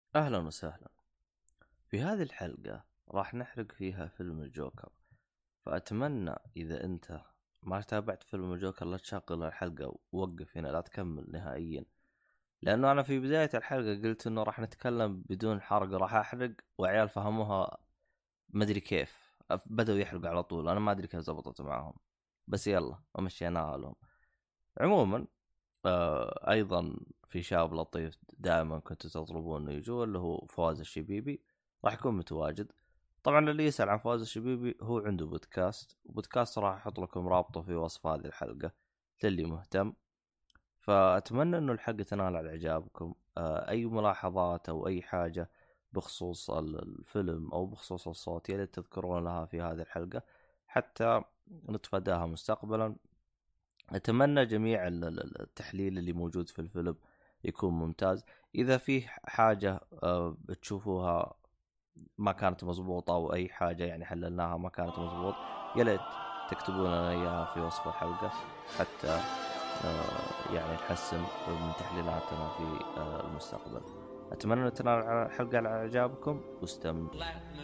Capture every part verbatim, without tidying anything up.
أهلا وسهلا. في هذه الحلقة راح نحرق فيها فيلم الجوكر، فأتمنى إذا أنت ما تابعت فيلم الجوكر لا تشغل الحلقة ووقف هنا، لا تكمل نهائيا، لأنه أنا في بداية الحلقة قلت إنه راح نتكلم بدون حرق، راح أحرق وعيال فهموها مدري كيف، بدأوا يحرقوا على طول. أنا ما أدري كيف زبطت معهم، بس يلا ومشيناها لهم. عموما آه ايضا في شاب لطيف دائما كنتوا تطلبون انه يجوا، اللي هو فواز الشبيبي، راح يكون متواجد. طبعا اللي يسأل عن فواز الشبيبي هو عنده بودكاست، وبودكاست راح احط لكم رابطه في وصف هذه الحلقه للي مهتم. فاتمنى انه الحلقه تنال على اعجابكم. آه اي ملاحظات او اي حاجه بخصوص الفيلم او بخصوص الصوت يا ريت تذكرون لها في هذه الحلقه حتى نتفاداها مستقبلا. أتمنى جميع التحليل اللي موجود في الفيلم يكون ممتاز. إذا في حاجة تشوفوها ما كانت مزبوطة أو أي حاجة يعني حللناها ما كانت مزبوط، يا ليت تكتبون لنا إياها في وصف الحلقة حتى يعني نحسن من تحليلاتنا في المستقبل. أتمنى أن تنال الحلقة على إعجابكم واستمتعوا.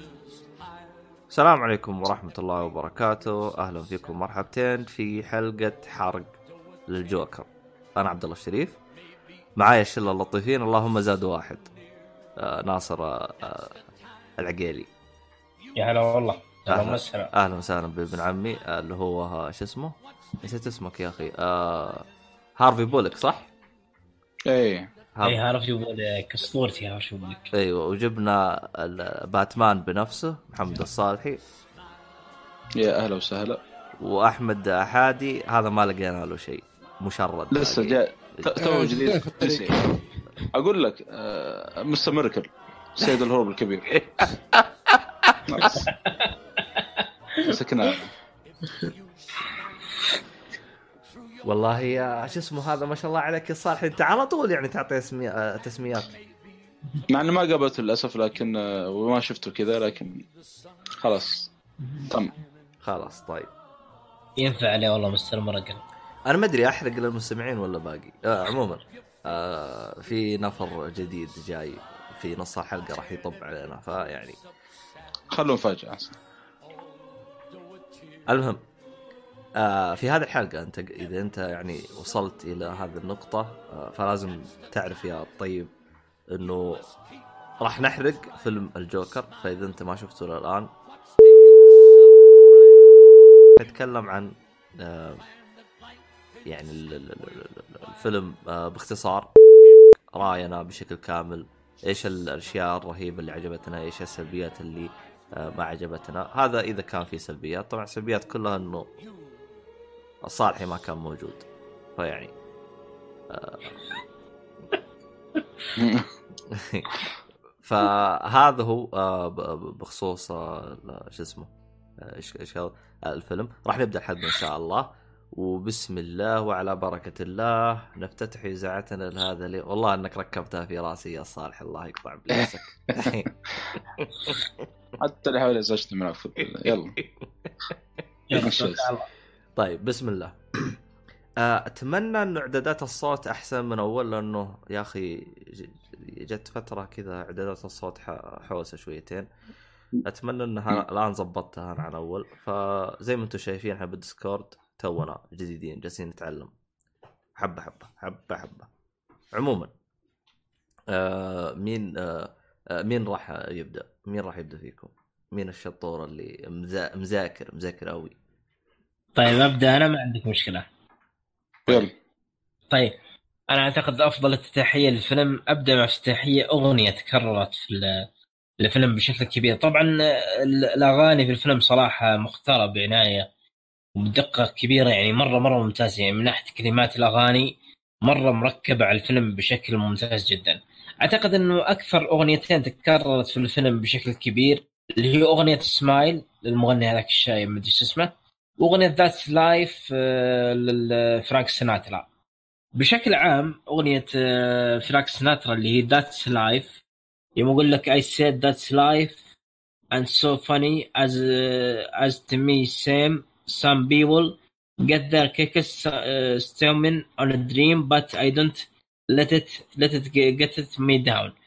السلام عليكم ورحمة الله وبركاته، أهلا فيكم مرحبتين في حلقة حرق للجوكر. أنا عبد الله الشريف، معايا الشلة اللطيفين اللهم زاد واحد، آه ناصر آه العقيلي. يا هلا والله، أهلا أهلا وسهلا بابن عمي آه اللي هو آه شو اسمه، نسيت اسمك يا أخي. آه هارفي بولك صح؟ ايه اي هارفي بولك اسطورتي هارفي بولك. ايوه، وجبنا باتمان بنفسه محمد الصالحي. يا اهلا وسهلا. واحمد احادي هذا ما لقينا له شيء، مشرد لسه جاء تو جديد في الطريق. اقول لك آه مستمركل سيد الهروب الكبير. سكنا والله يا شو اسمه هذا، ما شاء الله عليك يا صالح، انت على طول يعني تعطي اسمي تسميات. مع انه ما قابلته للاسف، لكن آه وما شفته كذا، لكن خلاص تم خلاص طيب ينفع عليه والله مستر مرقل. انا ما ادري احرق للمستمعين ولا باقي. آه عموما آه في نفر جديد جاي في نص الحلقه راح يطب علينا، فيعني خلوا مفاجأة. المهم آه في هذه الحلقه انت اذا انت يعني وصلت الى هذه النقطه آه فلازم تعرف يا الطيب انه راح نحرق فيلم الجوكر. فاذا انت ما شفته الان نتكلم عن آه يعني الفيلم آه باختصار، راينا بشكل كامل، ايش الاشياء الرهيبه اللي عجبتنا، ايش السلبيات اللي آه ما عجبتنا. هذا اذا كان في سلبيات، طبعا السلبيات كلها انه الصالحي ما كان موجود، فيعني آه فهذا هو آه بخصوص آه شو اسمه ايش ايش الفيلم. راح نبدا الحلقه ان شاء الله، وبسم الله وعلى بركه الله نفتتح اذاعتنا لهذا لي. والله انك ركبتها في راسي يا صالح، الله يقطع بلسك. حتى اللي حاول يزوجت المنافق. يلا طيب بسم الله. اتمنى ان اعدادات الصوت احسن من اول، لانه يا اخي جت فتره كذا اعدادات الصوت حوسه شويتين. اتمنى انها الان ضبطتها عن اول. فزي ما انتم شايفين احنا بالديسكورد تونا جديدين جالسين نتعلم حبه حبه حبه حبه. عموما آه مين آه مين راح يبدا مين راح يبدا فيكم؟ مين الشطور اللي مزا... مذاكر مذاكر قوي؟ طيب ابدا انا، ما عندك مشكله. يلا طيب انا اعتقد افضل افتتاحيه للفيلم ابدا مع افتتاحيه اغنيه تكررت في الفيلم بشكل كبير. طبعا الاغاني في الفيلم صراحه مختاره بعنايه وبدقه كبيره، يعني مره مره ممتازه، يعني من ناحيه كلمات الاغاني مره مركبه على الفيلم بشكل ممتاز جدا. اعتقد انه اكثر اغنيتين تكررت في الفيلم بشكل كبير اللي هي اغنيه سمايل للمغني هذاك الشايب ما ادري ايش اسمه، واغنيه ذات لايف للفرانك سيناترا. بشكل عام اغنيه فرانك سيناترا اللي هي ذات لايف يوم اقول لك I said that's life and so funny as uh, as to me same some people get their kicks uh, stemming on a dream but I don't let it let it get it me down.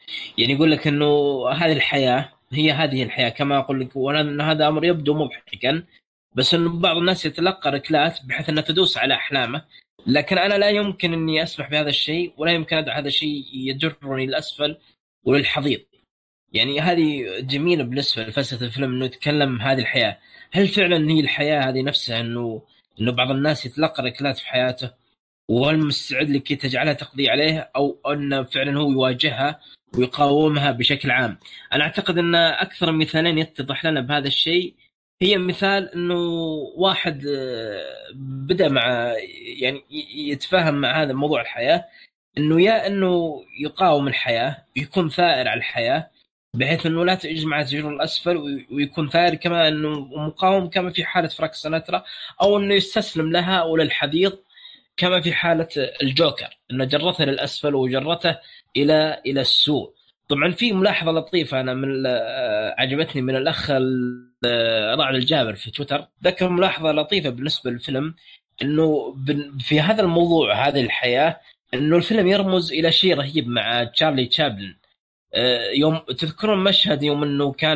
يعني يقول لك انه هذه الحياه هي هذه الحياه كما اقول لك، وان هذا امر يبدو مضحكا، بس انه بعض الناس يتلقى ركلات بحيث انها تدوس على احلامه. لكن انا لا يمكن اني اسمح بهذا الشيء، ولا يمكن ادع هذا الشيء يجرني للاسفل وللحضيض. يعني هذه جميله بالنسبه لفلسفه الفيلم، انه يتكلم هذه الحياه. هل فعلا هي الحياه هذه نفسها انه انه بعض الناس يتلقى ركلات في حياته، وهل مستعد لكي تجعلها تقضي عليه، او ان فعلا هو يواجهها ويقاومها بشكل عام؟ انا اعتقد ان اكثر مثالين يتضح لنا بهذا الشيء، هي مثال انه واحد آه، بدا مع يعني يتفاهم مع هذا موضوع الحياه، انه يا انه يقاوم الحياه، يكون ثائر على الحياه بحيث انه لا تجمع تجر الاسفل، ويكون ثائر كما انه مقاوم كما في حاله فرانك سيناترا، او انه يستسلم لها او للحديض كما في حالة الجوكر، انه جرته للاسفل وجرته الى الى السوء. طبعا في ملاحظة لطيفة انا من عجبتني من الاخ رعد الجابر في تويتر، ذكر ملاحظة لطيفة بالنسبة للفيلم، انه في هذا الموضوع هذه الحياة، انه الفيلم يرمز الى شيء رهيب مع تشارلي تشابلن. يوم تذكرون مشهد يوم انه كان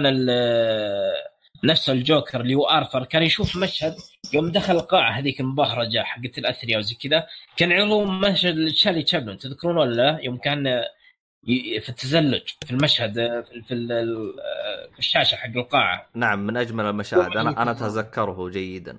نفس الجوكر اللي هو آرثر كان يشوف مشهد يوم دخل القاعة هذيك المبهرجة حقت الأثرياء وزي كذا، كان يعرضون مشهد لتشارلي تشابلن، تذكرون ولا لا؟ يوم كان في التزلج في المشهد في, في, في الشاشة حق القاعة. نعم، من أجمل المشاهد، أنا أنا أتذكره جيدا.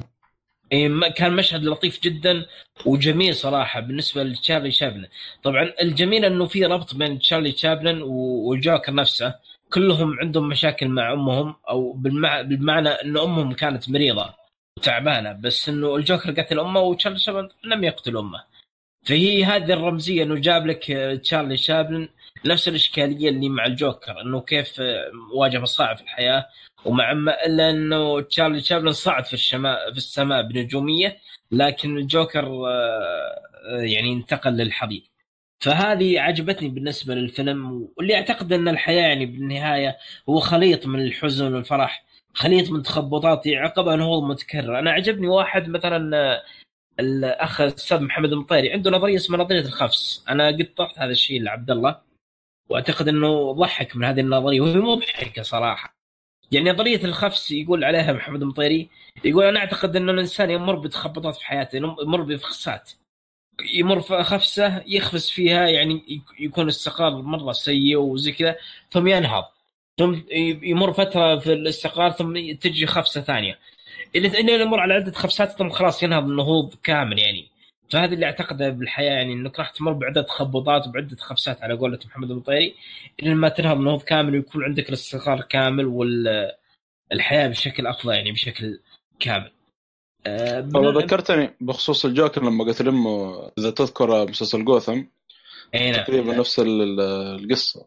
كان مشهد لطيف جدا وجميل صراحة بالنسبة لتشارلي تشابلن. طبعا الجميل أنه في ربط بين تشارلي تشابلن والجوكر نفسه، كلهم عندهم مشاكل مع أمهم، أو بالمعنى أن أمهم كانت مريضة وتعبانة، بس أنه الجوكر قتل أمه وتشارلي تشابلن لم يقتل أمه. فهي هذه الرمزية، أنه جاب لك تشارلي تشابلن نفس الإشكالية اللي مع الجوكر، أنه كيف واجه مصاعب في الحياة ومع ما إلا أنه تشارلي تشابلن صعد في السماء في السماء بنجومية، لكن الجوكر يعني انتقل للحضيض. فهذه عجبتني بالنسبة للفيلم، واللي أعتقد أن الحياة يعني بالنهاية هو خليط من الحزن والفرح، خليط من تخبطات يعقبها نهوض متكرر. أنا عجبني واحد مثلا الأخ الأستاذ محمد المطيري عنده نظرية اسمها نظرية الخفس. أنا قد طرحت هذا الشيء لعبد الله، وأعتقد أنه ضحك من هذه النظرية، وهي مضحكة صراحة. يعني نظرية الخفس يقول عليها محمد المطيري، يقول أنا أعتقد أن الإنسان يمر بتخبطات في حياته، يمر بفخسات، يمر في خفسة يخفس فيها، يعني يكون استقرار مرة سيء وزي كذا، ثم ينهض، ثم يمر فترة في الاستقرار، ثم تجي خفسة ثانية، اللي يمر على عدة خفسات ثم خلاص ينهض النهوض كامل. يعني فهذا اللي أعتقده بالحياة، يعني إنك راح تمر بعدة تخبطات وبعدة خفسات على قولة محمد المطيري، إلى ما تنهض النهوض كامل ويكون عندك الاستقرار كامل والحياة بشكل أفضل، يعني بشكل كامل. أه والله ذكرتني بخصوص الجوكر لما قلت لهم إذا تذكر مسلسل جوثم تقريبا نفس القصة،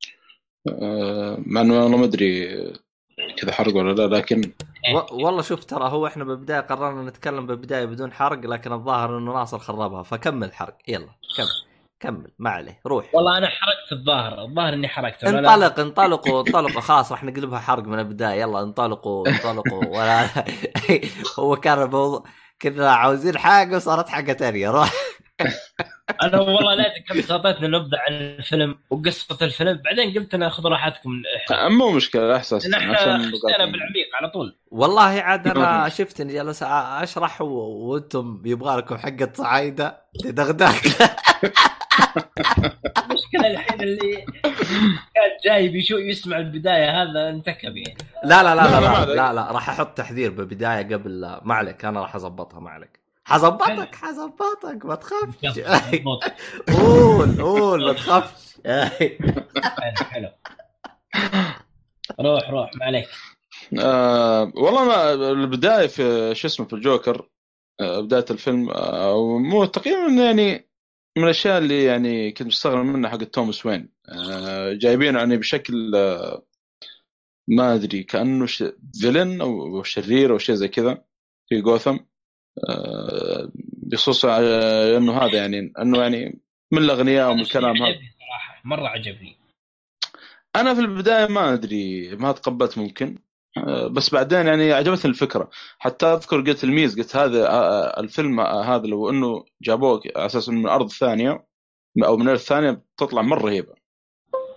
أه مع إنه أنا ما أدري كذا حرق ولا لا، لكن والله شوف ترى هو احنا بالبدايه قررنا نتكلم بالبدايه بدون حرق، لكن الظاهر انه ناصر خربها، فكمل حرق. يلا كمل كمل ما عليه، روح. والله انا حرقت الظاهر الظاهر اني حرقت. انطلق انطلقوا انطلقوا خلاص راح نقلبها حرق من البدايه. يلا انطلقوا انطلقوا ولا هو كان الموضوع كنا عاوزين حاجه وصارت حاجه ثانيه. روح. انا والله لا كم خطيتنا نبدا عن الفيلم وقصه الفيلم، بعدين قلت انا خذوا راحتكم. مو مشكله احساس احنا بالعميق على طول. والله عاد انا شفت اني جالس اشرح وانتم يبغى لكم حقه صعايده تدغدغ. المشكله الحين اللي كان جاي بيشو يسمع البدايه هذا انتكب يعني. لا لا لا لا لا, لا, لا, لا راح احط تحذير بالبدايه قبل. ما عليك انا راح اضبطها. ما عليك حظبطك حظبطك ما تخافش. قول قول ما تخافش. حلو روح روح ما عليك. آه والله ما البداية في شو اسمه في الجوكر، آه بداية الفيلم آه مو تقريبا يعني من الأشياء اللي يعني كنت مستغرب منها حق توماس وين. آه جايبين يعني بشكل آه ما أدري كأنه ش... فيلن أو شرير أو شيء زي كذا في غوثم، آه بخصوص آه إنه هذا يعني إنه يعني من الأغنياء ومن الكلام هذا. صراحة مرة عجبني. أنا في البداية ما أدري ما تقبلت ممكن، بس بعدين يعني عجبتني الفكرة. حتى أذكر قلت الميز قلت هذا الفيلم هذا لو إنه جابوه على أساس من أرض ثانية أو من أرض ثانية تطلع مرة رهيبة.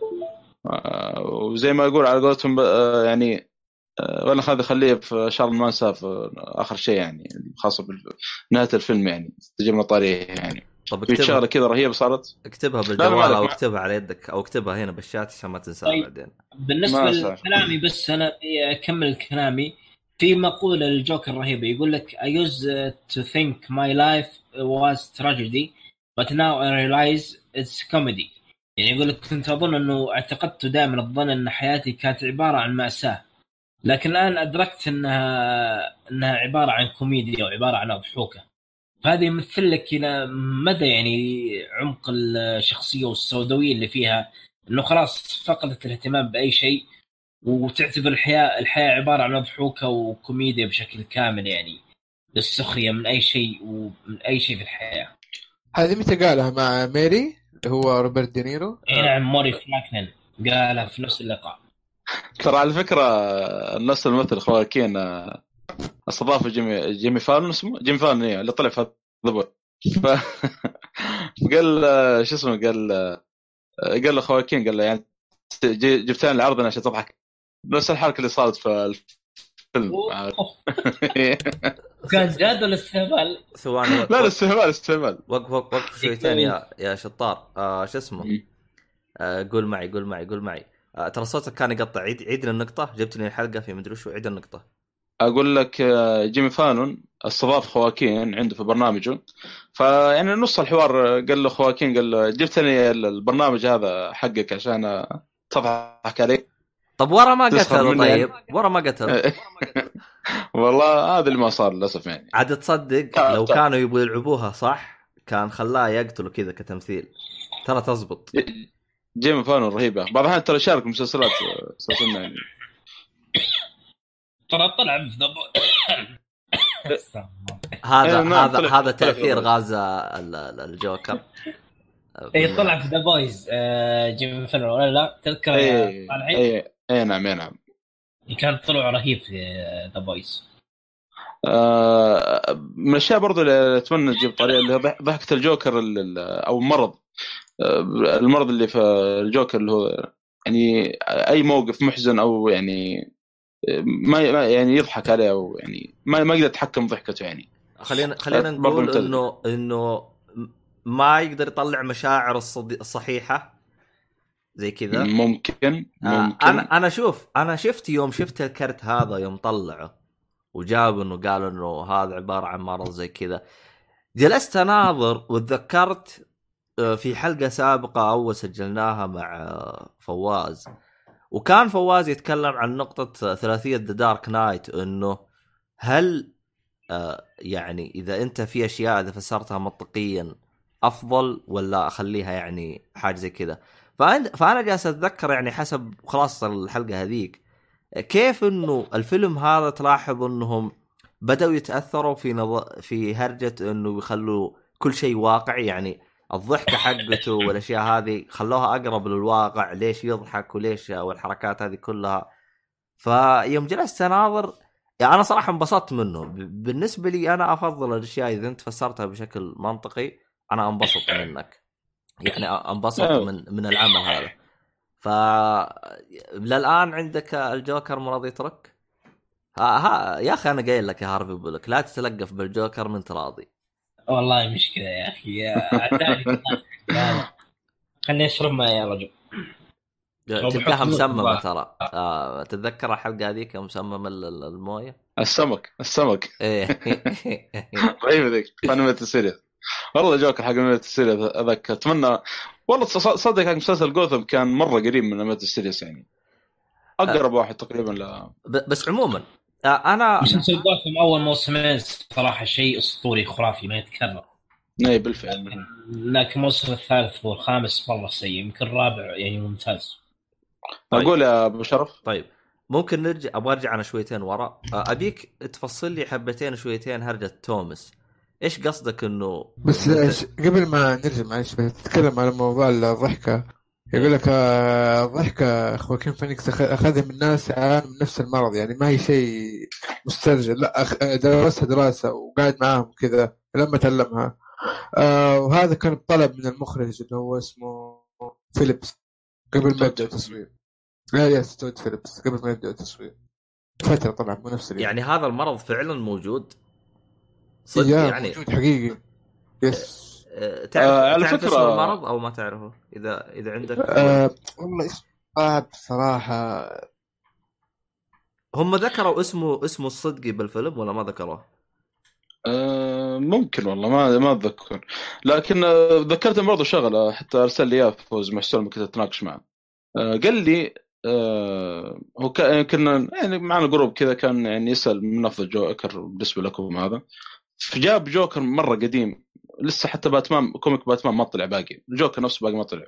آه وزي ما يقول على قولتهم آه يعني آه ولا خذ خليه في شارل مانساف آه اخر شيء يعني خاصه بنهايه الفيلم يعني تجيبنا طاريه يعني. طب في شغله كذا رهيبه صارت. اكتبها بالجوال او اكتبها على يدك او اكتبها هنا بالشات عشان ما تنساها طيب. بعدين. بالنسبه لكلامي بس انا اكمل كلامي في مقوله للجوكر رهيبه يقول لك I used to think my life was tragedy but now I realize it's comedy. يعني يقول لك كنت اظن انه اعتقدت دائما الظن ان حياتي كانت عباره عن مأساة لكن الان ادركت انها انها عباره عن كوميديا وعباره عن اضحوكه. فهذا يمثل لك الى مدى يعني عمق الشخصيه والسوداويه اللي فيها انه خلاص فقدت الاهتمام باي شيء وتعتبر الحياه الحياه عباره عن ضحوكه وكوميديا بشكل كامل يعني للسخريه من اي شيء ومن اي شيء في الحياه. هذه متى قالها مع ميري هو روبرت دينيرو؟ اي نعم موري فراكنن قالها في نفس اللقاء. ترى على فكره نفس الممثل خواكين استضاف جيمي جيمي فالون اسمه جيمي فالون اللي طلع في ضبط ف... قال شو اسمه قال قال له خواكين قال له يعني جبتان العرض عشان تضحك نفس الحركه اللي صارت في الفيلم. كان جاد ولا استهبال؟ ثواني لا استهبال استهبال. وقف وقف شويتين يا يا شطار. آه شو اسمه آه قول معي قول معي قول معي آه ترى صوتك كان يقطع. عيد عيد النقطه. جبت لي الحلقه في مدري شو. عيد النقطه. اقول لك جيمي فالون استضاف خواكين عنده في برنامجه فيعني نص الحوار قال له خواكين قال له جبتني البرنامج هذا حقك عشان تضحك علي. طب ورا ما قتل. طيب ورا ما قتل. والله هذا اللي ما صار للاسف يعني. عاد تصدق لو كانوا يبغوا يلعبوها صح كان خلاه يقتله كذا كتمثيل ترى تزبط. جيمي فالون رهيبه بعض الأحيان ترى شارك مسلسلات مسلسلنا يعني. ترى طلع في هذا هذا هذا تأثير غازة الجوكر. اي طلع في ذا بويز جيمي فالون ولا لا تذكر؟ اي اي اي نعم اي نعم كان طلع رهيب في ذا بويز. آه من الاشياء برضو اللي اتمنى تجيب طريقه اللي ضحكه الجوكر او مرض المرض اللي في الجوكر اللي هو يعني اي موقف محزن او يعني ما يعني يضحك عليه او يعني ما ما يقدر يتحكم ضحكته يعني. خلينا خلينا نقول انه انه ما يقدر يطلع مشاعر الصحيحه زي كذا. ممكن ممكن انا انا شوف انا شفت يوم شفت الكرت هذا يوم طلعه وجاب انه قالوا انه هذا عباره عن مرض زي كذا جلست اناظر وتذكرت في حلقه سابقه اول سجلناها مع فواز وكان فواز يتكلم عن نقطة ثلاثية The Dark Knight انه هل آه يعني اذا انت في اشياء اذا فسرتها منطقيا افضل ولا اخليها يعني حاجة زي كذا. فانا جالس اتذكر يعني حسب خلاص الحلقة هذيك كيف انه الفيلم هذا تلاحظ انهم بدأوا يتأثروا في نظ... في هرجة انه يخلوا كل شيء واقعي يعني الضحكة حقته والأشياء هذه خلوها أقرب للواقع. ليش يضحك وليش والحركات هذه كلها. فيوم جلست أناظر يعني أنا صراحة انبسطت منه. بالنسبة لي أنا أفضل الأشياء إذا أنت فسرتها بشكل منطقي أنا أنبسط منك يعني أنبسط من من العمل هذا. فللآن عندك الجوكر مرض يترك. ها, ها يا أخي أنا قايل لك يا هارفي بقولك لا تتلقف بالجوكر من تراضي. والله مشكلة يا أخي أعتاني خلني أشرب ما يا رجل. تلقاها مسممة ترى. آه، تتذكر الحلقة هذيك مسممة الموية السمك السمك إيه طيب ذيك فانومة السيريس والله جوكر حق نومة السيريس أذكر أتمنى والله صدق حق مسلسل جوثم كان مرة قريب من نومة السيريس يعني أقرب واحد تقريبا لا. بس عموما أنا مسلسل جوثم أول موسمين صراحة شيء أسطوري خرافي ما يتكرر. اي بالفعل. لكن الموسم الثالث والخامس مرة سيء يمكن الرابع يعني ممتاز. طيب. أقول يا أبو شرف طيب ممكن نرجع أبغى أرجع أنا شويتين وراء أبيك تفصل لي حبتين شويتين هرجة توماس إيش قصدك إنه بس إنت... قبل ما نرجع معلش بنتكلم على موضوع الضحكة يقول لك الضحكة خواكين فينيكس أخذها من الناس عن نفس المرض يعني ما هي شيء مسترجل لا أخ... درسها دراسة وقاعد معاهم كذا لما تعلمها آه وهذا كان طلب من المخرج اللي هو اسمه فيليبس قبل ما يبدأ التصوير. لا يا تود فيليبس قبل ما يبدأ التصوير فترة طبعا مو نفس اليوم. يعني هذا المرض فعلا موجود صدق يعني موجود حقيقي. يس. أه تعرف آه على تعرف فكرة اسم المرض او ما تعرفه اذا اذا عندك آه والله اسم صعب صراحة. هم ذكروا اسمه اسمه الصدقي بالفيلم ولا ما ذكروه؟ آه ممكن والله ما ما اتذكر، لكن آه ذكرت برضه شغله حتى ارسل لي اياه فوز محسن كنت اتناقش معه. آه قال لي آه هو كنا يعني معنا جروب كذا كان يعني يسال من افضل جوكر بالنسبه لكم هذا، فجاب جوكر مره قديم لسه حتى باتمان كوميك باتمان ما طلع باقي، الجوكر نفسه باقي ما طلع.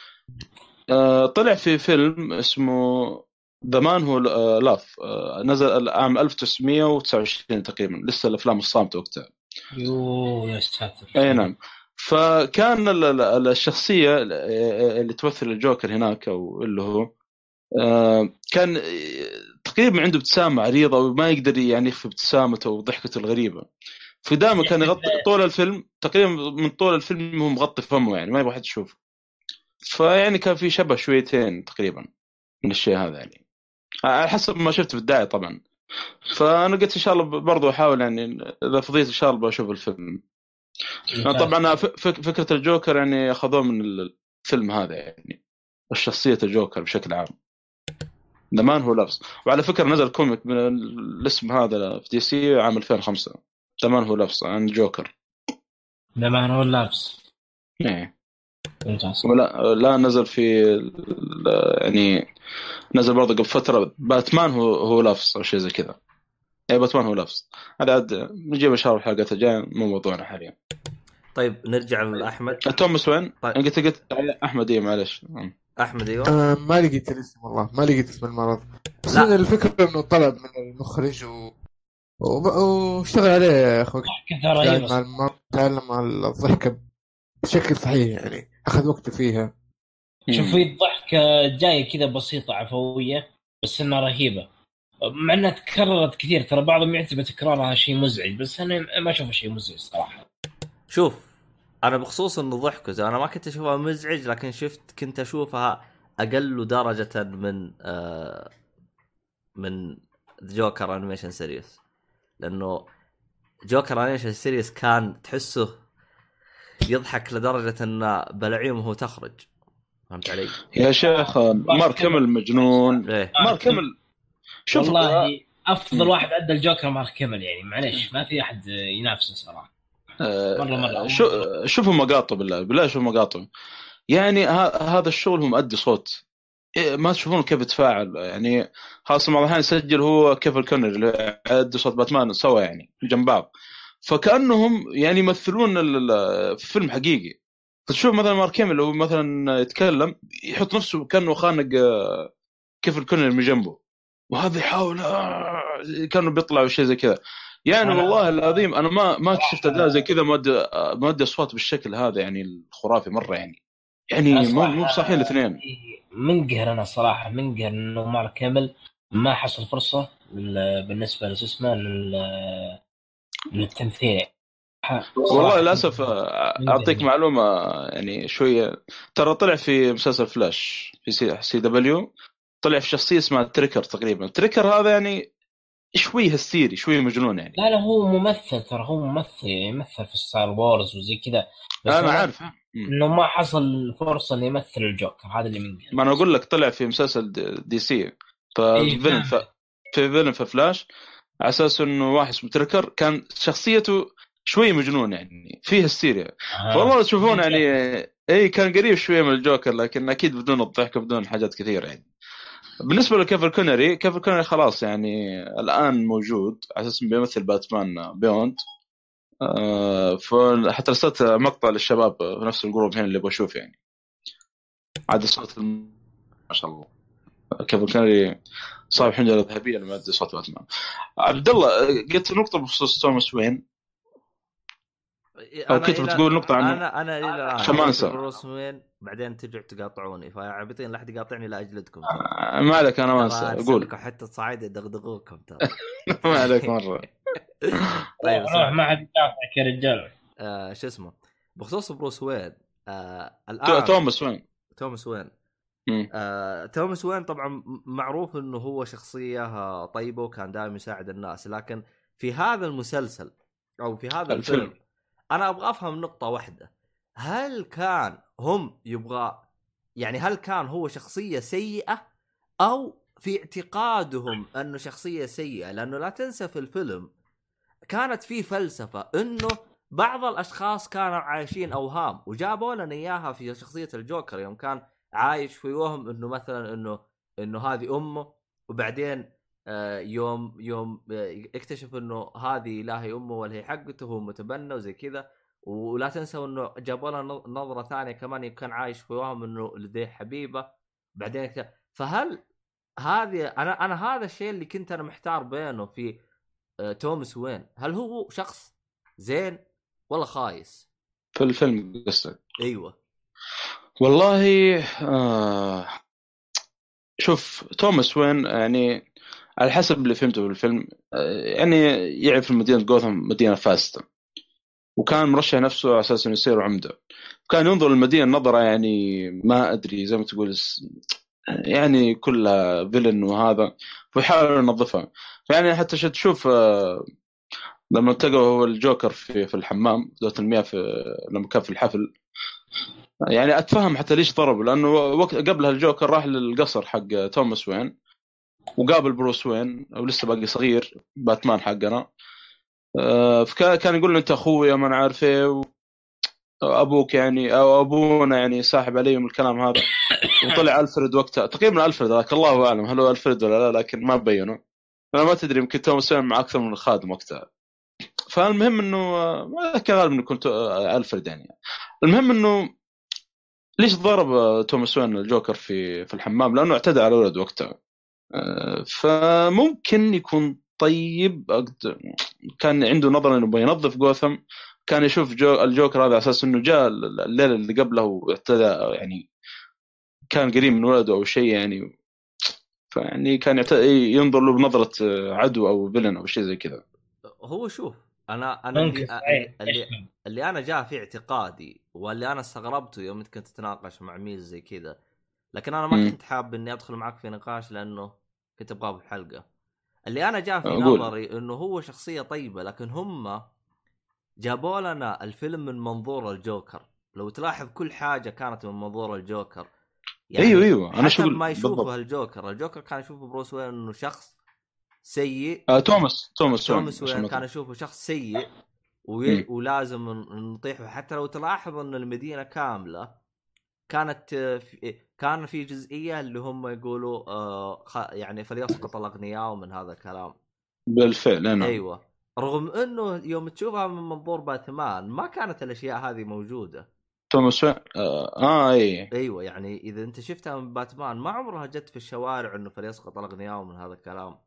آه طلع في فيلم اسمه ذا مان هو لاف، نزل عام ألف وتسعمية وتسعة وعشرين تقريبا، لسه الافلام الصامته وقتها. يو يا ساتر. اي نعم. فكان الشخصيه اللي تمثل الجوكر هناك او اللي هو كان تقريبا عنده ابتسامه عريضه وما يقدر يعني يخفي ابتسامته وضحكته الغريبه، فدائما كان يغطي طول الفيلم تقريبا من طول الفيلم هو مغطي فمه يعني ما يبغى حد يشوفه، فيعني كان في شبه شويتين تقريبا من الشيء هذا يعني على حسب ما شفت في الدعايه طبعا. فانا قلت ان شاء الله برضو احاول يعني اذا فضيت ان شاء الله بشوف الفيلم. طبعا فكره الجوكر يعني اخذوه من الفيلم هذا يعني الشخصيه الجوكر بشكل عام ذا مان هو لابس. وعلى فكره نزل كوميك من الاسم هذا في دي سي عام ألفين وخمسة ذا مان هو لابس عن جوكر. ذا مان هو لابس ايه ولا لا نزل في يعني نزل برضه قبل فتره باتمان هو هو لابس او شيء زي كذا. اي باتمان هو لابس. هذا عاد نجيب اشهر الحلقات الجايه مو موضوعنا حاليا. طيب نرجع لاحمد. توماس وين؟ طيب. انا قلت قلت احمد ايه معلش احمد ايوه آه ما لقيت الاسم والله ما لقيت اسم المرض بس لا. الفكره انه طلب من المخرج و... واشتغل عليه اخوك مع المرض تعلم على الضحكه بشكل صحيح يعني اخذ وقته فيها. شوف في الضحكه جايه كذا بسيطه عفويه بس انها رهيبه مع انها تكررت كثير ترى بعضهم يعتبر تكرارها شيء مزعج بس انا ما اشوفه شيء مزعج صراحه. شوف انا بخصوص انه ضحكته انا ما كنت اشوفها مزعج لكن شفت كنت اشوفها اقل درجه من آه من جوكر انيميشن سيريس لانه جوكر انيميشن سيريس كان تحسه يضحك لدرجه ان بلعيمه تخرج. فهمت علي يا شيخ؟ مارك هاميل مجنون. إيه؟ مارك هاميل شوف والله افضل واحد ادى الجوكر مارك هاميل يعني معليش ما في احد ينافسه صراحه. مرة مرة شو شوفوا مقاطع بالله بالله شوفوا مقاطع يعني هذا الشغل هو مؤدي صوت ما تشوفون كيف يتفاعل يعني خاصة مع الحين سجل هو كيف الكونر اللي أدي صوت باتمان سوا يعني جنب بعض فكأنهم يعني يمثلون الفيلم حقيقي. فتشوف مثلا مارك هاميل لو مثلا يتكلم يحط نفسه كأنه خانق كيف الكونر من جنبه وهذا يحاول كانوا بيطلعوا شيء زي كذا يعني والله العظيم انا ما ما شفت اداء زي كذا مؤدي مؤدي اصوات بالشكل هذا يعني الخرافي مره يعني يعني مو مو صحيح الاثنين. منقهر انا صراحه منقهر انه مارك كامل ما حصل فرصه بالنسبه لاسمه للتمثيل. والله للاسف اعطيك معلومه يعني شويه ترى طلع في مسلسل فلاش في سي, سي دبليو طلع في شخصيه اسمها تريكر تقريبا. تريكر هذا يعني شوي هستيري شوي مجنون يعني. لا لا هو ممثل ترى هو ممثل يمثل في ستار وورز وزي كذا بس انا عارف انه ما حصل فرصه انه يمثل الجوكر هذا اللي منقل. ما انا اقول لك طلع في مسلسل دي سي ففيلم ف... في فيلم في فلاش على اساس انه واحد اسمه تريكر كان شخصيته شوي مجنون يعني فيه هستيريا آه. فالله تشوفون يعني اي كان قريب شويه من الجوكر لكن اكيد بدون الضحك بدون حاجات كثيره يعني. بالنسبه لكيفر كونري كيفر كونري خلاص يعني الان موجود على اساس بيمثل باتمان بيوند آه فحتى رسلت مقطع للشباب في نفس الجروب هنا اللي بشوف يعني عاد صوت الم... ما شاء الله كيفر كونري صاحب حنجره ذهبيه لما ادي صوت باتمان. عبد الله قلت نقطه بخصوص توماس وين او كنت بتقول نقطه عنه انا انا الى الان ما انسى بروس وين بعدين ترجع تقاطعوني فعبيطين لا احد يقاطعني لا اجلدكم. آه ما عليك انا ما انسى اقول حتى صعيد يدغدغوكم ترى ما عليك مره. طيب روح ما حد يقاطعك يا رجال. آه شو اسمه بخصوص بروس وين آه الان توماس وين توماس وين آه، توماس وين طبعا معروف انه هو شخصيه طيبه وكان دائما يساعد الناس، لكن في هذا المسلسل او في هذا الفيلم, الفيلم انا ابغى افهم نقطه واحده. هل كان هم يبغى يعني هل كان هو شخصيه سيئه او في اعتقادهم انه شخصيه سيئه؟ لانه لا تنسى في الفيلم كانت في فلسفه انه بعض الاشخاص كانوا عايشين اوهام، وجابوا لنا اياها في شخصيه الجوكر يوم كان عايش في وهم انه مثلا انه انه هذه امه، وبعدين يوم يوم اكتشف انه هذه لا هي امه ولا هي حقته، هو متبنى وزي كذا. ولا تنسوا انه جابوا لنا نظره ثانيه كمان كان عايش في وهم انه لديه حبيبه بعدين. فهل هذه انا انا هذا الشيء اللي كنت انا محتار بينه في توماس وين، هل هو شخص زين ولا خايس في الفيلم قصدك؟ ايوه والله آه شوف توماس وين يعني على حسب اللي فهمته في الفيلم يعني يعرف مدينة غوثام مدينة فاسدة، وكان مرشح نفسه على أساس إنه يصير عمدة، وكان ينظر للمدينة نظرة يعني ما أدري زي ما تقول يعني كلها فيلن وهذا، ويحاول ينظفها. يعني حتى تشوف لما التقوا هو الجوكر في في الحمام ذات المياه في لما كان في الحفل، يعني أتفهم حتى ليش ضربه، لأنه وقت قبلها الجوكر راح للقصر حق توماس وين وقابل بروس وين ولسه باقي صغير باتمان حقنا، فكان يقول له أنت أخويا ما نعرف إيه أبوك يعني أو أبونا يعني ساحب عليهم الكلام هذا. وطلع ألفريد وقتها تقريبا ألفريد ذاك الله أعلم هل هو ألفريد ولا لا، لكن ما بينه أنا ما تدري يمكن توماس وين مع أكثر من خادم وقتها. فالمهم إنه ما كان غالبا إنه كنت ألفريد يعني. المهم إنه ليش ضرب توماس وين الجوكر في في الحمام؟ لأنه اعتدى على ولد وقتها. فممكن يكون طيب كان عنده نظرة إنه بينظف غوثام، كان يشوف جو الجوكر هذا على أساس إنه جاء الليلة اللي قبله واعتدى يعني كان قريب من ولده أو شيء يعني، فيعني كان ينظر له بنظرة عدو أو فيلن أو شيء زي كذا. هو شوف أنا أنا اللي, اللي, اللي أنا جاء في اعتقادي واللي أنا استغربته يوم كنت تتناقش مع ميز زي كذا، لكن أنا ما م. كنت حاب إني أدخل معك في نقاش لأنه كنت أبغاه بالحلقة. اللي أنا جاء في أقول. نظري إنه هو شخصية طيبة، لكن هم جابوا لنا الفيلم من منظور الجوكر. لو تلاحظ كل حاجة كانت من منظور الجوكر يعني. ايوه ايوه انا حسب ما يشوفه الجوكر الجوكر كان يشوفه بروس وين انه شخص سيء. آه، توماس توماس توماس وين كان يشوفه شخص سيء وي... ولازم نطيحه. حتى لو تلاحظ ان المدينه كامله كانت في... كان في جزئيه اللي هم يقولوا آه خ... يعني فليسقط الاغنياء ومن هذا الكلام. بالفعل انا ايوه رغم انه يوم تشوفها من منظور باتمان ما كانت الاشياء هذه موجوده. توماس آه, اه اي ايوه يعني اذا انت شفتها من باتمان ما عمرها جت في الشوارع انه فليسقط الاغنياء من هذا الكلام.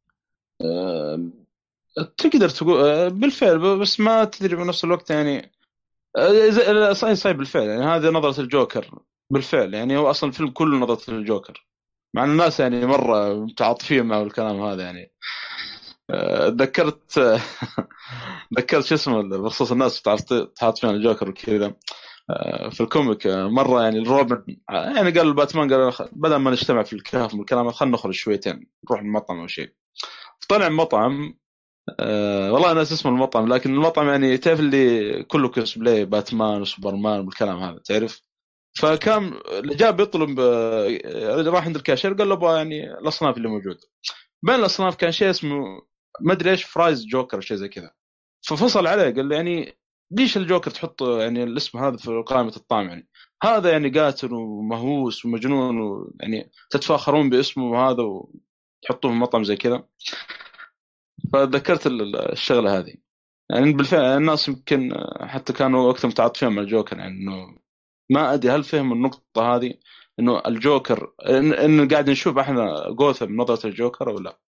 آه تقدر تقول آه بالفعل، بس ما تدري بنفس الوقت يعني آه صحيح صحيح بالفعل يعني هذه نظرة الجوكر بالفعل يعني. هو اصلا الفيلم كله نظرة الجوكر مع ان الناس يعني مرة متعاطفين مع الكلام هذا يعني. آه ذكرت آه ذكرت شو اسمه بخصوص الناس تعاطفين على الجوكر وكذا في الكوميك مرة يعني الروبن يعني قال باتمان قال بدل ما نجتمع في الكهف من الكلام خلنا نخرج شويتين نروح المطعم أو شيء. طلع المطعم أه والله أنا اسمه المطعم، لكن المطعم يعني تعرف اللي كله كوسبلاي باتمان وسوبرمان والكلام هذا تعرف. فكان اللي جاء بيطلب راح عند الكاشير قال له أبغى يعني الأصناف اللي موجود. بين الأصناف كان شيء اسمه ما أدري إيش فرايز جوكر شيء زي كذا. ففصل عليه قال له يعني ليش الجوكر تحط يعني الاسم هذا في قائمة الطعام؟ يعني هذا يعني قاتل ومهووس ومجنون ويعني تتفاخرون باسمه هذا وتحطوه في مطعم زي كذا. فذكرت الشغلة هذه يعني بالفعل الناس يمكن حتى كانوا وقتها متعاطفين مع الجوكر يعني انه ما ادري هل فهم النقطة هذه انه الجوكر إن, إن قاعد نشوف احنا غوثام بنظرة الجوكر او لا.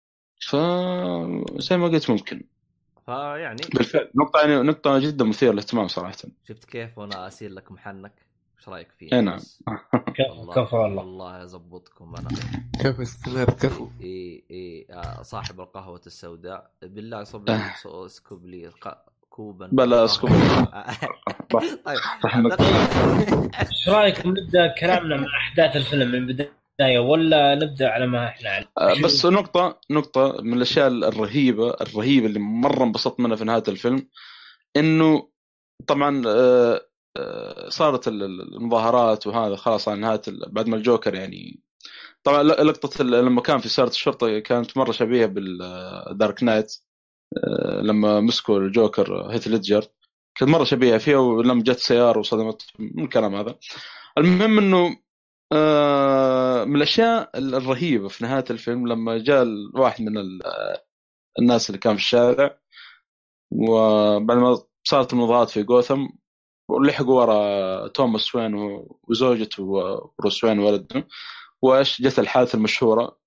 فزي ما قلت ممكن فيعني بالفعل نقطة يعني نقطة جدا مثيرة للاهتمام صراحة. شفت كيف وانا اسير لك محنك؟ ايش رايك فيه؟ اي نعم كفو والله الله يزبطكم. انا كيف استمر كفو اي اي صاحب القهوة السوداء بالله صب لي سكوب لي كوبا بلا سكوبا. طيب ايش رايكم نبدا كلامنا مع احداث الفيلم من البدايه ولا نبدا على ما احنا عليه؟ بس نقطه نقطه من الاشياء الرهيبه الرهيبه اللي مره انبسطت منها في نهايه الفيلم، انه طبعا صارت المظاهرات وهذا خلاص على نهايه بعد ما الجوكر يعني طبعا لقطه لما كان في سيارة الشرطه كانت مره شبيهه بالدارك نايت لما مسكوا الجوكر هيث ليدجر، كانت مره شبيهه فيها ولما جت سياره وصدمت من الكلام هذا. المهم انه من الاشياء الرهيبه في نهايه الفيلم لما جاء واحد من الناس اللي كان في الشارع وبعد ما صارت المظاهرات في غوثم ولحقوا ورا توماس وين وزوجته وبروس وين ولده، وايش جت الحادثه المشهوره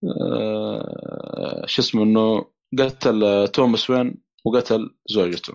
أه... شو اسمه انه قتل توماس وين وقتل زوجته.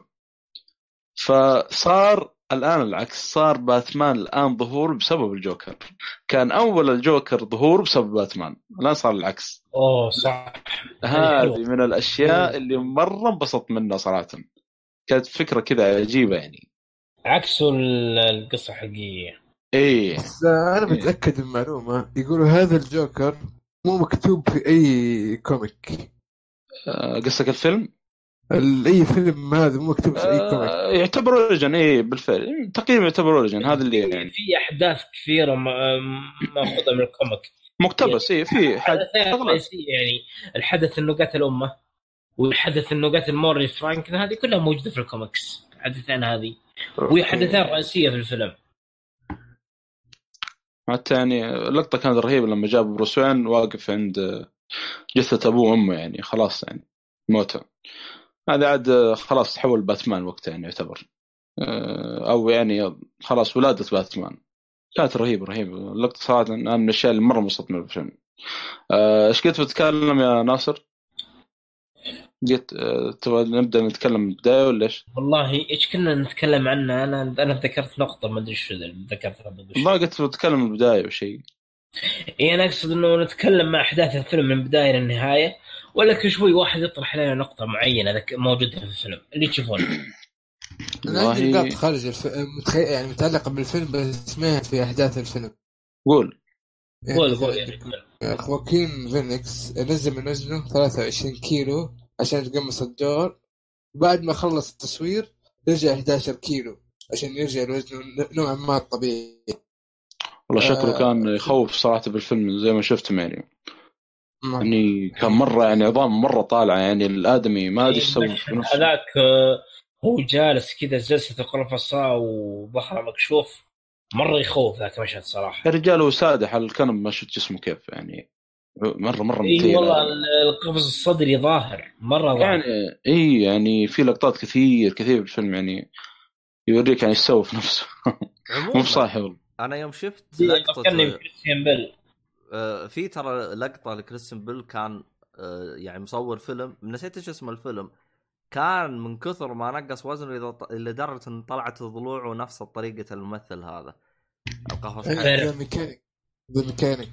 فصار الان العكس، صار باتمان الان ظهور بسبب الجوكر. كان اول الجوكر ظهور بسبب باتمان، الان صار العكس. اوه صح، هذه من الاشياء اللي مره انبسطت منها صراحه، كانت فكره كذا عجيبه يعني عكس القصه الحقيقيه. ايه بس انا متاكد من معلومه، يقولوا هذا الجوكر مو مكتوب في اي كوميك. آه قصدك الفيلم؟ اي فيلم هذا مو مكتوب في اي كوميك. آه يعتبر اوريجن، ايه بالفعل تقريبا يعتبر اوريجن. هذا اللي يعني في احداث كثيره ماخوذه من الكوميك مقتبس. ايه في حدثين رئيسيه يعني الحدث انه قتل امه والحدث انه قتل موري فرانك، هذه كلها موجوده في الكوميكس الحدثين هذه، وهي حدثين رئيسيه في الفيلم. حتى يعني اللقطه كانت رهيبه لما جاب بروس وين واقف عند جثه ابوه وامه، يعني خلاص يعني موته. هذا عاد خلاص تحول باتمان وقتها يعني يعتبر، او يعني خلاص ولاده باتمان. كانت رهيبه رهيبه اللقطه صراحه، انا من الاشياء اللي مره انبسطت من الفيلم. ايش كنت بتتكلم يا ناصر؟ جيت تبغى نبدا نتكلم من البدايه ولا ايش؟ والله ايش كنا نتكلم عنه؟ انا انا ذكرت نقطه ما ادري شو ذكرتها بالضبط. ما قلت بتكلم من البدايه وشيء. اي انا اقصد انه نتكلم مع احداث الفيلم من البدايه للنهايه، ولا كل شوي واحد يطرح لنا نقطه معينه موجوده في الفيلم اللي تشوفونه. انا عندي نقاط خارج الفيلم متخي... يعني متعلقه بالفيلم بس ما في احداث الفيلم. قول يعني قول قول يعني خواكين فينيكس نزل من وزنه ثلاثة وعشرين كيلو عشان يتقمص الدور، بعد ما خلص التصوير رجع إحدى عشر كيلو عشان يرجع لوزنه نوعا ما طبيعي. والله شكله آه كان يخوف صراحة بالفيلم زي ما شفت يعني يعني كان مرة يعني عظام مرة طالعة، يعني الآدمي ما أدري يسوي هذاك هو جالس كذا جلسة القرفصاء وظهره مكشوف، مرة يخوف ذاك مشهد صراحة. الرجال هو سادح على الكنب، ما شفت جسمه كيف يعني مرة مرة مثير. إيه والله القفص الصدري ظاهر مرة ظاهر يعني إيه يعني في لقطات كثير كثير بالفيلم يعني يوريك يعني يسوي في نفسه مو بصاحب. أنا يوم شفت لقطة كريستيان بيل آه في ترى لقطة لكريستيان بيل كان آه يعني مصور فيلم، نسيت إيش اسم الفيلم، كان من كثر ما نقص وزنه لدرجة إن طلعت ضلوعه نفس طريقة الممثل هذا. القفص ذا ميكانيك ذا ميكانيك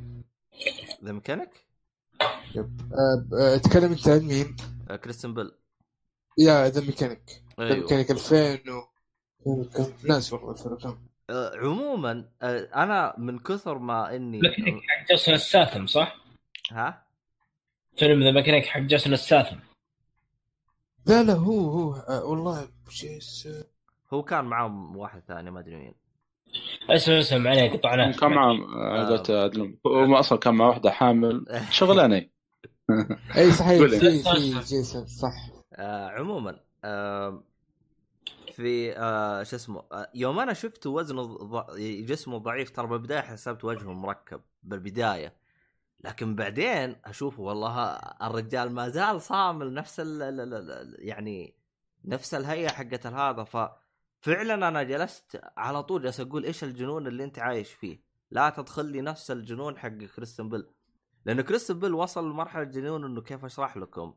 ذا ميكانيك يب اتكلم انت عن مين؟ كريستيان بيل. يا ذا ميكانيك ذا أيوه. ميكانيك ألفين و ناس والله الفيلم. أه عموما أه انا من كثر ما اني ميكانيك حق جاسون الساثم صح؟ ها فيلم ذا ميكانيك حق جاسون الساثم. لا لا هو هو آه والله بشيس هو كان معهم واحد ثاني ما ادري مين. اسمع اسمع عليه قطعناه. كان معهم قلت ادلم هو اصلا كان مع واحده حامل شغلانه. اي صحيح في في جيسون صح. آه عموما آه في آه شو اسمه آه يوم انا شفت وزنه ض... جسمه ضعيف ترى بالبدايه حسبت وجهه مركب بالبدايه، لكن بعدين اشوفه والله الرجال ما زال صامل نفس ال يعني نفس الهيئه حقت هذا. ففعلا انا جلست على طول جالس اقول ايش الجنون اللي انت عايش فيه، لا تدخل لي نفس الجنون حق كريستيان بيل، لانه كريستيان بيل وصل لمرحله جنون انه كيف اشرح لكم.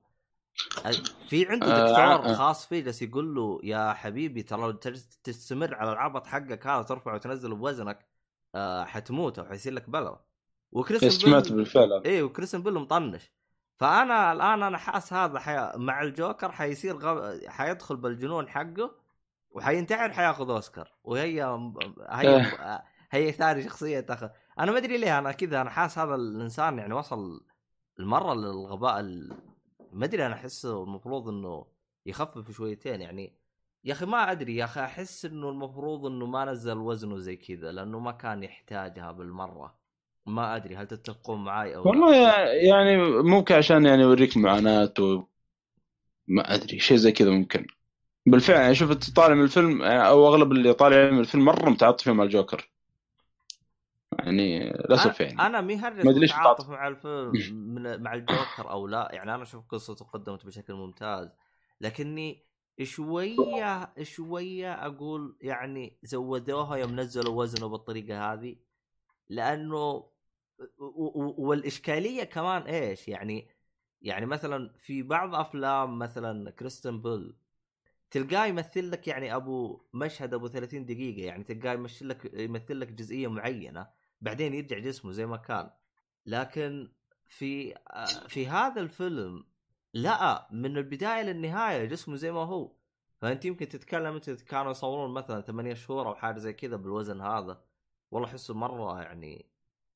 في عنده دكتور خاص فيه جالس يقول له يا حبيبي ترى تستمر على العبط حقك هذا ترفع وتنزل بوزنك حتموت او حيصير لك بلغ. وكريستيان بيل بالفعل ايه وكريستيان بيل مطنش. فانا الان انا حاس هذا حي... مع الجوكر حيصير غ... حيدخل بالجنون حقه وحينتحر حياخذ اوسكار، وهي هي هي ثاني شخصيه تاخذ. انا ما ادري ليه انا كذا، انا حاس هذا الانسان يعني وصل المره للغباء ال... ما ادري، انا احسه المفروض انه يخفف شويتين يعني. يا اخي ما ادري يا اخي، احس انه المفروض انه ما نزل وزنه زي كذا لانه ما كان يحتاجها بالمره. ما ادري هل تتفقون معي او والله لا؟ يعني ممكن عشان يعني يوريك معاناته، ما ادري شيء زي كذا ممكن بالفعل. يعني شفت طالع من الفيلم او اغلب اللي طالع من الفيلم مره متعاطفين مع الجوكر يعني للاسف. يعني انا مهرس متعاطف مع الفيلم من مع الجوكر او لا، يعني انا اشوف قصته قدمت بشكل ممتاز، لكني شويه شويه اقول يعني زودوها يوم نزلوا وزنه بالطريقه هذه. لانه والاشكاليه كمان ايش يعني، يعني مثلا في بعض افلام مثلا كريستن بيل تلقاه يمثل لك يعني ابو مشهد ابو ثلاثين دقيقه، يعني تلقاه يمثل لك يمثل لك جزئيه معينه بعدين يرجع جسمه زي ما كان. لكن في في هذا الفيلم لا، من البدايه للنهايه جسمه زي ما هو. فانت يمكن تتكلم انت كانوا يصورون مثلا ثمانية شهور او حاجه زي كذا بالوزن هذا، والله احسه مره يعني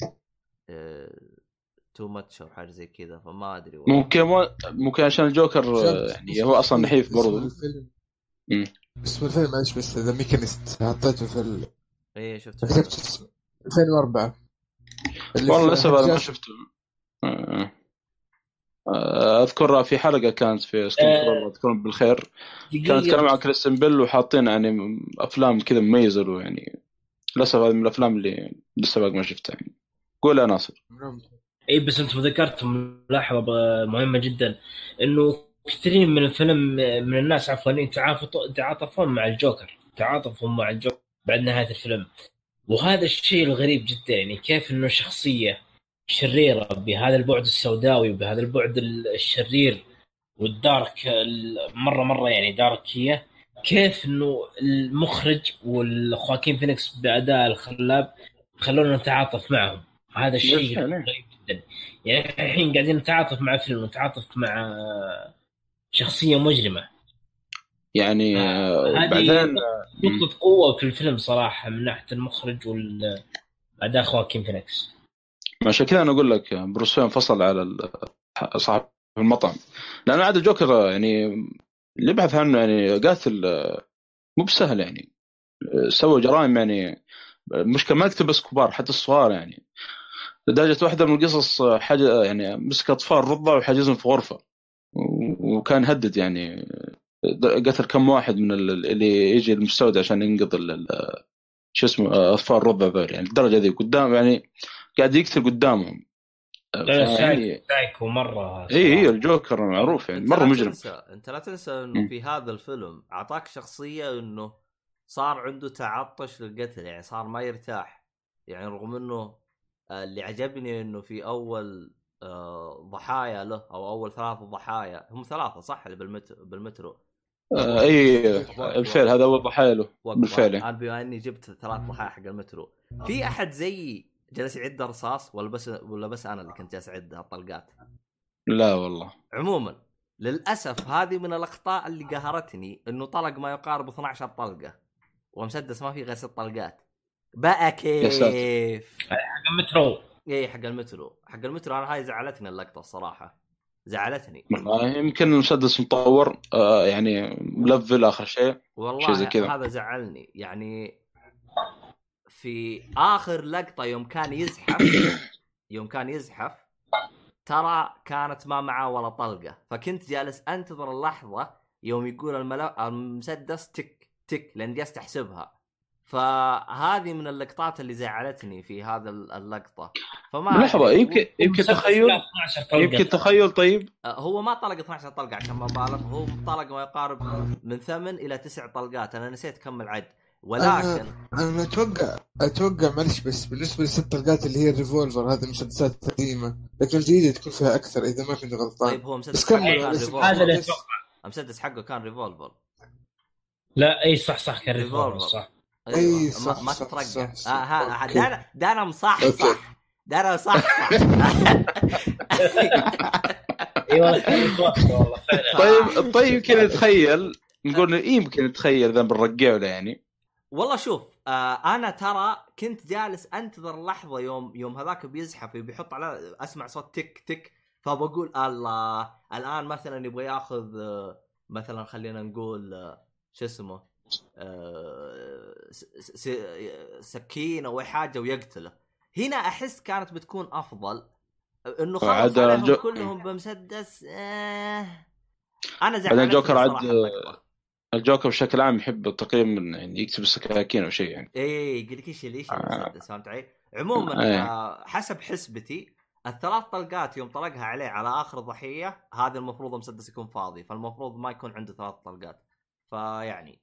تو ماتش او حاجه زي كذا، فما ادري والله. ممكن ممكن عشان الجوكر يعني هو اصلا نحيف برضه. امم اسم الفيلم معلش بس ذا ميكانيست حطيته في ال... ايه شفته ألفين وأربعة. والله لسه ما شفته. اذكر في حلقه كانت في سكرول اذكر بالخير كانت كلام عن كريستن بيل وحاطين يعني افلام كذا مميزه له يعني. لسه هذه من الافلام اللي لسه باقي ما شفتها يعني. قول يا ناصر. اي بس انت ذكرت ملاحظه مهمه جدا، انه كثيرين من الفيلم من الناس عفوا تعاطفون مع الجوكر تعاطفوا مع الجوكر بعد نهايه الفيلم. وهذا الشيء الغريب جدا، يعني كيف انه شخصيه شريره بهذا البعد السوداوي وبهذا البعد الشرير والدارك مره مره يعني داركيه، كيف انه المخرج والخواكين فينيكس باداء الخلاب خلونا نتعاطف معهم. هذا الشيء غريب جدا. يعني الحين قاعدين نتعاطف مع فيلم نتعاطف مع شخصيه مجرمه يعني. آه بعدين نقطه قوه في الفيلم صراحه من ناحيه المخرج والاداء خواكين فينيكس. عشان كذا انا اقول لك بروس وين فصل على صاحب المطعم، لانه عاد الجوكر يعني اللي يبحث عنه يعني قاتل مو بسهل يعني، سوى جرائم يعني مشكلة ما يكتب بس كبار حتى الصغار يعني. لدرجة واحدة من القصص حاجة يعني مسك أطفال رضع وحاجزهم في غرفة وكان هدد يعني قتل كم واحد من اللي يجي المستودع عشان ينقض شو اسمه أطفال رضع ذول يعني. الدرجة ذي قدام يعني قاعد يقتل قدامهم. يعني سايكو مرة. إيه إيه الجوكر معروف يعني مرة مجرم. تنسى. أنت لا تنسى إنه في هذا الفيلم أعطاك شخصية إنه صار عنده تعطش للقتل، يعني صار ما يرتاح يعني. رغم إنه اللي عجبني إنه في أول ضحايا له أو أول ثلاثة ضحايا، هم ثلاثة صح اللي بالمترو بالمترو آه اي الفعل هذا اول ضحايا له بالفعل. انا بما اني جبت ثلاث ضحايا حق المترو، في احد زي جالس يعد رصاص ولا بس ولا بس انا اللي كنت جالس اعد الطلقات؟ لا والله. عموما للاسف هذه من الاخطاء اللي قهرتني، انه طلق ما يقارب اثنتي عشرة طلقه ومسدس ما في غير ست طلقات. بقى كيف حق المترو؟ اي حق المترو حق المترو انا هاي زعلتني اللقطه الصراحه، زعلتني. يمكن المسدس مطور آه يعني ملفل اخر شيء والله شيء هذا زعلني يعني. في اخر لقطه يوم كان يزحف يوم كان يزحف ترى كانت ما معه ولا طلقه، فكنت جالس انتظر اللحظه يوم يقول الملف المسدس تك تك لان جالس تحسبها. فهذه من اللقطات اللي زعلتني في هذا اللقطه. فما لحظه يمكن يمكن تخيل يمكن تخيل طيب هو ما طلق اثنتي عشرة طلقه عشان ما بالغ، هو طلق ما يقارب من ثمان الى تسع طلقات. انا نسيت كم العد ولكن انا, أنا اتوقع اتوقع معلش بس بالنسبه للست طلقات اللي هي الريفولفر هذه مسدسات قديمه، لكن الجديده تكون فيها اكثر اذا ما كنت غلطان. طيب هو مسدس حقه كان ريفولفر. مسدس حقه كان ريفولفر. لا اي صح صح كان ريفولفر صح. أيوة. اي صح ما, ما تترقع. اه ها ده ده انا مصحصح ده انا صح والله كانت واقفة والله فعلا. طيب طيب يمكن نتخيل نقول يمكن نتخيل ذا بنرجعه له يعني. والله شوف آه انا ترى كنت جالس انتظر اللحظه يوم يوم هذاك بيزحف بيحط على اسمع صوت تك تك، فبقول الله الان مثلا يبغى ياخذ آه مثلا خلينا نقول آه شو اسمه آه س- س- سكين او أي حاجه ويقتله. هنا احس كانت بتكون افضل انه خلص وعاد عليهم الجو- كلهم بمسدس. آه انا بعدين زعلت الجوكر عاد صراحه اللقطه. الجوكر بشكل عام يحب تقريبا يعني يكتب السكاكين او شيء يعني. ايه يقول لك ايش ليش آه. المسدس فهمت علي. عموما آه. آه حسب حسبتي الثلاث طلقات يوم طلقها عليه على اخر ضحيه هذا المفروض المسدس يكون فاضي، فالمفروض ما يكون عنده ثلاث طلقات. فيعني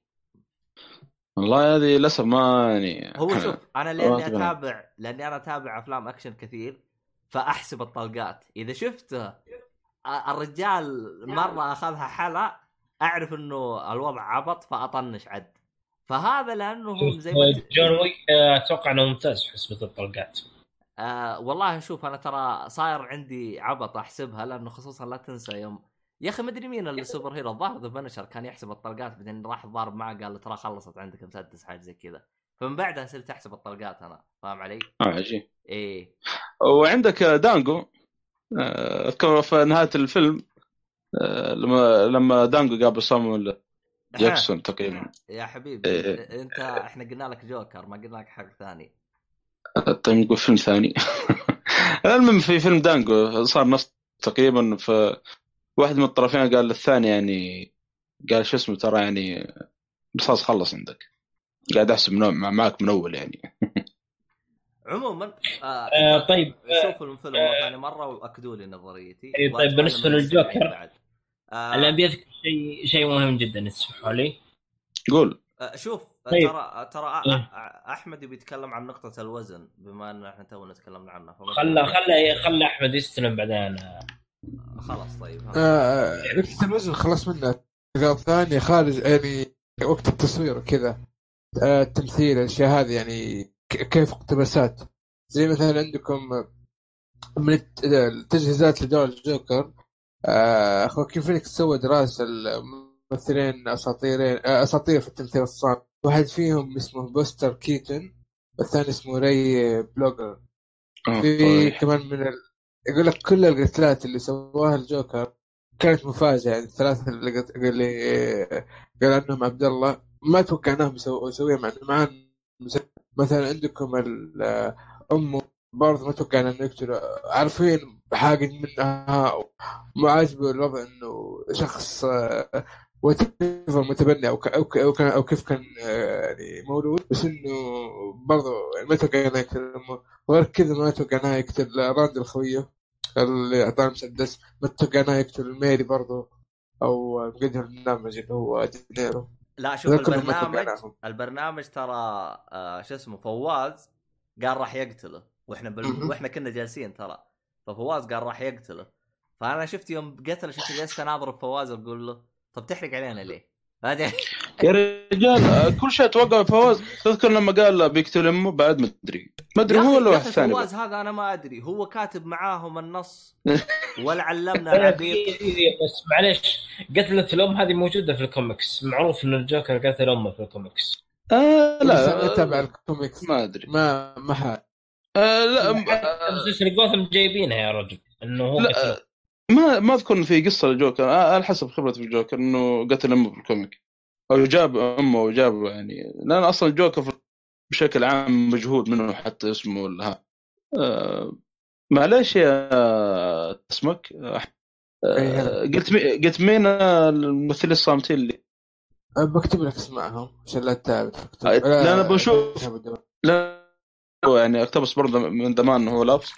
والله هذه للاسف ما يعني هو شوف انا ما لاني انتبهنا. اتابع لاني انا اتابع افلام اكشن كثير فاحسب الطلقات. اذا شفت آه، الرجال مره اخذها حلا اعرف انه الوضع عبط فاطنش عد. فهذا لانهم زي ما ت... جون ويك آه، اتوقع انه ممتاز في حسبة الطلقات. آه والله شوف انا ترى صاير عندي عبط احسبها، لانه خصوصا لا تنسى يوم يا اخي مدري مين السوبر هيرو الظاهر ذا بنشر كان يحسب الطلقات بعدين راح ضارب معه قال له ترى خلصت عندك مسدس حاجه زي كذا، فمن بعدها صرت احسب الطلقات انا فاهم علي. اه عجيب. ايه وعندك دانجو آه، اذكر في نهايه الفيلم آه، لما لما دانجو قابل صامويل جاكسون تقريبا. يا حبيبي إيه. انت احنا قلنا لك جوكر ما قلنا لك حق ثاني. طيب نقول فيلم ثاني. المهم في فيلم دانجو صار نفس تقريبا، في واحد من الطرفين قال للثاني يعني قال شو اسمه ترى يعني بس خلص عندك قاعد احسب من معك من اول يعني. عموما آه آه طيب شوفوا الفيلم آه ثاني مره واكدوا لي نظريتي. طيب بالنسبه للجوكر بعد آه انا بيذكر شيء شيء مهم جدا اسمحوا لي. قول. آه شوف طيب. ترى ترى إيه؟ احمد بيتكلم عن نقطه الوزن بما ان احنا تونا تكلمنا عنها خلى خلى خلى احمد يستلم بعدين. خلاص طيب آه نقطة الوزن خلص منها. النقطة الثانية خارج يعني وقت التصوير وكذا آه التمثيل الاشياء هذه يعني كيف اقتباسات زي مثلا عندكم من التجهيزات لدور الجوكر. آه خواكين فينيكس سوى دراسة الممثلين اساطيرين آه اساطير في التمثيل الصامت. واحد فيهم اسمه بوستر كيتن والثاني اسمه ري بلوغر. في كمان من ال... يقول لك كل القتلات اللي سواها الجوكر كانت مفاجأة. يعني الثلاثة اللي قت... اللي قال عنهم عبد الله ما توقعناهم يسويها مع معاه. مثلا عندكم أمه برضه ما توقعنا انه يقتلوا، عارفين حاجة منها ما عاجبه الوضع انه شخص متبني او او او, أو كيف كان يعني مولود، بس انه برضه ما توقعنا يقتل امه. وغير كذا ما توقعنا يقتل راند الخويه اللي اعطاه مسدس، ما توقعنا يقتل ميري برضه او مقدم البرنامج اللي هو دينيرو. لا شوف البرنامج البرنامج ترى آه شو اسمه فواز قال راح يقتله واحنا بال... واحنا كنا جالسين ترى، ففواز قال راح يقتله. فانا شفت يوم قتله شفت جالس اناظر فواز واقول له طب تحرق علينا ليه هذا يا رجال كل شيء توقع فواز. تذكر لما قال بيقتل امه بعد ما ادري ما ادري هو ولا واحد ثاني. فواز هذا انا ما ادري هو كاتب معاهم النص ولا علمنا العبيط. بس معليش قتلة الام هذه موجوده في الكوميكس، معروف ان الجوكر قتل امه في الكوميكس. آه لا ما تابع الكوميكس ما ادري ما ما حد آه لا بس جوثم جايبينها يا رجل انه هو قتل. ما ما اذكر ان في قصه للجوكر آه على حسب خبرتي في الجوكر انه قتل امه في الكوميك او جاب امه وجاب يعني، لان اصلا الجوكر بشكل عام مجهود منه حتى اسمه لها. آه معليش يا اسمك آه قلت مي... قلت مين الممثلين الصامتين اللي بكتب لك اسمائهم عشان لا تتابع. لا, لا انا بشوف لا يعني اقتبس برضه من زمان هو لابس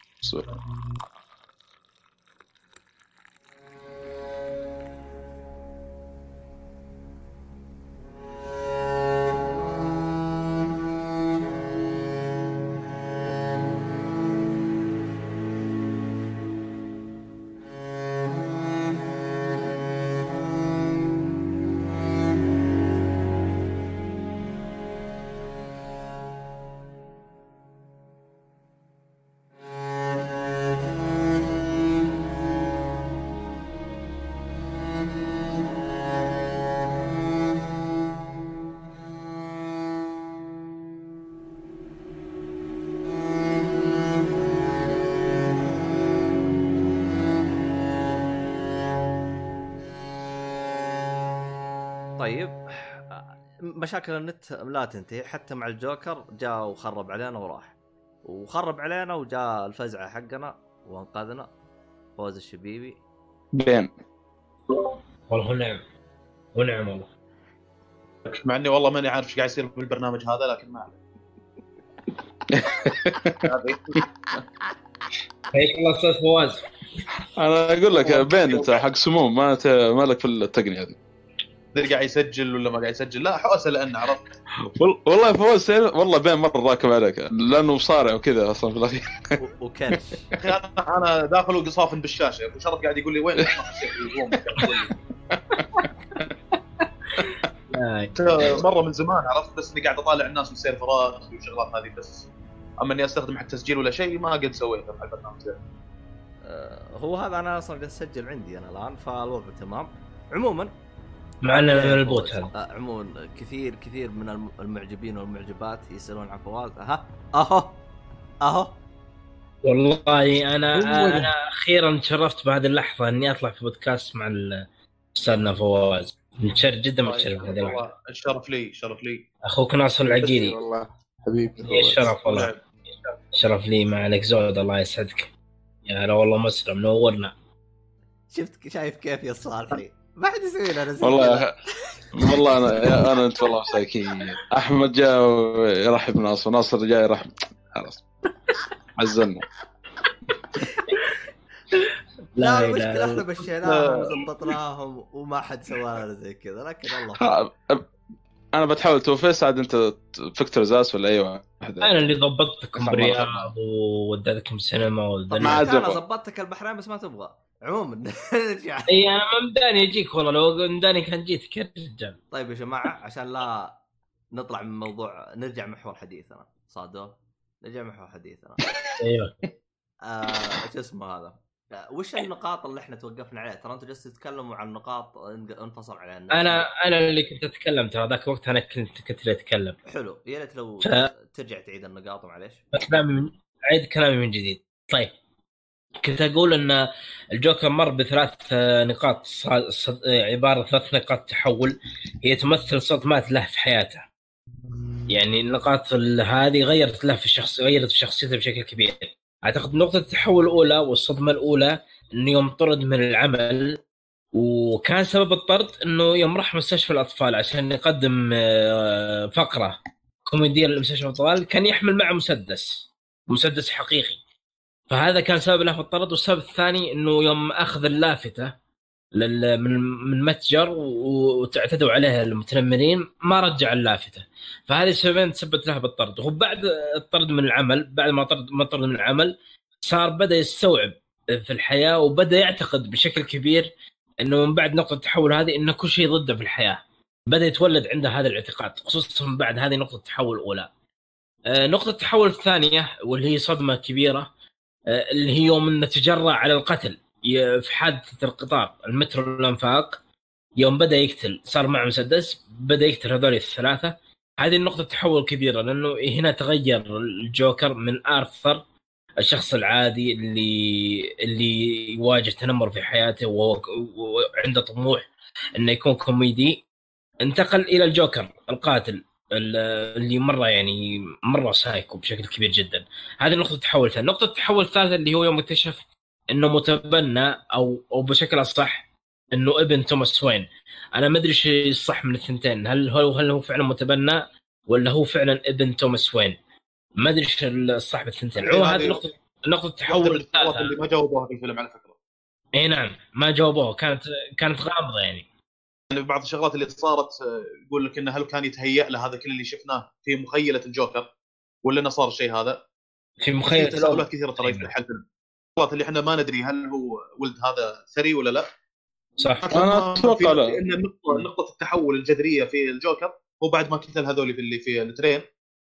طيب مشاكل النت لا تنتهي حتى مع الجوكر، جاء وخرب علينا وراح وخرب علينا، وجاء الفزعة حقنا وانقذنا فوز الشبيبي. بين والله نعم ونعم والله، مع اني والله ماني عارف ايش قاعد يصير بالبرنامج هذا، لكن ما عليه. هيك الله استاذ فواز. انا اقول لك بين انت حق سموم، ما ت... مالك في التقنيه هذه. ذي قاعد يسجل ولا ما قاعد يسجل؟ لا حوسه لان عرفت وال... والله فوز والله بين مره راكب عليك لانه مصارع وكذا اصلا في الاخير. وكان انا انا داخل وقصافن بالشاشه، ابو شرف قاعد يقول لي وين مره من زمان عرفت، بس اني قاعد اطالع الناس والسيرفرات والشغلات هذه بس. اما اني استخدم حق تسجيل ولا شيء ما قد سويته في البرنامج. هو هذا انا اصلا قاعد اسجل عندي انا الان، فالوضع تمام. عموما معنا من البوت هذا. عموما كثير كثير من المعجبين والمعجبات يسألون عن فواز. اها اهو اهو والله انا انا اخيرا تشرفت بهذه اللحظه اني اطلع في بودكاست مع استاذنا فواز. متشرف جدا متشرف هذه اللحظه. الشرف لي شرف لي اخوك ناصر العقيلي. والله حبيبي الشرف والله شرف لي مع الاكزود. الله يسعدك يا هلا والله مسلم نورنا. شفت شايف كيف يا صالحي ما حد يسوي لنا زي والله والله انا انا انت والله مساكين. احمد جاء يرحب ناصر، ناصر جاي يرحب، خلاص عزلنا. لا المشكلة احنا مشيناهم وزبطناهم وما حد سوى لنا زي كذا، لكن الله انا بتحاول توفيس عاد انت فكتور زاس ولا اي واحد. انا اللي ضبطتكم برياض ووديتكم سينما ما انا ضبطتك البحرين بس ما تبغى. عموما نرجع. اي انا ما مداني اجيك والله، لو مداني كان جيتك يا رجال. طيب يا جماعه عشان لا نطلع من موضوع، نرجع محور حديثنا. صادو نرجع محور حديثنا. ايوه آه، ايش اسمه هذا؟ وش النقاط اللي احنا توقفنا عليها؟ ترى انتوا جالسين تتكلموا عن نقاط انفصل عليها الناس. انا انا اللي كنت اتكلم ترى ذاك الوقت، انا كنت كنت اللي اتكلم. حلو يا ريت لو ف... ترجع تعيد النقاط معليش. كلامي من... عيد كلامي من جديد. طيب كنت اقول ان الجوكر مر بثلاث نقاط صد... عباره ثلاث نقاط تحول هي تمثل صدمات له في حياته. يعني النقاط هذه غيرت له في الشخص، غيرت في شخصيته بشكل كبير. اعتقد نقطه التحول الاولى والصدمه الاولى انه يوم طرد من العمل، وكان سبب الطرد انه يوم راح مستشفى الاطفال عشان يقدم فقره كوميديه لمستشفى الاطفال، كان يحمل معه مسدس مسدس حقيقي، فهذا كان سبب له في الطرد. والسبب الثاني انه يوم اخذ اللافته من من متجر وتعتدوا عليها المتنمرين ما رجع اللافته، فهذه السببين تسببت له بالطرد. وبعد الطرد من العمل، بعد ما طرد ما طرد من العمل، صار بدا يستوعب في الحياه وبدا يعتقد بشكل كبير انه من بعد نقطه التحول هذه انه كل شيء ضده في الحياه. بدا يتولد عنده هذا الاعتقاد، خصوصا من بعد هذه نقطه التحول الاولى. نقطه التحول الثانيه واللي هي صدمه كبيره، اللي هي يوم انه تجرأ على القتل في حادثه القطار المترو الانفاق. يوم بدا يقتل صار معه مسدس، بدا يقتل هذول الثلاثه. هذه النقطه تحول كبيره، لانه هنا تغير الجوكر من آرثر الشخص العادي اللي اللي يواجه تنمر في حياته وعنده طموح انه يكون كوميدي، انتقل الى الجوكر القاتل اللي مره يعني مره سايكو بشكل كبير جدا. هذه نقطه التحول الثانيه. نقطه التحول الثالثه اللي هو يوم اكتشف انه متبنى او او بشكل اصح انه ابن توماس وين. انا ما ادري ايش الصح من الثنتين، هل هو هل هو فعلا متبنى ولا هو فعلا ابن توماس وين؟ ما ادري ايش الصح بالثنتين. هو هذه نقطه نقطه التحول الثالثه اللي ما جاوبوها في الفيلم على فكره. اي نعم ما جاوبوها، كانت كانت غامضه يعني. يعني بعض الشغلات اللي صارت يقول لك انه هل كان يتهيأ له هذا كل اللي شفناه في مخيله الجوكر ولا انه صار الشيء هذا في مخيله؟ تساؤلات كثيره ترى في الحلقه، الشغلات اللي احنا ما ندري هل هو ولد هذا ثري ولا لا. صح انا اتوقع لا، لان النقطه نقطه التحول الجذريه في الجوكر هو بعد ما قتل هذول في اللي في الترين،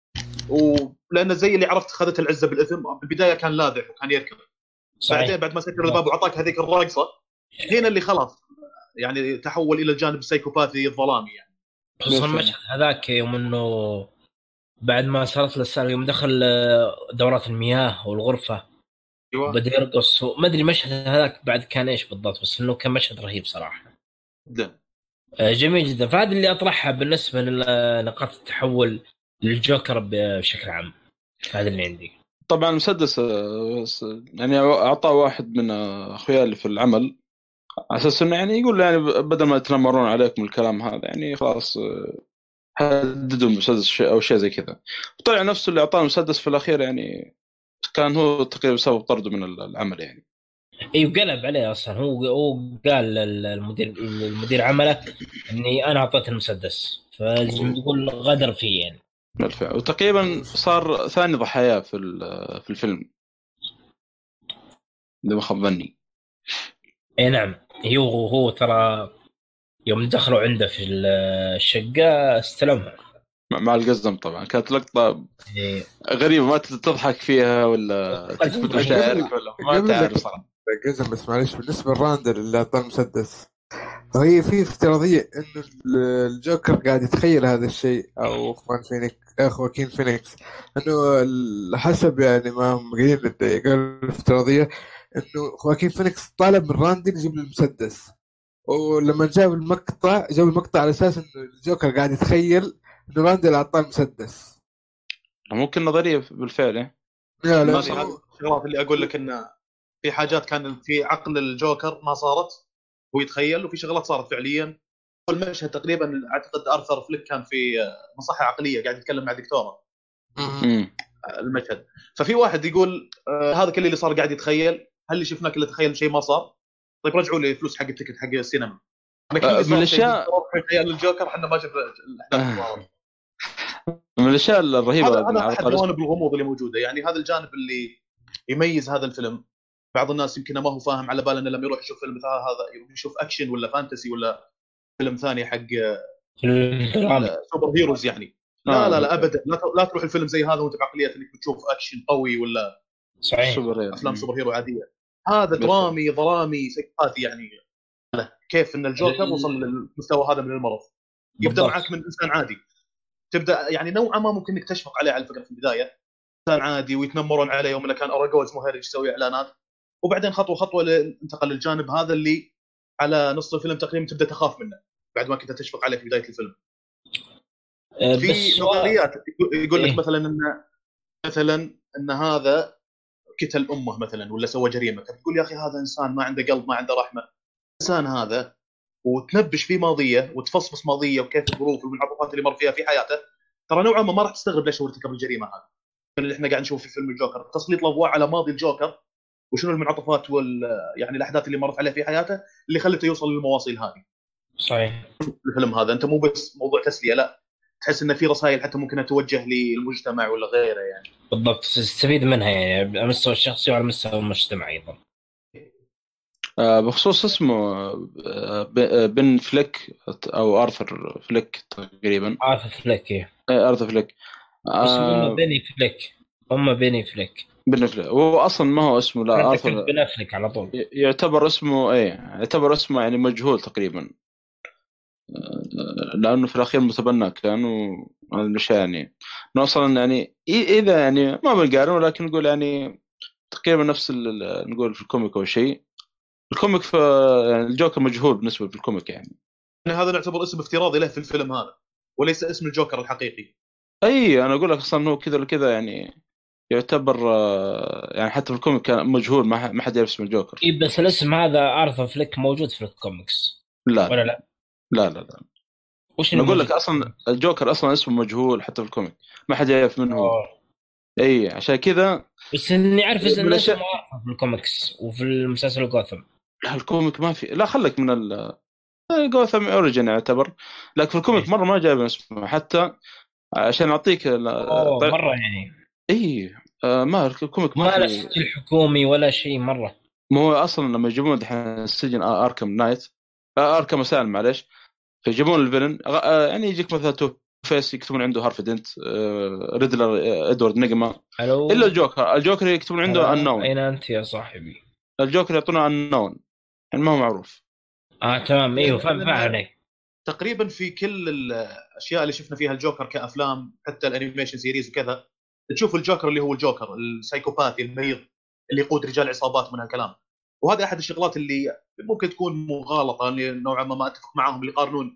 ولانه زي اللي عرفت خذت العزه بالاثم. بالبدايه كان لاذع وكان يركض، بعدين بعد ما سكر الباب وعطاك هذيك الراقصه هنا اللي خلاص يعني تحول الى الجانب السايكوباثي الظلامي يعني. خصوصا المشهد هذاك يوم انه بعد ما صارت له السالفه يوم دخل دورات المياه والغرفه ايوه بدا يرقص، ما ادري المشهد هذاك بعد كان ايش بالضبط، بس انه كان مشهد رهيب صراحه. جدا. آه، جميل جدا. فهذا اللي اطرحها بالنسبه لنقاط التحول للجوكر بشكل عام. هذا اللي عندي. طبعا مسدس آه، س- يعني اعطاه واحد من آه، اخويا اللي في العمل على اساس انه يعني يقول له يعني بدل ما يتنمرون عليكم الكلام هذا يعني خلاص آه، هددوا المسدس شيء او شيء زي كذا. طلع نفسه اللي اعطاه المسدس في الاخير يعني كان هو تقريبا سبب طرده من العمل يعني. ايوه قلب عليه اصلا. هو هو قال للمدير المدير عمله اني انا اعطيت المسدس، فلازم تقول غدر فيه يعني. بالفعل. وتقريبا صار ثاني ضحايا في ال- في الفيلم اذا ما خاب ظني. اي نعم. هو هو ترى يوم دخلوا عنده في الشقه استلمها مع مع القزم طبعا كانت لقطة إيه. غريبة ما تضحك فيها ولا تكبت قبل مشاعرك ولا ما قبل تعرف صراحة. قزم. بس معلش بالنسبه لراندر اللي اعطاه المسدس، وهي في افتراضيه انه الجوكر قاعد يتخيل هذا الشيء، او خوان فينيكس خواكين فينيكس، انه ال- حسب يعني ما هم قايلين قالوا الافتراضيه انه خواكين فينيكس طالب من راندي يجيب له المسدس، ولما جاب المقطع جاب المقطع على اساس انه الجوكر قاعد يتخيل انه راندي اللي اعطاه المسدس. ممكن نظرية بالفعل إيه. لا لا هذه هذه الشغلات اللي اقول لك ان في حاجات كان في عقل الجوكر ما صارت هو يتخيل، وفي شغلات صارت فعليا. المشهد تقريبا اعتقد ارثر فليك كان في مصحه عقليه قاعد يتكلم مع دكتوره امم المشهد. ففي واحد يقول آه هذا كل اللي صار قاعد يتخيل، هل اللي شفناه كله تخيل شيء ما صار؟ طيب رجعوا لي فلوس حق التيكت حق السينما. انا كل اللي آه، من صار الاشياء في خيال الجوكر احنا ما شفنا الاحداث آه. صارت. من الاشياء الرهيبة هذا هذا على احد طاري جوانب الغموض اللي موجوده، يعني هذا الجانب اللي يميز هذا الفيلم. بعض الناس يمكن ما هو فاهم، على باله انه لما يروح يشوف فيلم مثل هذا يشوف اكشن ولا فانتسي ولا فيلم ثاني حق الدراما. سوبر هيروز يعني. لا آه، لا لا بالفعل. ابدا، لا ت- لا تروح الفيلم زي هذا وانت بعقليه انك بتشوف اكشن قوي ولا صحيح. سوبر هيرو. افلام مم. سوبر هيرو عاديه. هذا بالفعل. درامي ظلامي سيكوباتي يعني. كيف ان الجوكر ال- وصل للمستوى هذا من المرض. يبدا بالضبط. معك من انسان عادي، تبدا يعني نوعا ما ممكن انك تشفق عليه على فكره في البدايه، انسان عادي ويتنمرون عليه يوم انه كان اراجوز مهرج يسوي اعلانات، وبعدين خطوه خطوه ل- انتقل للجانب هذا اللي على نص الفيلم تقريبا تبدا تخاف منه بعد ما كنت تشفق عليه في بدايه الفيلم. آه، في بس نظريات يقول لك إيه؟ مثلا ان مثلا ان هذا قتل امه مثلا ولا سوى جريمه، تقول يا اخي هذا انسان ما عنده قلب ما عنده رحمه. الانسان هذا وتنبش في ماضيه وتفصفص ماضيه وكيف الظروف والمعطفات اللي مر فيها في حياته، ترى نوعا ما ما راح تستغرب ليش هو ارتكب الجريمه هذه اللي احنا قاعد نشوف في فيلم الجوكر. تسليط الاضواء على ماضي الجوكر وشنو المنعطفات وال يعني الاحداث اللي مرت عليه في حياته اللي خلته يوصل للمواصيل هذه. صحيح. الفيلم هذا انت مو بس موضوع تسليه، لا تحس انه في رسائل حتى ممكن توجه للمجتمع ولا غيره يعني. بالضبط. تستفيد منها يعني على المستوى الشخصي وعلى المستوى المجتمعي ايضا. آه، بخصوص اسمه آه، ب- آه، بن فليك او ارثر فليك تقريبا. عارف فليك. إيه؟ آه، ارثر فليك. اسمه آه، أم بيني فليك. أم بيني فليك. بن فليك هو اصلا ما هو اسمه، لا أنا ارثر ذكرت بن أفليك على طول. ي- يعتبر اسمه ايه يعتبر اسمه يعني مجهول تقريبا، آه، لانه في الاخير متبنى كان ومش يعني اصلا يعني إي- اذا يعني ما بنقارن ولكن نقول يعني تقريبا نفس ال- ال- نقول في الكوميك او شيء. الكوميك في يعني الجوكر مجهول بالنسبه للكوميك يعني. يعني هذا نعتبر اسم افتراضي له في الفيلم هذا وليس اسم الجوكر الحقيقي. اي انا اقول لك اصلا هو كذا ولا كذا يعني يعتبر آه، يعني حتى في الكوميك كان مجهول، ما ح- ما حد يعرف اسم الجوكر. إيه بس الاسم هذا ارثر فليك موجود في الكوميكس لا ولا لا؟ لا لا لا وش انا اقول الموجود؟ لك اصلا الجوكر اصلا اسمه مجهول حتى في الكوميك، ما حد يعرف من هو. أوه. اي عشان كذا. بس اني اعرف من ان اسمه الأشياء- ارثر في الكوميكس وفي المسلسل جوثم. لا الكوميك ما في، لا خلك من ال جوثم اوريجن يعتبر، لكن في الكوميك مره ما جايب اسمه حتى عشان اعطيك ال- اوه طيب- مره يعني. اي آه، ما الكوميك ما ما له في. سجل حكومي ولا شيء مره. ما هو اصلا لما يجيبون دحين السجن آه، اركم نايت آه، اركم اسالم معلش، فيجيبون الفيلن آه، يعني يجيك مثلا تو فيس يكتبون عنده هارف دنت آه، ريدلر آه، ادوارد نجما، الو. الا الجوكر الجوكر يكتبون عنده انون. اين انت يا صاحبي؟ الجوكر يعطونه انون يعني ما هو معروف. اه تمام. ايوه فاهم لأن فاهم عليك. تقريبا في كل الاشياء اللي شفنا فيها الجوكر كافلام حتى الانيميشن سيريز وكذا، تشوف الجوكر اللي هو الجوكر السايكوباثي المريض اللي يقود رجال عصابات من هالكلام. وهذا احد الشغلات اللي ممكن تكون مغالطه اللي نوعا ما ما اتفق معاهم اللي يقارنون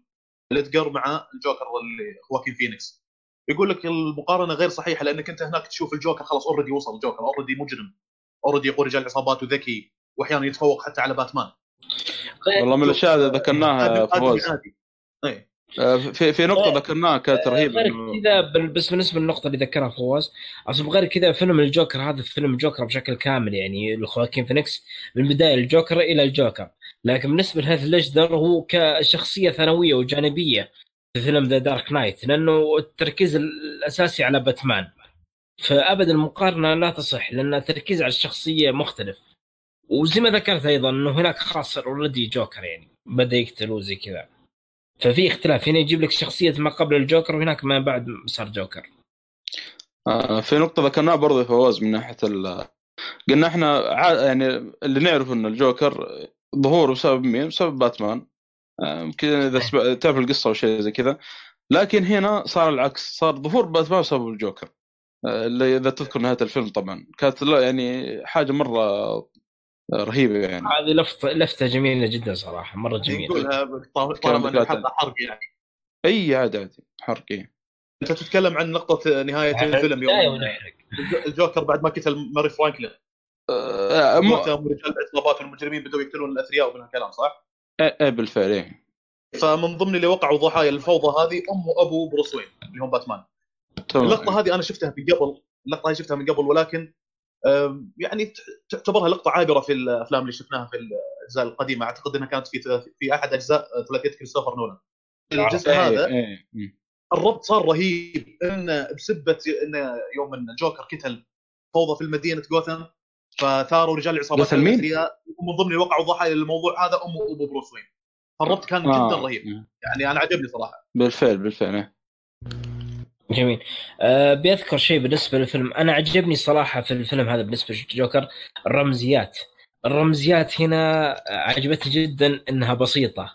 الادجر مع الجوكر اللي خواكين فينيكس. يقول لك المقارنه غير صحيحه لانك انت هناك تشوف الجوكر خلاص اوريدي وصل، الجوكر اوريدي مجرم، اوريدي يقول رجال عصابات وذكي واحيانا يتفوق حتى على باتمان. والله من الاشياء اللي ذكرناها فواز اي في في نقطه ذكرناها كانت رهيبه كذا. بس بالنسبه للنقطه اللي ذكرها فواز اصلا غير كذا، فيلم الجوكر هذا فيلم الجوكر بشكل كامل يعني لخواكين فينيكس من بدايه الجوكر الى الجوكر. لكن بالنسبه لهيث ليدجر هو كشخصيه ثانويه وجانبيه في فيلم ذا دارك نايت، لانه التركيز الاساسي على باتمان، فابدا المقارنه لا تصح لان التركيز على الشخصيه مختلف. وزي ما ذكرت ايضا انه هناك خاص اوريدي جوكر يعني بدا يقتل وزي كذا، ففي اختلاف. هنا يجيب لك شخصيه ما قبل الجوكر وهناك ما بعد صار جوكر. آه في نقطه ذكرناها برضه فواز من ناحيه ال... قلنا احنا ع... يعني اللي نعرف ان الجوكر ظهوره بسبب مين؟ بسبب باتمان. يمكن آه اذا سب... تعرف القصه او شيء زي كذا. لكن هنا صار العكس، صار ظهور باتمان بسبب الجوكر. آه اللي اذا تذكر نهايه الفيلم طبعا كانت يعني حاجه مره رهيبه يعني. هذه لفته لفته جميله جدا صراحه، مره جميله. يقولها طالما الحلقه حرق يعني. اي عادي عادي حرق. إيه. انت تتكلم عن نقطه نهايه الفيلم يوم الجوكر بعد ما قتل ماري فرانكلين آه م... رجال العصابات والمجرمين بدأوا يقتلون الاثرياء ومن هالكلام صح؟ ايه بالفعل. إيه. فمن ضمن اللي وقعوا ضحايا الفوضى هذه ام وابو بروس وين اللي هم باتمان. طبعا. اللقطه هذه انا شفتها من قبل، اللقطه هذه شفتها من قبل ولكن يعني تعتبرها لقطه عابره في الافلام اللي شفناها في الاجزاء القديمه. اعتقد انها كانت في في احد اجزاء ثلاثيه كريستوفر نولان. الجزء هذا إيه. إيه. الربط صار رهيب ان بسبه ان يوم ان الجوكر قتل فوضى في مدينه غوثام فثاروا رجال العصابات الاثرياء ومن ضمن اللي وقعوا ضحايا الموضوع هذا ام وابو بروس وين. الربط كان آه. جدا رهيب يعني انا عجبني صراحه. بالفعل بالفعل. جميل. أه بيذكر شيء بالنسبه للفيلم انا عجبني صراحه في الفيلم هذا بالنسبه للجوكر، الرمزيات. الرمزيات هنا عجبتني جدا انها بسيطه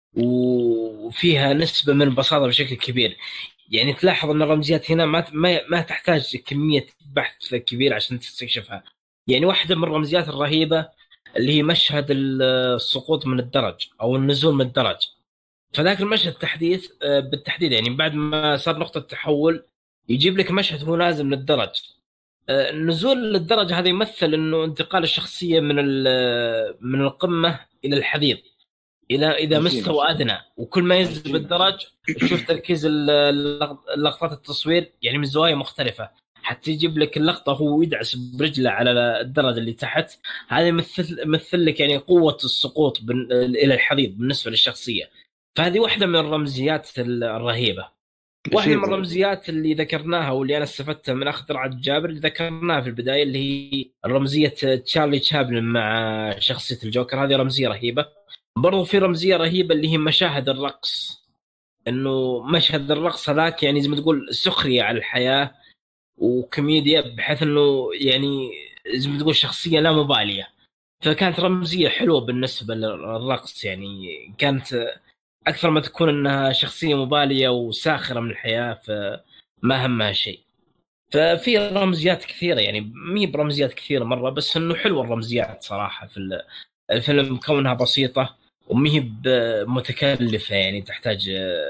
وفيها نسبه من البساطه بشكل كبير. يعني تلاحظ ان الرمزيات هنا ما ما, ما تحتاج كميه بحث كبير عشان تستكشفها. يعني واحده من الرمزيات الرهيبه اللي هي مشهد السقوط من الدرج او النزول من الدرج. فذاك المشهد التحديث بالتحديد يعني بعد ما صار نقطة تحول يجيب لك مشهد هو نازل من الدرج. النزول للدرجة هذا يمثل انه انتقال الشخصية من من القمة الى الحضيض الى اذا مستوى ادنى، وكل ما ينزل بالدرج تشوف تركيز اللقطات التصوير يعني من زوايا مختلفة حتى يجيب لك اللقطة هو يدعس برجله على الدرجة اللي تحت. هذا يمثل يمثل لك يعني قوة السقوط الى الحضيض بالنسبة للشخصية. فهذه واحدة من الرمزيات الرهيبة. واحدة من الرمزيات اللي ذكرناها واللي أنا استفدتها من أخ درعة جابر اللي ذكرناها في البداية اللي هي رمزية تشارلي تشابلن مع شخصية الجوكر. هذه رمزية رهيبة. برضو في رمزية رهيبة اللي هي مشاهد الرقص، إنه مشهد الرقص هذاك يعني زي ما تقول سخرية على الحياة وكوميديا بحيث إنه يعني زي ما تقول شخصية لا مبالية. فكانت رمزية حلوة بالنسبة للرقص، يعني كانت أكثر ما تكون أنها شخصية مبالية وساخرة من الحياة فما همها شيء. ففي رمزيات كثيرة يعني مي برمزيات كثيرة مرة، بس أنه حلوة الرمزيات صراحة في الفيلم كونها بسيطة ومي متكلفة يعني تحتاج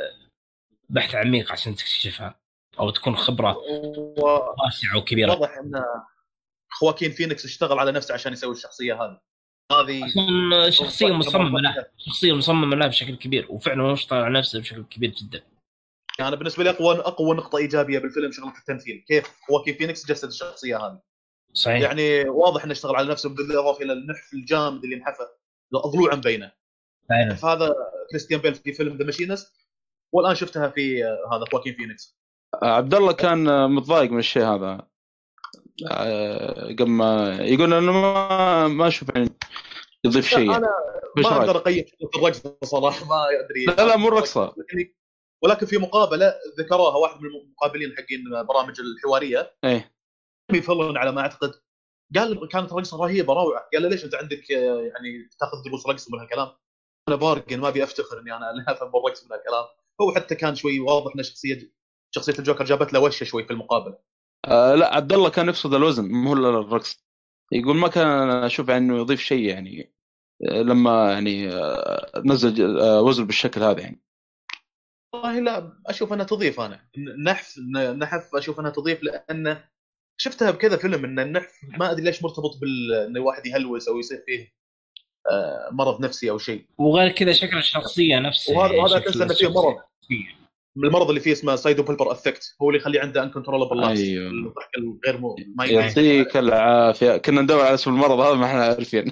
بحث عميق عشان تكتشفها أو تكون خبرة واسعة وكبيرة. واضح أن خواكين فينيكس اشتغل على نفسه عشان يسوي الشخصية هذه. هذه شخصية مصممة لها، شخصية مصممة لها بشكل كبير وفعلا اشتغل على نفسه بشكل كبير جدا. يعني أنا بالنسبة لي أقوى أقوى نقطة إيجابية بالفيلم شغلة التمثيل، كيف خواكين فينيكس جسد الشخصية هذه. صحيح. يعني واضح إنه اشتغل على نفسه بالإضافة إلى النحف الجامد اللي انحفى ضلوعا بينه. فعلا. فهذا كريستيان بيل في فيلم ذا ماشينست والآن شفتها في هذا خواكين فينيكس. عبد الله كان متضايق من الشيء هذا قبل ما يقول انه ما ما اشوف يعني يضيف شيء. انا ما اقدر اقيم الرقصه صراحه ما ادري. لا لا مو رقصه، ولكن في مقابله ذكروها واحد من المقابلين حقين برامج الحواريه ايه يفضلون على ما اعتقد قال كانت رقصه رهيبه روعه. قال له ليش انت عندك يعني تاخذ دروس رقص من هالكلام؟ انا بارقن ما ابي افتخر اني انا لا افهم بالرقص من هالكلام. هو حتى كان شوي واضح ان شخصيه شخصيه الجوكر جابت له وشه شوي في المقابله. آه لا عبد الله كان يقصد الوزن مو الرقص. يقول ما كان اشوف انه يضيف شيء يعني لما يعني نزل وزن بالشكل هذا يعني. والله لا اشوف انها تضيف. انا نحف نحف اشوف انها تضيف، لان شفتها بكذا فيلم ان النحف ما ادري ليش مرتبط بال ان الواحد يهلوس او يصير فيه آه، مرض نفسي او شيء. وغير كذا شكل الشخصية نفسها، وهذا يعني وهذا شكل تنسى انه فيه الشخصية. مرض، المرض اللي فيه اسمه سايدو بلبر افكت، هو اللي يخليه عنده انكنترولبل لاس، أيوه. الضحك الغير مو ما يعطيك العافيه. كنا ندور على اسم المرض هذا ما احنا عارفين.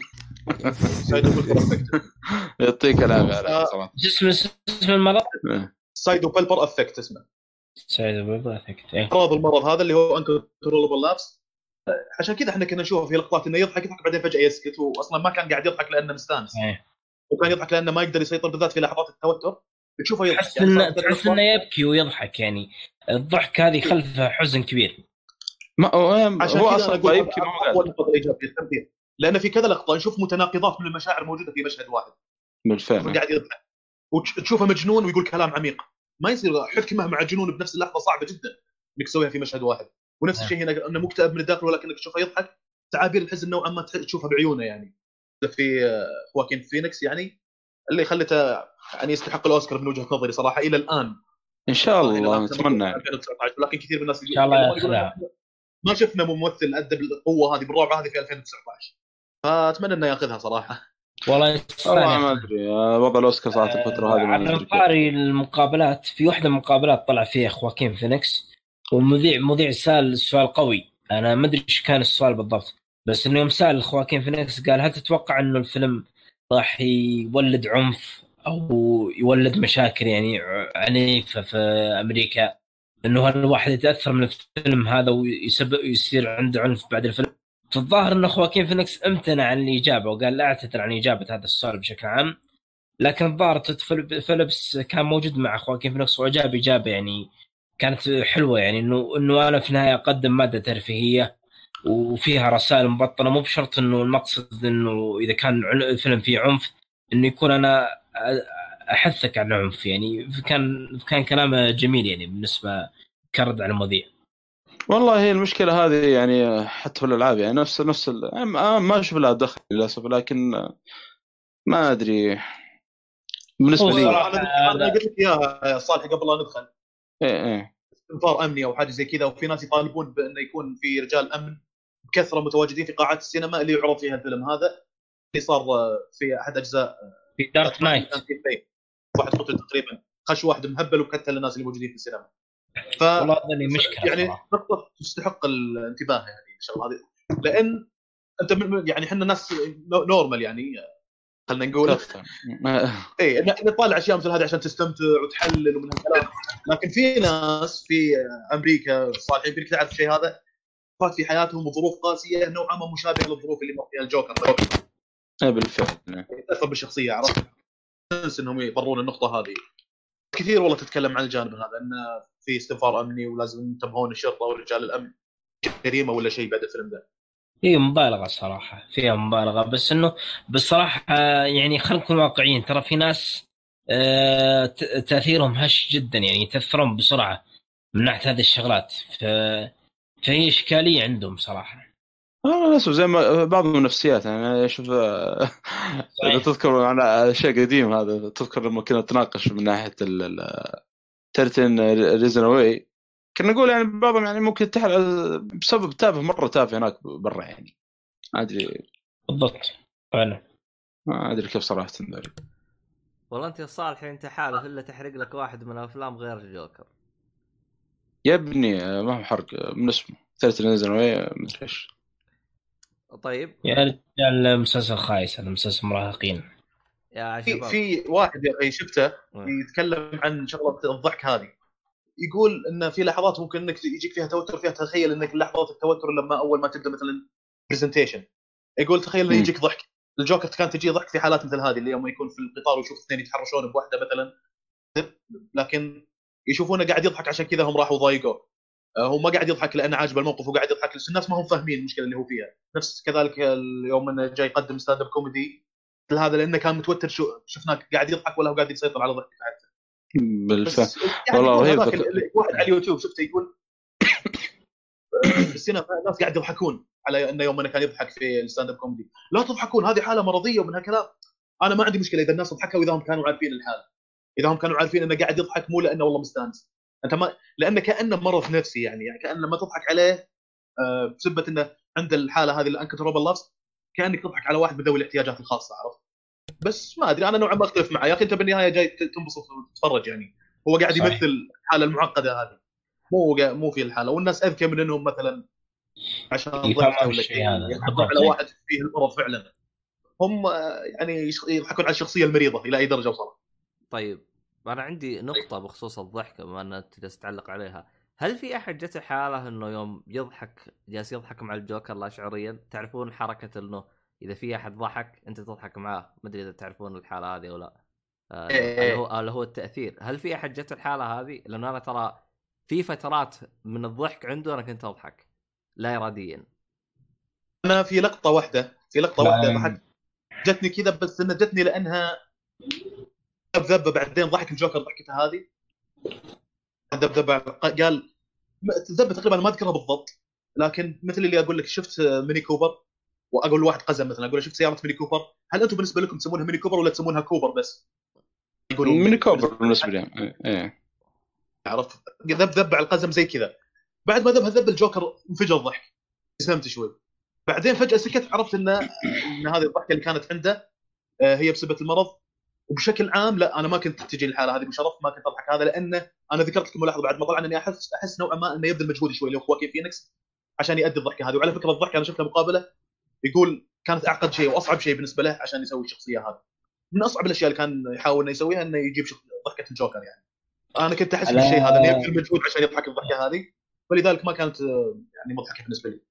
سايدو بلبر افكت. يعطيك العافيه صراحه. اسم اسم المرض سايدو بلبر افكت اسمه. سايدو بلبر افكت. ايه مرض المرض هذا اللي هو انكنترولبل لاس. عشان كذا احنا كنا نشوفه في لقطات انه يضحك يضحك بعدين فجاه يسكت، واصلا ما كان قاعد يضحك لانه مستانس. ايه. وكان يضحك لانه ما يقدر يسيطر، بالذات في لحظات التوتر تشوفه يضحك. تحس انه تحس انه يبكي ويضحك، يعني الضحك هذه خلفه حزن كبير. ما عشان هو كذا اصلا أقول يبكي ما هو اول نقطه ايجابيه التمثيل، لان في كذا لقطه نشوف متناقضات من المشاعر موجوده في مشهد واحد. بالفعل قاعد يضحك وتشوفه مجنون ويقول كلام عميق. ما يصير حكمه مع جنون بنفس اللحظه، صعبه جدا انك تسويها في مشهد واحد. ونفس الشيء هنا، انه مكتئب من الداخل ولكنك تشوفه يضحك، تعابير الحزن نوعا ما تشوفها بعيونه. يعني في خواكين فينيكس يعني اللي خلته يعني يستحق الاوسكار من وجهه نظري صراحه الى الان. ان شاء الله نتمنى. لكن كثير من الناس ان شاء الله ياخذها. ما شفنا ممثل ادى بالقوه هذه بالرعب هذه في ألفين وتسعة عشر، فاتمنى انه ياخذها صراحه. والله والله ما ادري وضع الاوسكار صارت الفتره هذه. على طاري المقابلات، في واحده من المقابلات طلع فيها خواكين فينيكس، والمذيع مذيع سال سؤال قوي، انا ما ادري ايش كان السؤال بالضبط، بس انه يوم سال خواكين فينيكس قال هل تتوقع انه الفيلم راح يولد عنف او يولد مشاكل يعني عنيفه في امريكا، انه هل الواحد يتاثر من الفيلم هذا ويسبب يصير عنده عنف بعد الفيلم؟ فالظاهر ان خواكين فينيكس امتنع عن الاجابه وقال لا اعتذر عن اجابه هذا السؤال بشكل عام، لكن الظاهر فيليبس كان موجود مع خواكين فينيكس واجاب اجابه يعني كانت حلوه، يعني انه انه انا في النهايه اقدم ماده ترفيهيه وفيها رسائل مبطنه، مو بشرط انه المقصد انه اذا كان الفيلم فيه عنف انه يكون انا احثك على العنف. يعني كان كان كلامه جميل يعني بالنسبه كرد على المذيع. والله هي المشكله هذه يعني حتى في الالعاب يعني نفس نفس ما اشوف لها دخل للاسف، لكن ما ادري بالنسبه لي. انا قلت لك يا صالح قبل لا ندخل ايه ايه استنفار امني او حاجه زي كذا، وفي ناس يطالبون بانه يكون في رجال امن بكثره متواجدين في قاعات السينما اللي يعرض فيها الفيلم هذا، اللي صار في احد اجزاء في دارك نايت. واحد قتل تقريبا، خش واحد مهبل وقتل الناس اللي موجودين في السينما. ف والله هذه مشكله يعني نقطه تستحق الانتباه يعني الشغله هذه، لان انت يعني احنا ناس نورمال يعني خلينا نقول اي نطالع اشياء مثل هذه عشان تستمتع وتحلل ومن هالكلام، لكن في ناس في امريكا صالحين فيك تعرف الشيء هذا فات في حياتهم وظروف قاسيه نوعا ما مشابهه للظروف اللي مر فيها الجوكر. اي بالفعل يتاثر بالشخصيه، عرفت؟ ننسى انهم يبررون النقطه هذه كثير. والله تتكلم عن الجانب هذا انه في استنفار امني ولازم ينتبهون الشرطه ورجال الامن جريمه ولا شيء بعد الفيلم ذا. هي مبالغه صراحه، فيها مبالغه، بس انه بصراحه يعني خلينا نكون واقعيين، ترى في ناس تاثيرهم هش جدا يعني يتاثرون بسرعه من ناحيه هذه الشغلات، فهي اشكاليه عندهم صراحه. اه ناس زي ما بعضهم نفسيات يعني. شوف اذا تذكر على شيء قديم هذا، تذكر لما كنا نتناقش من ناحيه الترتين ريزن واي، كنا نقول يعني بعضهم يعني ممكن تحل بسبب تافه مره تافه هناك برا يعني. ما ادري بالضبط فعلا، ما ادري كيف صراحه تندري. والله انت الصالح انت حالف الا تحرق لك واحد من الافلام غير الجوكر يا ابني. ما هو حرق من اسمه ترتين ريزن واي مدري ايش. طيب يا رجال مسلسل خايس، هذا مسلسل مراهقين يا شباب. في واحد يا اخي شفته يتكلم عن شغله الضحك هذه، يقول ان في لحظات ممكن انك يجيك فيها توتر فيها، تخيل انك لحظات التوتر لما اول ما تبدا مثلا برزنتيشن، يقول تخيل انه يجيك ضحك. الجوكر كان تجي ضحك في حالات مثل هذه اللي يوم يكون في القطار ويشوف اثنين يتحرشون بواحده مثلا، لكن يشوفونه قاعد يضحك عشان كذا هم راحوا ضايقوه. هو ما قاعد يضحك لانه عاجبه الموقف وقاعد يضحك، بس الناس ما هم فاهمين المشكله اللي هو فيها. نفس كذلك اليوم انه جاي يقدم ستاند اب كوميدي هذا لانه كان متوتر، شو شفناه قاعد يضحك ولا هو قاعد يسيطر على ضحكه حتى. بالفعل يعني والله رهيب. واحد على اليوتيوب شفته يقول السينما الناس قاعد يضحكون على انه يوم انا كان يضحك في الستاند اب كوميدي. لا تضحكون، هذه حاله مرضيه ومن هالكلام. انا ما عندي مشكله اذا الناس ضحكوا واذا هم كانوا عارفين الحاله، اذا هم كانوا عارفين انه قاعد يضحك مو لانه والله مستانس، انت ما لانه كانه مرض نفسي يعني يعني كانه ما تضحك عليه آه، بسبه انه عنده الحاله هذه الانكنترولبل لافز، كانك تضحك على واحد بذوي الاحتياجات الخاصه، عرفت؟ بس ما ادري انا نوعا ما اختلف معه يا اخي، انت بالنهايه جاي تنبسط وتتفرج يعني، هو قاعد صحيح. يمثل الحاله المعقده هذه، مو مو في الحاله، والناس اذكى من انهم مثلا عشان ضحكه ولا شيء يضحكون على واحد فيه المرض فعلا، هم يعني يضحكون على الشخصيه المريضه الى اي درجه وصلت. طيب انا عندي نقطه بخصوص الضحك بما ان انت جالس تعلق عليها، هل في احد جت حاله انه يوم يضحك جالس يضحك مع الجوكر لا شعوريا؟ تعرفون حركه انه اذا في احد ضحك انت تضحك معاه، ما ادري اذا تعرفون الحاله هذه ولا آه اللي هو اللي هو التاثير، هل في احد جت الحاله هذه؟ لانه انا ترى في فترات من الضحك عنده انا كنت اضحك لا اراديا. انا في لقطه واحده في لقطه واحده ضحك جتني كذا، بس انها جتني لانها ذبذبه، بعدين ضحك الجوكر ضحكته هذه ذبذبه، قال ذبذبه تقريبا ما اذكرها بالضبط، لكن مثل اللي اقول لك شفت ميني كوبر واقول لواحد قزم مثلا اقول له شفت سياره ميني كوبر، هل انتم بالنسبه لكم تسمونها ميني كوبر ولا تسمونها كوبر بس؟ يقولون ميني كوبر بالنسبه لي ايه، عرفت؟ ذبذب على القزم زي كذا، بعد ما ذبها ذب الجوكر انفجر ضحك، سلمت شوي، بعدين فجاه سكت، عرفت ان ان هذه الضحكه اللي كانت عنده هي بسبب المرض. وبشكل عام لا انا ما كنت تجي الحاله هذه بشرف، ما كنت اضحك هذا، لانه انا ذكرت لكم ملاحظه بعد ما طلع اني احس احس نوعا ما انه يبذل مجهود شوي لو خواكين فينيكس عشان يؤدي الضحكه هذه. وعلى فكره الضحكه انا شفت له مقابله يقول كانت اعقد شيء واصعب شيء بالنسبه له عشان يسوي الشخصيه هذه، من اصعب الاشياء اللي كان يحاول انه يسويها انه يجيب ضحكه الجوكر يعني. انا كنت احس بالشيء هذا انه يبذل مجهود عشان يضحك الضحكه هذه، فلذلك ما كانت يعني مضحكه بالنسبه لي.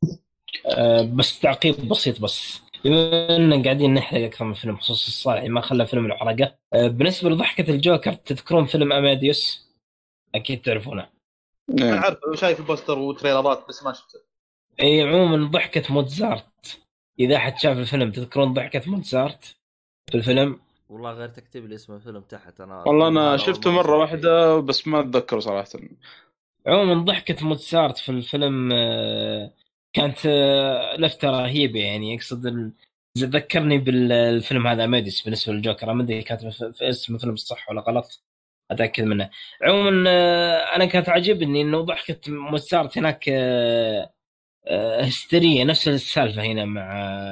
أه بس تعقيب بسيط، بس بما ان قاعدين نحرق اكثر من فيلم خصوص الصالحي ما خلى فيلم الحرقه. أه بالنسبه لضحكه الجوكر تذكرون فيلم اماديوس؟ اكيد تعرفونه. انا عارف شايف البوستر وتريلرات بس ما شفته. اي عموما ضحكه موتزارت، اذا حد شاف الفيلم تذكرون ضحكه موتزارت في الفيلم؟ والله غير تكتب لي اسم الفيلم تحت انا والله انا شفته مره واحده بس ما اتذكره صراحه. عموما ضحكه موتزارت في الفيلم كانت لفتة رهيبة يعني، يقصد ذكرني بالفيلم هذا أماديس بالنسبة للجوكر، ما أدري كاتب في اسم الفيلم الصح ولا غلط أتأكد منه. عموما أنا كانت عجبني إنه ضحكة موتزارت هناك هستيرية، نفس السالفة هنا مع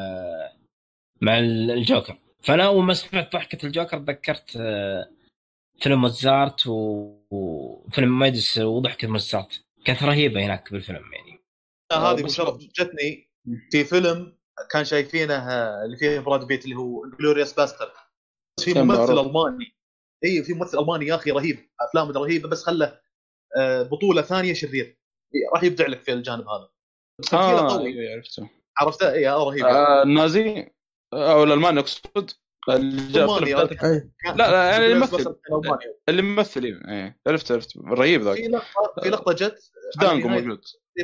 مع الجوكر. فأنا أول ما سمعت ضحكة الجوكر ذكرت فيلم موتزارت وفيلم أماديس وضحكة موتزارت، كانت رهيبة هناك بالفيلم يعني. هذه مشرف جتني في فيلم كان شايفينه اللي فيه براد بيت اللي هو جلوريوس باستر، في ممثل ألماني، اي في ممثل ألماني يا اخي رهيب، افلامه رهيبه، بس خله بطوله ثانيه شرير راح يبدع لك في الجانب هذا. اه ايوه عرفته عرفته اي رهيب. آه النازي او الالماني اقصد اللي جاء لا لا يعني الممثل اللي ممثل ايه عرفت عرفت رهيب ذاك. في لقطه في لقطه جت دانجو موجود،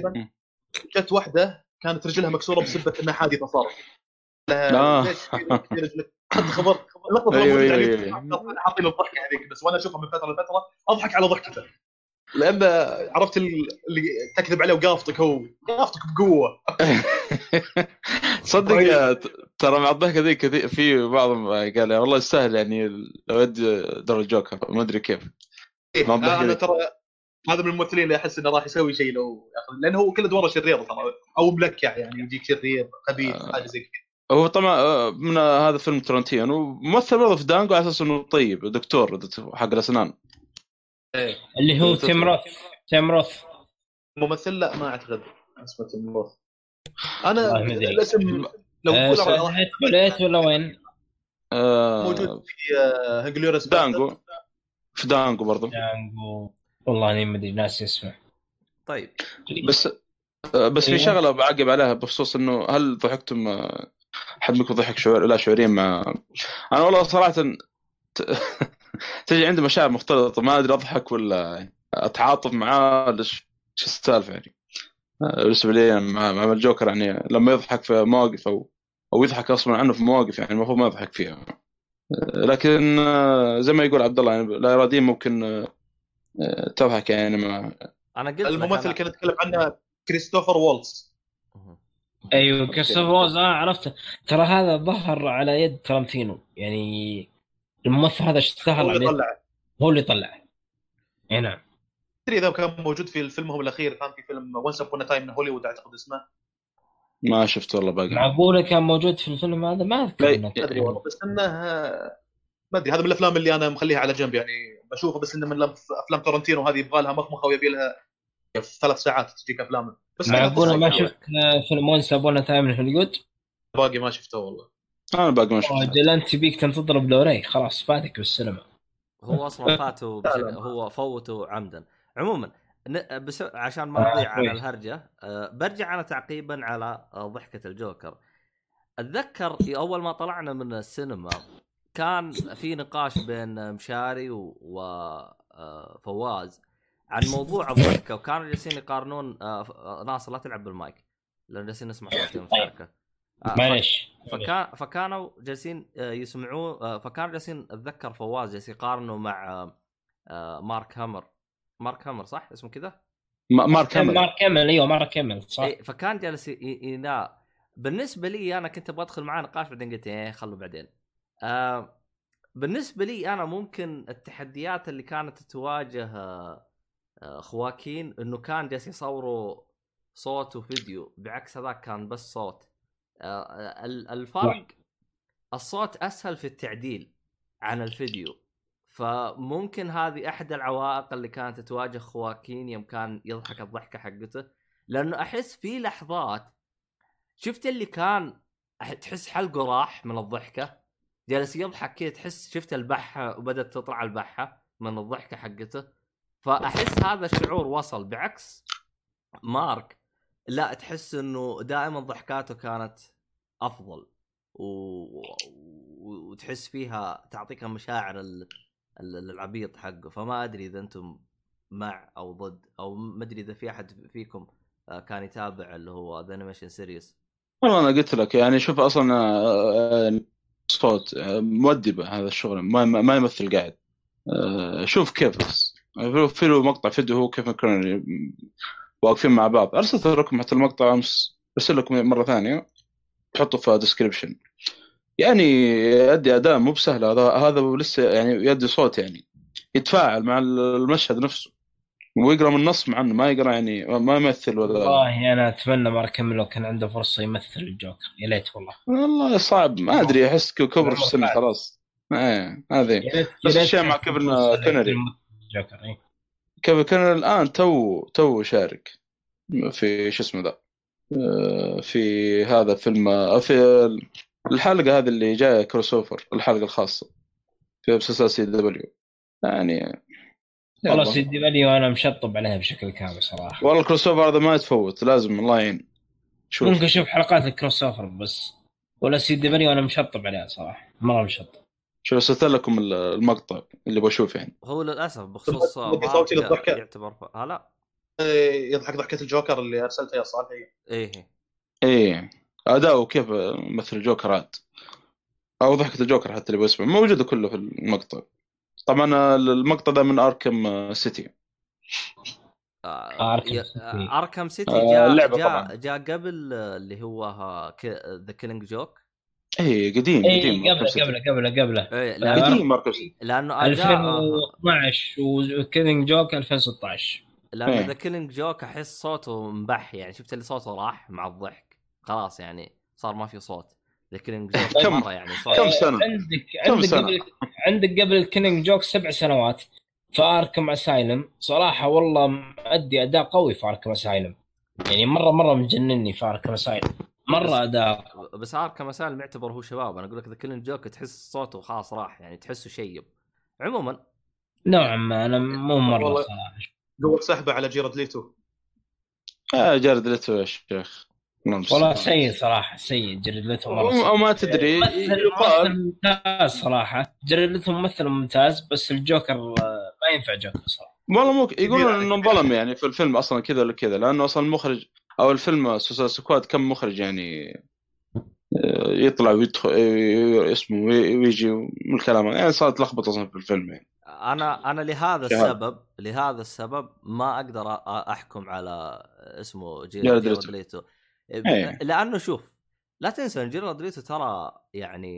جت واحده كانت رجلها مكسوره بسبه انها حادثه صارت لها ليش في رجلك خبر اللقطه أيوة يعني أيوة. حاطين الضحكه هذيك، بس وانا اشوفها من فتره لفتره اضحك على ضحكته، لان عرفت اللي تكذب عليه وقافتك، هو قافتك بقوه. صدق ترى مع الضحكه ذي كثير في بعضهم قال والله يستاهل يعني لو ادي دور الجوكر ما ادري كيف. إيه انا ترى هذا من الممثلين اللي احس انه راح يسوي شيء لو ياخذ، لانه هو كل ادواره شرير ترى او ملكع يعني يجيك شرير خبيث آه. حاجه زي كذا. هو طبعا من هذا فيلم ترنتينو ممثل برضه في دانجو على اساس انه طيب دكتور حق الاسنان إيه. اللي هو تيم روث. تيم روث ممثل لا ما اعتقد اسمه تيم روث. انا الاسم لو تقول آه ولا وين آه موجود في آه هنجلوريوس دانجو في دانجو برضه دانجو والله اني ما ادري ناس اسمه. طيب بس بس في شغله بعقب عليها بخصوص انه هل ضحكتم حد منكم ضحك شعور لا شعورين مع انا والله صراحه تجي عندي مشاعر مختلطه ما ادري اضحك ولا اتعاطف معاه ليش شو السالفه يعني. بالنسبه لي مع مع الجوكر يعني لما يضحك في مواقف او او يضحك اصلا عنه في مواقف يعني المفروض ما يضحك فيها، لكن زي ما يقول عبد الله يعني لا اراديا ممكن تضحك يعني. ما انا قلت الممثل اللي كنت اتكلم عنه كريستوفر وولتز. ايوه كريستوفر وولتز اه عرفته، ترى هذا ظهر على يد ترنتينو يعني الممثل هذا اشتهر هو اللي عليه، طلع. هو اللي طلعه. اي نعم. تدري اذا كان موجود في الفيلم هو الاخير، كان في فيلم وانس ابون تايم من هوليوود اعتقد اسمه. ما شفت والله باقي. معقوله كان موجود في الفيلم هذا؟ ما اذكر لا، انه ما ادري والله، بس انه ما ادري، هذا من الافلام اللي انا مخليها على جنب يعني، بشوفه بس انه من افلام تارنتينو هذه يبغى لها مخمخه ويبي لها في ثلاث ساعات تجيك افلام. بس معقوله ما أنا شفت فيلم وانس ابون تايم من هوليوود؟ باقي ما شفته والله. انا باقي ما شفت. اجل انت تبيك تنتظر بلوري، خلاص فاتك بالسينما. هو اصلا فاته بشكل... هو فوته عمدا. عموما ن... بس عشان ما نضيع على الهرجه، أه برجع انا تعقيبا على ضحكه الجوكر. اتذكر اول ما طلعنا من السينما كان في نقاش بين مشاري وفواز عن موضوع الضحكه، وكانوا جالسين يقارنون. ناصر لا تلعب بالمايك لان جالسين نسمع صوت المشاركه. معليش. فكان فكانوا جالسين يسمعون، فكانوا جالسين اتذكر فواز جالس يقارنوا مع مارك هامر. مارك هامر صح اسمه كذا؟ مارك هامر. مارك هامر ايوه مارك هامر صح. فكان جالس ينا. بالنسبه لي انا كنت ابغى ادخل معاه نقاش، بعدين قلت ايه خلوا بعدين. آه بالنسبه لي انا ممكن التحديات اللي كانت تواجه آه خواكين انه كان جالس يصوروا صوت وفيديو، بعكس هذاك كان بس صوت. آه الفرق الصوت اسهل في التعديل عن الفيديو، فممكن هذه احد العوائق اللي كانت تواجه خواكين يوم كان يضحك الضحكه حقته. لانه احس في لحظات شفت اللي كان تحس حلقه راح من الضحكه، جالس يضحك كذا، تحس شفت البحه وبدت تطلع البحه من الضحكه حقته. فاحس هذا الشعور وصل. بعكس مارك لا، تحس انه دائما ضحكاته كانت افضل و... وتحس فيها تعطيك مشاعر ال... العبيط حقه. فما ادري اذا انتم مع او ضد، او ما ادري اذا في احد فيكم كان يتابع اللي هو ذا انيميشن سيريس. والله انا قلت لك يعني شوف اصلا صوت مؤدبه هذا الشغل، ما ما يمثل قاعد. شوف كيف في له مقطع فيديو هو كيف كانوا واقفين مع بعض، ارسلت لكم حتى المقطع امس، ارسل لكم مره ثانيه تحطه في ديسكريبشن. يعني يدي اداء مو بسهل هذا هذا لسه يعني يدي صوت، يعني يتفاعل مع المشهد نفسه ويقرا من النص، مع انه ما يقرا يعني ما يمثل ولا. والله انا اتمنى ما كمل لو كان عنده فرصه يمثل الجوكر، يا ليت والله. والله صعب، ما ادري احس كبر في السن خلاص. ايه هذه بس الشيء مع كيفن كونري. جوكر ايه كيفن كونري الان تو تو شارك في شو اسمه ذا، في هذا فيلم، في الحلقه هذه اللي جايه كروس اوفر، الحلقه الخاصه في مسلسل سي دبليو. يعني والله سي دبليو انا مشطب عليها بشكل كامل صراحه. والله الكروس اوفر هذا ما يتفوت، لازم الله يعين. شوف ممكن اشوف حلقات الكروس اوفر بس، ولا سي دبليو انا مشطب عليها صراحه، مره مشطب. شو ارسلت لكم المقطع اللي بشوف يعني. هو للاسف بخصوص صوتي للضحكه يعتبر ها لا يضحك ضحكه الجوكر اللي ارسلتها يا صالح. ايه ايه اداؤه كيف مثل الجوكر عاد، او ضحكه الجوكر حتى اللي بسمع موجوده كله في المقطع. طبعا المقطع ده من اركم سيتي. آه اركم سيتي, أركم سيتي جاء جاء جاء جا قبل اللي هو ذا كيلينج جوك. ايه قديم ايه قديم قبله قبله قبله قبله إيه قديم اركم سيتي لانه ألفين واثناشر وكيلينج جوك ألفين وستة عشر. لانه ذا كيلينج جوك احس صوته مبح، يعني شفت اللي صوته راح مع الضحك خلاص، يعني صار ما في صوت. ذا كيلينج جوك مره يعني صوت. كم سنه عندك عندك سنة؟ قبل عندك قبل الكيلينج جوك سبع سنوات في اركم اسايلم صراحه، والله مؤدي اداء قوي في اركم اسايلم، يعني مره مره مجنني في اركم اسايلم مره اداء. بس اركم اسايلم يعتبر هو شباب، انا اقول لك ذا كيلينج جوك تحس صوته خلاص راح، يعني تحسه شيب. عموما نوعا ما انا مو مره صراحه قوه سحبه على جيرد ليتو. اه جيرد ليتو يا شيخ والله سيء صراحه، سيء جيرد ليتو مرة او ما تدري يقال ممتاز صراحه. جيرد ليتو ممثل ممتاز، بس الجوكر ما ينفع جوكر صراحه. والله مو يقولون انه انظلم يعني في الفيلم اصلا كذا ولا كذا، لانه اصلا المخرج او الفيلم سوسايد سكواد كم مخرج يعني يطلع ويدخل اسمه ويجي من الكلام، يعني صارت لخبطه اصلا في الفيلم يعني. انا انا لهذا السبب لهذا السبب ما اقدر احكم على اسمه جيرد ليتو، لانه شوف لا تنسى ان جيرد ليتو ترى يعني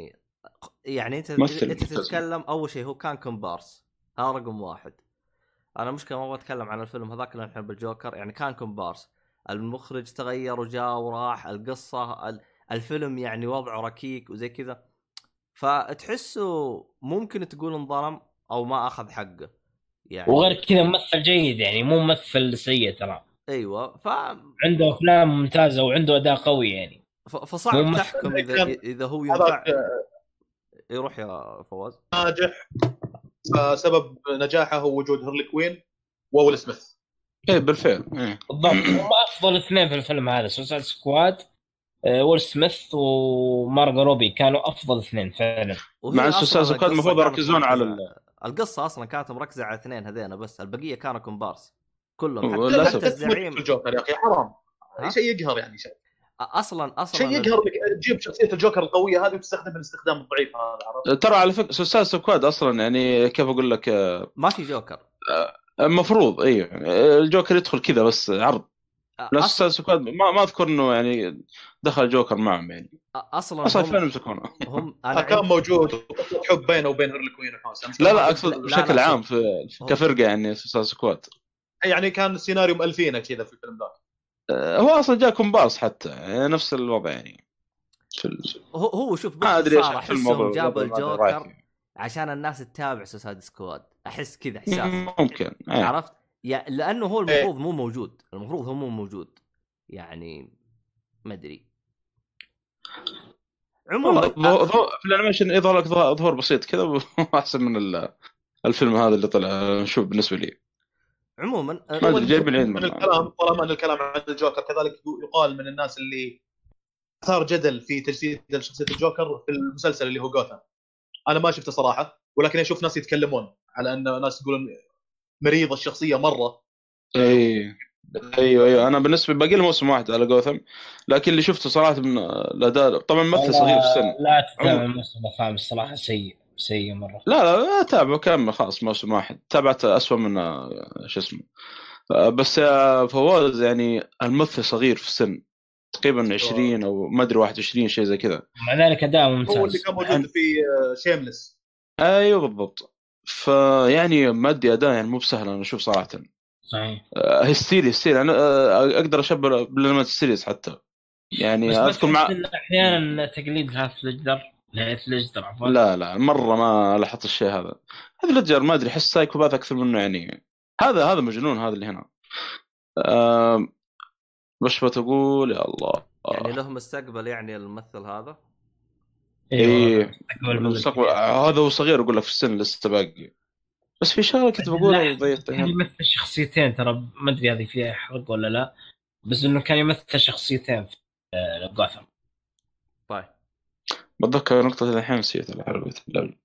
يعني انت مثل انت ممتاز. تتكلم اول شيء هو كان كومبارس، هذا رقم واحد. انا مشكله ما بتكلم عن الفيلم هذاك اللي نحب الجوكر، يعني كان كومبارس، المخرج تغير وجاء وراح، القصه الفيلم يعني وضعه ركيك وزي كذا، فتحسه ممكن تقول انظلم او ما اخذ حقه يعني. وغير كذا ممثل جيد يعني، مو ممثل سيء ترى. ايوه ف عنده افلام ممتازه وعنده اداء قوي يعني. ف... فصعب ممثل تحكم اذا كان اذا هو ينفع هذاك يروح يا فواز. ناجح، فسبب نجاحه هو وجود هارلي كوين وويل سميث. ايه بالفعل ايه بالضبط، هم افضل اثنين في الفيلم هذا، سوسايد سكواد. آه، ويل سميث ومارغو روبي كانوا افضل اثنين فعلا. وهي مع أصلاً السوسايد سكواد القصة المفروض كانت يركزون على مركزة- القصة اصلا كانت مركزة على اثنين هذين بس، البقية كانوا كومبارس كلهم. أوه، حتى, للأسف. حتى الزعيم الجوكر يا اخي حرام، ها؟ شيء يقهر يعني، شيء اصلا اصلا شيء يقهر لك تجيب شخصيه الجوكر القويه هذه وتستخدمها الاستخدام الضعيف هذا، عرفت؟ ترى على فكره سوسايد سكواد اصلا يعني كيف اقول لك، ما في جوكر المفروض ايوه الجوكر يدخل كذا بس عرض. لا سوسايد سكواد ما ما اذكر انه يعني دخل جوكر معهم يعني. اصلا اصلا هم... فين يمسكونه هم انا كان عند... موجود حب بينه وبين هارلي كوين وحاسم. لا لا اقصد لا، بشكل لا، عام في كفرقه يعني سوسايد سكواد يعني كان سيناريو مؤلفينه كذا في الفيلم ذاك. هو اصلا جاء كومبارس حتى يعني نفس الوضع يعني في ال... هو هو شوف ما ادري ايش باختصار في الموضوع احسهم جابوا ما أدري الجوكر رأيك. عشان الناس تتابع سوسايد سكواد، احس كذا احساس ممكن أيه. عرفت يا لانه هو المفروض مو موجود، المفروض هو مو موجود يعني، ما ادري. عموما والله في الانيميشن يظهر لك ظهور بسيط كذا احسن من الفيلم هذا اللي طلع نشوف بالنسبه لي. عموما ما ادري جايب العين من الكلام، طالما ان الكلام عن الجوكر كذلك يقال من الناس اللي صار جدل في تجسيد شخصيه الجوكر في المسلسل اللي هو جوثام. انا ما شفته صراحه، ولكن اشوف ناس يتكلمون على ان ناس يقولون مريض الشخصيه مره. اي ايوه ايوه انا بالنسبه باقي له موسم واحد على جوثام، لكن اللي شفته صراحه من الاداء طبعا ممثل صغير في السن. لا تتابع الموسم الخامس صراحه سيء سيء مره. لا لا لا تابعه كامل خلاص موسم واحد، تابعت أسوأ من شو اسمه. بس يا فواز يعني الممثل صغير في السن تقريبا عشرين او ما ادري واحد وعشرين شيء زي كذا، مع ذلك اداء ممتاز. هو اللي كان موجود في شيمليس. ايوه بالضبط. فيعني مادي اداء يعني مو بسهل انا اشوف صراحه. صحيح. هستيري هستيري انا اقدر اشبه بالانميات السيريز حتى يعني بس اذكر مع احيانا تقليد هاف ليجدر هاف ليجدر عفوا. لا لا مره ما لاحظت الشيء هذا. هذا ليجر ما ادري احس سايكوباث اكثر منه يعني. هذا هذا مجنون هذا اللي هنا. أه بس بتقول يا الله يعني له مستقبل يعني الممثل هذا. ايه المستقبل هذا هو صغير اقول لك في السن لسه باقي. بس في شغله كنت بقولها وضيعتها. كان يمثل شخصيتين ترى ما ادري هذه فيها حرق ولا لا، بس انه كان يمثل شخصيتين في جوثام. طيب بتذكر نقطه الحين نسيت الحلوه. لا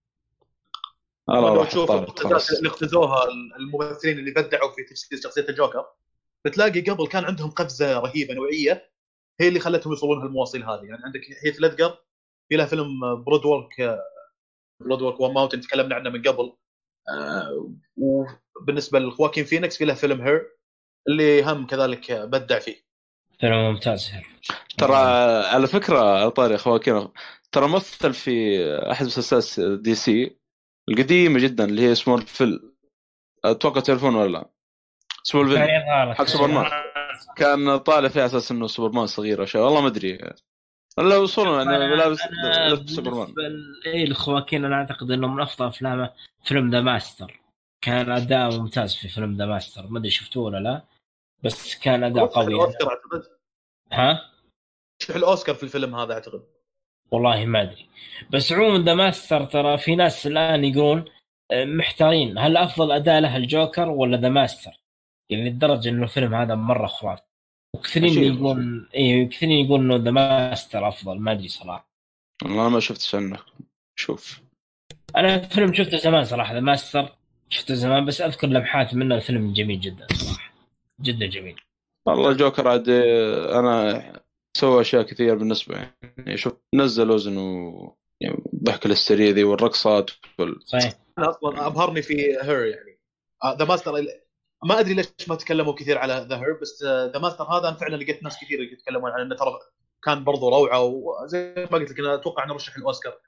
لو تشوف الاقتباسات اللي اقتزوها الممثلين اللي بدعوا في تجسيد شخصيه الجوكر بتلاقي قبل كان عندهم قفزه رهيبه نوعيه هي اللي خلتهم يوصلون هالمواصيل هذه. يعني عندك هيث ليدجر في له فيلم برود وورك برود وورك وماونتن تكلمنا عنه من قبل. آه وبالنسبه لخواكين فينيكس في له فيلم هير اللي هم كذلك بدع فيه. فيلم ممتاز هير. ترى على فكره طاري خواكين ترى مثل في احد مسلسلات دي سي القديمه جدا اللي هي سمول فيل. اتوقع تعرفون ولا لا؟ سمول فيل حق سوبرمان كان طالع فيه اساس انه سوبرمان صغير اشياء والله ما ادري ولا وصلنا يعني لابس سوبرمان. اي الخواكين انا اعتقد انه من افضل افلامه فيلم ذا ماستر. كان اداء ممتاز في فيلم ذا ماستر، ما ادري شفتوه ولا لا بس كان اداء قوي. الأوسكار اعتقد ها شوف الاوسكار في الفيلم هذا اعتقد والله ما ادري. بس عموما ذا ماستر ترى في ناس الان يقولون محتارين هل افضل اداء له الجوكر ولا ذا ماستر، يعني لدرجه انه الفيلم هذا مره خرافي وكثيرين يقولون ايه كثيرين يقولون انه ذا ماستر افضل. ما ادري صراحه والله ما شفتش عنه. شوف انا فيلم شفته زمان صراحه ذا ماستر شفته زمان بس اذكر لمحات منه. الفيلم جميل جدا صراحه جدا جميل والله. الجوكر عاد انا سوى اشياء كثير بالنسبه يعني شوف نزل وزن وضحك الهستيريا ذي والرقصات وال... صحيح. انا اصلا ابهرني في هير يعني ذا ماستر. ما ادري ليش ما تكلموا كثير على ذا هير بس ذا ماستر هذا انا فعلا لقيت ناس كثير يتكلمون عن انه ترى كان برضو روعه وزي ما قلت لك انا اتوقع انه رشح الاوسكار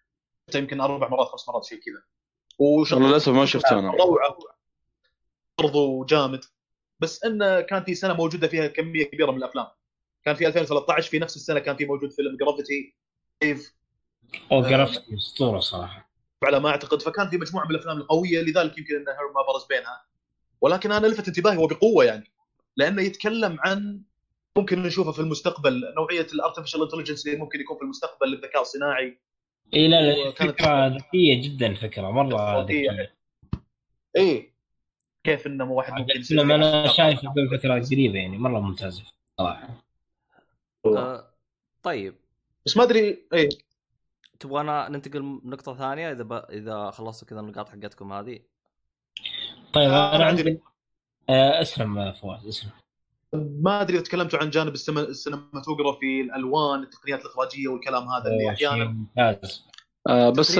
يمكن اربع مرات خمس مرات شيء كذا. وشغل للاسف ما شفته انا. روعه برضو جامد. بس انه كان في سنه موجوده فيها كميه كبيره من الافلام. كان في ألفين وثلاثة عشر في نفس السنه كان في موجود فيلم جرافيتي كيف او جرافيتي اسطوره صراحه على ما اعتقد. فكان في مجموعه من الافلام القويه، لذلك يمكن انه ما برز بينها. ولكن انا لفت انتباهي وبقوه يعني، لانه يتكلم عن ممكن نشوفه في المستقبل، نوعيه الارتفيشال انتليجنس اللي ممكن يكون في المستقبل، الذكاء الصناعي. اي لا لا فكره ذكيه جدا، فكره مره ذكيه. ايه كيف انه واحد ممكن يصير انا شايف بالفتره القريبه يعني مره ممتازه صراحه. أه طيب بس ما ادري ايه تبغانا ننتقل نقطه ثانيه اذا ب... اذا خلصتوا كذا النقاط حقتكم هذه. طيب آه انا عندي آه اسلم فواز اسلم. ما ادري اذا تكلمتوا عن جانب السينماتوجرافي، الالوان، التقنيات الاخراجيه والكلام هذا اللي احيانا ممتاز. آه بس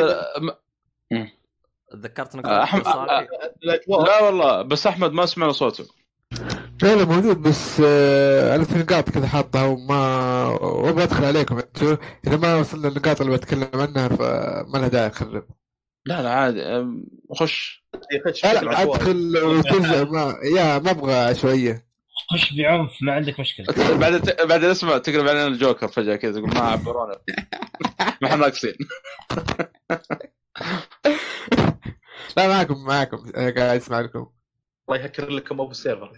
تذكرت نقطه أحمد صالحي. لا والله بس احمد ما سمعنا صوته. لا لا موجود، بس آه انا في نقاط كذا حاطها وما وابغى ادخل عليكم انتوا اذا ما وصلنا النقاط اللي بتكلم عنها فما لها داعي اخرب. لا لا عادي خش. لا ادخل وترجع ما يا ما ابغى عشوائيه. خش بعمق ما عندك مشكله. بعد بعد اسمع تقرب علينا الجوكر فجاه كذا تقول ما عبرونا ما احنا ناقصين. لا معكم معكم قاعد اسمع لكم. الله يهكر لكم ابو السيرفر.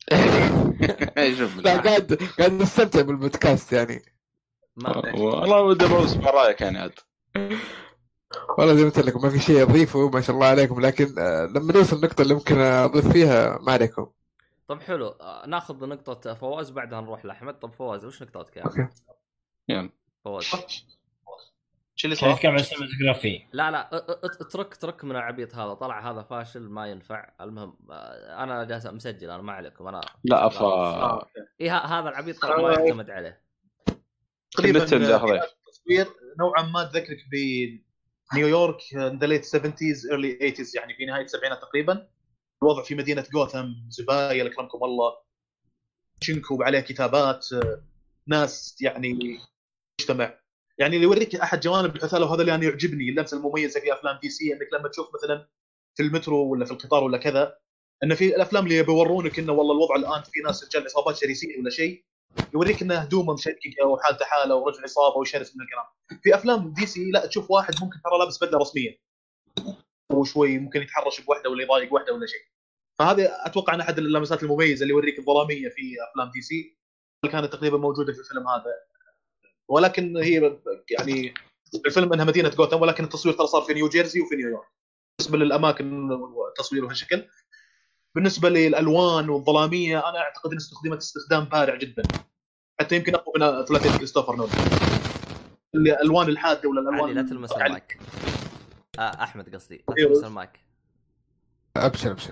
لا قاعد قاعد نستمتع بالبودكاست يعني. والله ودي اسمع رايك يعني عاد. والله زي ما قلت لكم ما في شيء اضيفه ما شاء الله عليكم، لكن لما نوصل النقطه اللي ممكن اضيف فيها ما عليكم. طب حلو ناخذ نقطه فواز بعدها نروح لاحمد. طب فواز وش نقطتك يا اوكي يلا فواز شو اللي صار؟ كم السينماتوجرافي؟ لا لا اترك اترك من العبيط هذا، طلع هذا فاشل ما ينفع. المهم انا جالس مسجل انا ما عليكم انا لا افا آه. إيه هذا العبيط طلع ما يعتمد عليه تقريبا. التصوير نوعا ما تذكرك بنيويورك ذا ليت سبعينز ايرلي ثمانينز، يعني في نهايه السبعينات تقريبا. الوضع في مدينه غوثام زبايا اكرمكم الله، شنكو عليه كتابات، ناس يعني مجتمع. يعني اللي يوريك احد جوانب العثاله، وهذا اللي انا يعجبني اللمسه المميزه في افلام دي سي، انك لما تشوف مثلا في المترو ولا في القطار ولا كذا، ان في الافلام اللي بيورونك انه والله الوضع الان في ناس رجال عصابات شرسين ولا شيء، يوريك انه هدومه مشككه وحالته حاله ورجل عصابه وشرس من الكلام. في افلام دي سي لا، تشوف واحد ممكن ترى لابس بدله رسميه وشوي ممكن يتحرش بوحده ولا يضايق وحده ولا شيء. فهذا اتوقع ان احد اللمسات المميزه اللي يوريك الظلاميه في افلام دي سي كانت تقريبا موجوده في الفيلم هذا. ولكن هي يعني الفيلم انها مدينه غوثام، ولكن التصوير ترى صار في نيو جيرسي وفي نيويورك. بالنسبه للاماكن والتصوير وهالشكل، بالنسبه للالوان والظلاميه انا اعتقد ان استخدمت استخدام بارع جدا، حتى يمكن اقوى من ثلاثيه كريستوفر نولان. الالوان الحاده ولا الالوان لا تلمس المايك. آه احمد قصدي لا تلمس المايك. ابشر ابشر.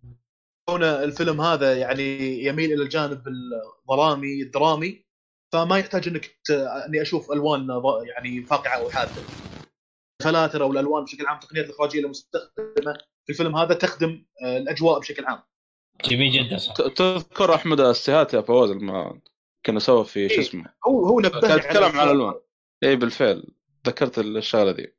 هنا الفيلم هذا يعني يميل الى الجانب الظلامي الدرامي، فما يحتاج انك ت... اني اشوف الوان يعني فاقعه او حاده. الفلاتر او الالوان بشكل عام، التقنيات الاخراجيه المستخدمه في الفيلم هذا تخدم الاجواء بشكل عام. جميل جدا صح. تذكر احمد السيهات يا فواز لما كنا سوا في شو اسمه؟ هو هو نبه نتكلم على الالوان. اي بالفعل تذكرت الشغله دي.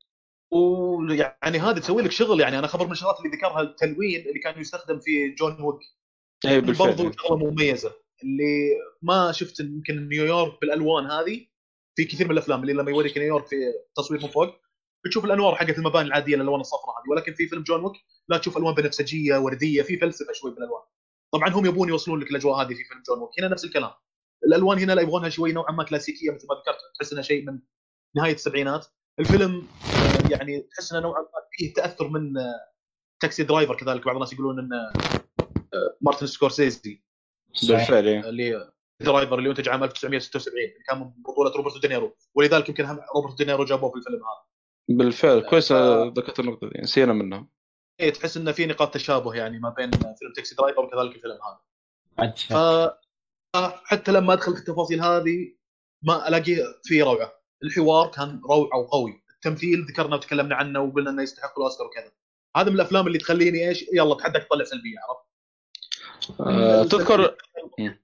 ويعني هذا تسوي لك شغل. يعني انا خبر من الشغلات اللي ذكرها التلوين اللي كان يستخدم في جون ويك. اي بالفعل برضو شغله مميزه اللي ما شفت يمكن نيويورك بالالوان هذه في كثير من الافلام، اللي لما يوريك نيويورك في تصوير من فوق بتشوف الانوار حقت المباني العاديه الالوان الصفراء هذه، ولكن في فيلم جون ويك لا تشوف الوان بنفسجيه ورديه، في فلسفه شوي بالالوان. طبعا هم يبون يوصلون لك الاجواء هذه في فيلم جون ويك. هنا نفس الكلام، الالوان هنا لا يبغونها شوي نوعا ما كلاسيكيه مثل ما ذكرت، تحس انها شيء من نهايه السبعينات. الفيلم يعني تحس انه نوعا ما فيه تاثر من تاكسي درايفر، كذلك بعض الناس يقولون ان مارتن سكورسيزي بالفعل اللي درايفر اللي انتج عام ألف وتسعمية وستة وسبعين اللي كان من بطوله روبرت دينيرو، ولذلك يمكن هم روبرت دينيرو جابوه في الفيلم هذا. بالفعل كويس ذكرت النقطه دي نسينا منها. ايه تحس انه في نقاط تشابه يعني ما بين فيلم تاكسي درايفر وكذلك الفيلم هذا. ف حتى لما ادخل في التفاصيل هذه ما الاقي فيه روعه. الحوار كان روعه وقوي، التمثيل ذكرنا وتكلمنا عنه وقلنا انه يستحق الاوسكار وكذا. هذا من الافلام اللي تخليني ايش يلا تحدك تطلع سلبيه، عرفت؟ أه تذكر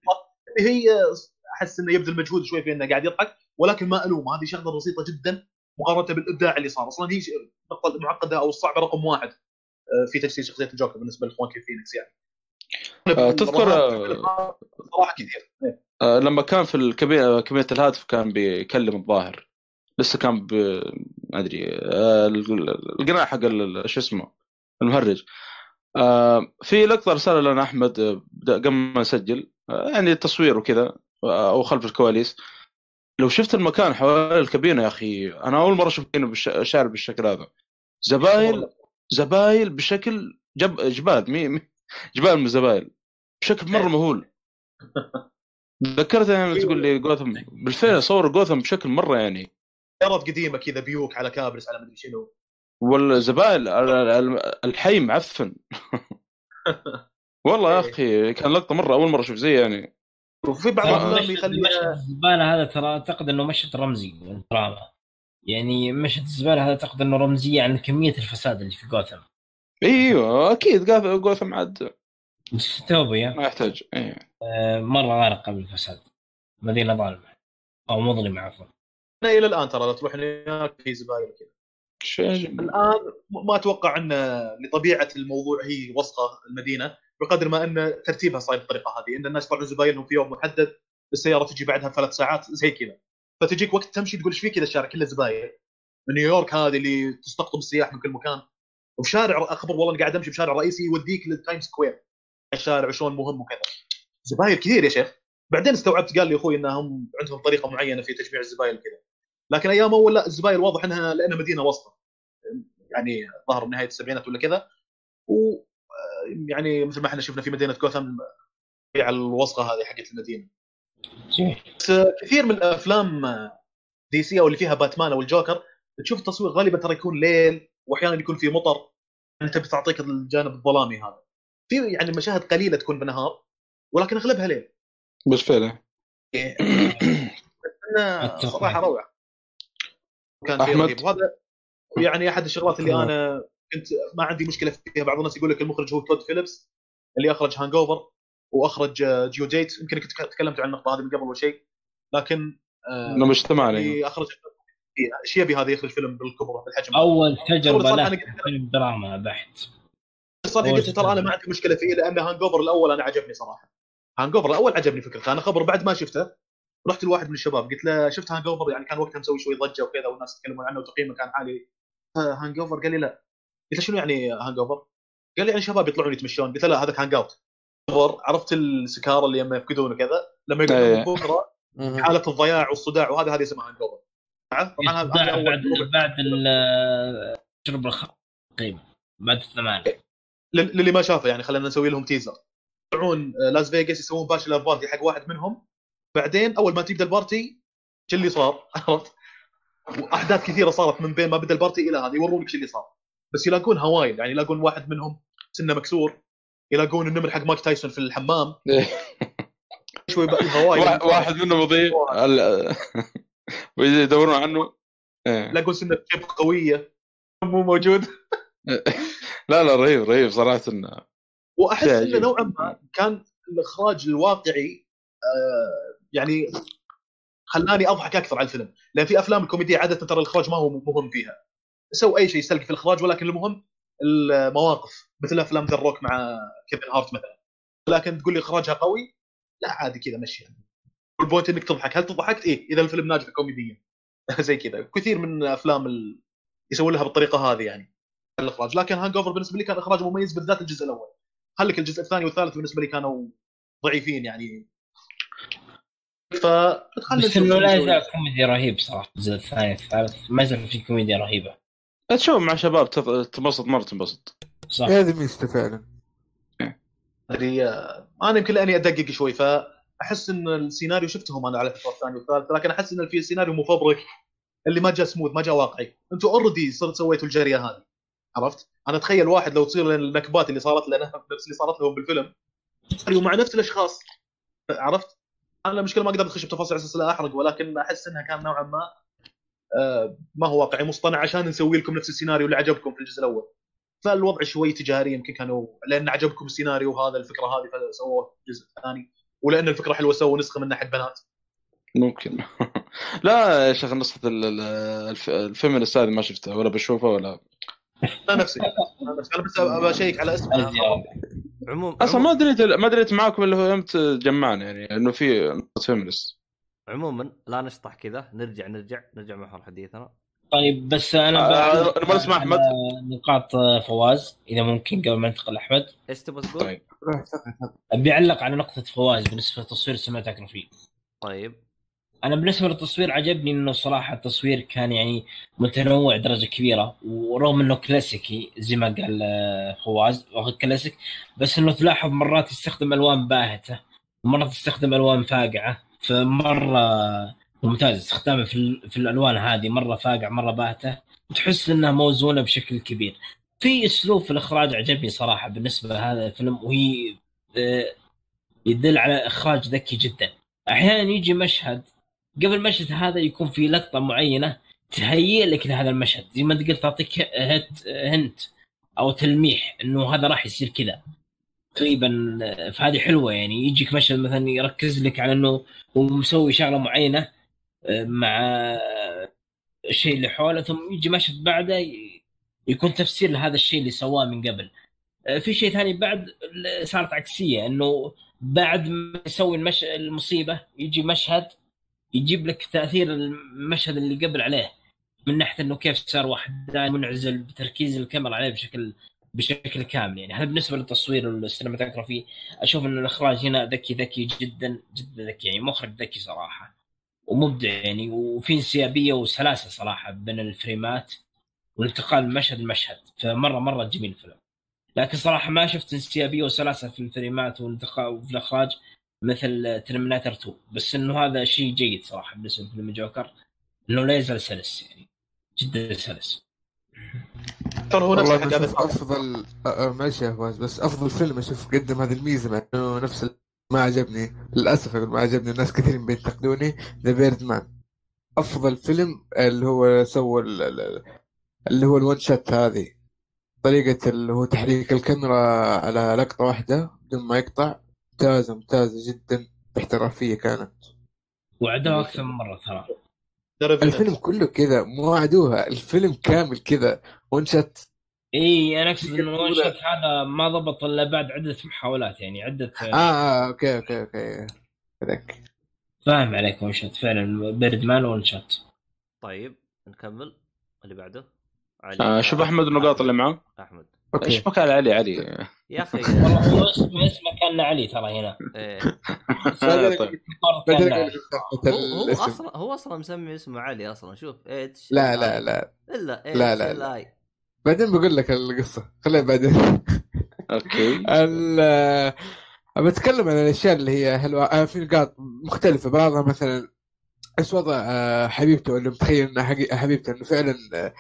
هي احس انه يبذل مجهود شوي في انه قاعد يضحك، ولكن ما الوم، هذه شغله بسيطه جدا مقارنه بالابداع اللي صار. اصلا هي النقطه المعقده او الصعبه رقم واحد في تجسيد شخصيه الجوكر بالنسبه لخواكين فينيكس يعني. آه تذكر صراحه كثير آه لما كان في الكابينه كابينه الهاتف كان بيكلم الظاهر لسه كان ب... ما ادري آه القناع حق شو اسمه المهرج. آه في لقطه رساله لنا احمد قبل ما نسجل آه يعني التصوير وكذا او خلف الكواليس. لو شفت المكان حوالين الكابينه يا اخي انا اول مره اشوف كابينه بالش... شارع بالشكل هذا. زبايل زبايل بشكل جب... جبال مي... مي... جبال من الزبايل بشكل مره مهول. ذكرتني يعني تقول لي جوثم بالفعل صور جوثم بشكل مره يعني سيارات قديمه كذا بيوك على كابرس على مدري شنو والزبائن الحي معفن. والله يا اخي كان لقطه مره اول مره اشوف زي يعني. وفي بعض الافلام يخلي الزباله هذا ترى اعتقد انه مشهد رمزي دراما يعني. مشهد الزباله هذا اعتقد انه رمزيه عن كميه الفساد اللي في جوثم. ايوه اكيد جوثم عاد ديستوبيا ما يحتاج ايوه آه مره غارقه بالفساد. مدينه ظالمه او مظلمه عفوا. الى الان ترى لا تروح هناك في زباين كذا. الان ما اتوقع ان لطبيعه الموضوع هي وسخه المدينه بقدر ما ان ترتيبها صاير بالطريقه هذه ان الناس يطلعون زباينهم في يوم محدد السياره تجي بعدها بثلاث ساعات زي كذا. فتجيك وقت تمشي تقول ايش في كذا الشارع كله زباين. نيويورك هذه اللي تستقطب السياح من كل مكان. وفي شارع اخبر والله قاعد امشي بشارع رئيسي يوديك للتايم سكوير الشارع وشلون مهم وكذا. زباين كثير يا شيخ. بعدين استوعبت قال لي اخوي انهم عندهم طريقه معينه في تجميع الزباين كذا. لكن ايام اول لا الزباين واضح انها لانها مدينه وسطى يعني ظهر بنهايه السبعينات ولا كذا. و يعني مثل ما احنا شفنا في مدينه جوثام على الوسطى هذه حقت المدينه. بس كثير من الافلام دي سي او اللي فيها باتمان او الجوكر تشوف التصوير غالبا ترى يكون ليل واحيانا يكون في مطر. انت بتعطيك الجانب الظلامي هذا. في يعني مشاهد قليله تكون بنهار ولكن اغلبها ليل. بالفعل انا صراحه روعه كان في رهيب. وهذا يعني احد الشغلات اللي انا كنت ما عندي مشكله فيها. بعض الناس يقول لك المخرج هو تود فيليبس اللي اخرج هانغوفر واخرج جيو ديت. يمكن كنت تكلمت عن النقطه هذه من قبل ولا شيء لكن آه مجتمعنا اللي اخرج اشياء بهذا يخرج فيلم بالكبر بالحجم. اول تجربه له فيلم دراما بحت. صراحه قلت ترى انا ما عندي مشكله فيه لان هانغوفر الاول انا عجبني صراحه. هانغوفر الاول عجبني فكرته. انا خبر بعد ما شفته رحت لواحد من الشباب قلت له شفت هانغوفر يعني كان وقتها مسوي شوي ضجه وكذا والناس يتكلمون عنه وتقييمه كان عالي. هانغوفر قال لي لا. قلت له شنو يعني هانغوفر؟ قال لي يعني شباب يطلعون يتمشون. قلت له لا هذاك هانغ اوت. عرفت السكاره اللي لما يفقدون وكذا لما يقولون بكره حاله الضياع والصداع وهذا هذه اسمها هانغوفر. طبعا هذا بعد بعد الشرب الخمر تقريبا بعد الثمان. للي ما شافه يعني خلينا نسوي لهم تيزر. يطلعون لاس فيغاس يسوون باشلر بارتي حق واحد منهم. بعدين اول ما تبدا البارتي شو اللي صار عرفت واحداث كثيره صارت من بين ما بدا البارتي الى هذه يورونك شو اللي صار. بس يلاقون هوايل يعني يلاقون واحد منهم سنه مكسور. يلاقون النمر حق مايك تايسون في الحمام. شوي بقى الهوايل واحد منهم مضيء ويدورون عنه. يلاقون سنه شيب قويه مو موجود. لا لا رهيب رهيب صراحه. إنه واحس انه نوعا ما كان الاخراج الواقعي آه يعني خلاني اضحك اكثر على الفيلم. لان في افلام الكوميديا عاده ترى الاخراج ما هو مهم فيها. سووا اي شيء يسلك في الاخراج ولكن المهم المواقف مثل افلام ذا روك مع كيفن هارت مثلا. لكن تقول لي اخراجها قوي لا عادي كذا مشي. البوينت انك تضحك. هل تضحكت ايه اذا الفيلم ناجح كوميديا زي كذا. كثير من افلام ال... يسوون لها بالطريقه هذه يعني الاخراج. لكن هانغوفر بالنسبه لي كان اخراج مميز بالذات الجزء الاول. خليك الجزء الثاني والثالث بالنسبه لي كانوا ضعيفين يعني. ف بس انه لا يزال كوميدي رهيب صراحه. الجزء الثاني والثالث ما زال في كوميديا رهيبه. تشوف مع شباب تنبسط مره تنبسط. صح هذا ميزته فعلا. هذه انا يمكن لاني ادقق شوي فاحس ان السيناريو شفتهم انا على الفتره الثانيه والثالثه. لكن احس ان في سيناريو مفبرك اللي ما جاء سموث ما جاء واقعي. انتم اوريدي صرت سويتوا الجريه هذه عرفت. انا اتخيل واحد لو تصير النكبات اللي صارت لنا نفس اللي صارت لهم بالفيلم مع نفس الاشخاص عرفت. انا المشكله ما اقدر اخش بتفاصيل اساس لا احرق ولكن احس انها كان نوعا ما آه ما هو واقعي مصطنع عشان نسوي لكم نفس السيناريو اللي عجبكم في الجزء الاول. فالوضع شوي تجاري يمكن كانوا لان عجبكم السيناريو هذا الفكره هذه فسووه الجزء الثاني ولان الفكره حلوه سووا نسخه من ناحيه بنات. ممكن. لا يا شيخ نصة الفيلم الأستاذ ما شفته ولا بشوفه ولا انا نفسي انا نفسي انا بس ابى اشيك على اسمه. عموم اصلا عموم ما دريت ما دريت معاكم اللي هو يوم جمعنا يعني انه في نقطة فيمنست. عموما لا نشطح كذا، نرجع نرجع نرجع محور حديثنا. طيب بس انا آه بعلق نبغى نسمع احمد. نقاط فواز اذا ممكن قبل ما ننتقل احمد. ايش تبغى تقول؟ طيب ابي اعلق على نقطه فواز بالنسبه لتصوير السينماتوجرافي. طيب انا بالنسبه للتصوير عجبني انه صراحه التصوير كان يعني متنوع درجه كبيره، ورغم انه كلاسيكي زي ما قال فواز وهو كلاسيك، بس انه تلاحظ مرات يستخدم الوان باهته ومرات يستخدم الوان فاقعه، فمره ممتاز استخدامه في, في الالوان هذه، مره فاقع مره باهته، وتحس انها موزونه بشكل كبير. في اسلوب في الاخراج عجبني صراحه بالنسبه لهذا الفيلم، وهي يدل على اخراج ذكي جدا. احيانا يجي مشهد قبل المشهد هذا يكون في لقطه معينه تهيئ لك لهذا المشهد، زي ما تقول تعطيك هنت هنت او تلميح انه هذا راح يصير كذا تقريبا. فهذه حلوه يعني، يجيك مشهد مثلا يركز لك على انه هو مسوي شغله معينه مع الشيء اللي حوله، ثم يجي مشهد بعده يكون تفسير لهذا الشيء اللي سواه من قبل. في شيء ثاني بعد صارت عكسيه، انه بعد ما يسوي المش... المصيبه يجي مشهد يجيب لك تاثير المشهد اللي قبل عليه، من ناحيه انه كيف صار واحد منعزل بتركيز الكاميرا عليه بشكل بشكل كامل. يعني هذا بالنسبه للتصوير والسينماتوجرافي، اشوف ان الاخراج هنا ذكي ذكي جدا جدا ذكي، يعني مخرج ذكي صراحه ومبدع يعني، وفي انسيابيه وسلاسه صراحه بين الفريمات والانتقال من مشهد لمشهد، فمره مره جميل الفيلم. لكن صراحه ما شفت انسيابيه وسلاسه في الفريمات والانتقال وفي الاخراج مثل ترميناتر تو، بس انه هذا شيء جيد صراحه بالنسبه لفيلم جوكر، انه لا يزال سلس يعني جدا سلس. ترى هو نفس والله حق هذا بشوف افضل ماشي يا فواز، بس افضل فيلم اشوف قدم هذه الميزه، مع انه نفس ال- ما عجبني للاسف، ما عجبني، الناس كثيرين بينتقدوني. ذا بيرد مان افضل فيلم اللي هو سوى ال- ال- اللي هو الون شات، هذه طريقه اللي هو تحريك الكاميرا على لقطه واحده بدون ما يقطع، ممتازه ممتازه جدا باحترافيه كانت. وعدوها اكثر من مره ترى. الفيلم كله كذا، مو عدوها، الفيلم كامل كذا ون شات. اي انا اقصد انه الون شوت هذا ما ضبط الا بعد عده محاولات، يعني عده اه, آه اوكي اوكي اوكي كذاك. فاهم عليك. ون شوت فعلا بيرد مان ون شوت. طيب نكمل اللي بعده. علي. آه شوف احمد النقاط اللي معاه. احمد ايش مكان علي علي يا اخي والله اسمه اسمه كان علي ترى هنا. ايه طيب. هو, هو اصلا هو اصلا مسمي اسمه علي اصلا. شوف اتش لا لا لا الا لا لا لا بعدين بقول لك القصه، خليها بعدين. اوكي. ال بتكلم عن الاشياء اللي هي حلوه في نقاط مختلفه، بعضها مثلا ايش وضع حبيبته، اللي متخيل ان حبيبته انه فعلا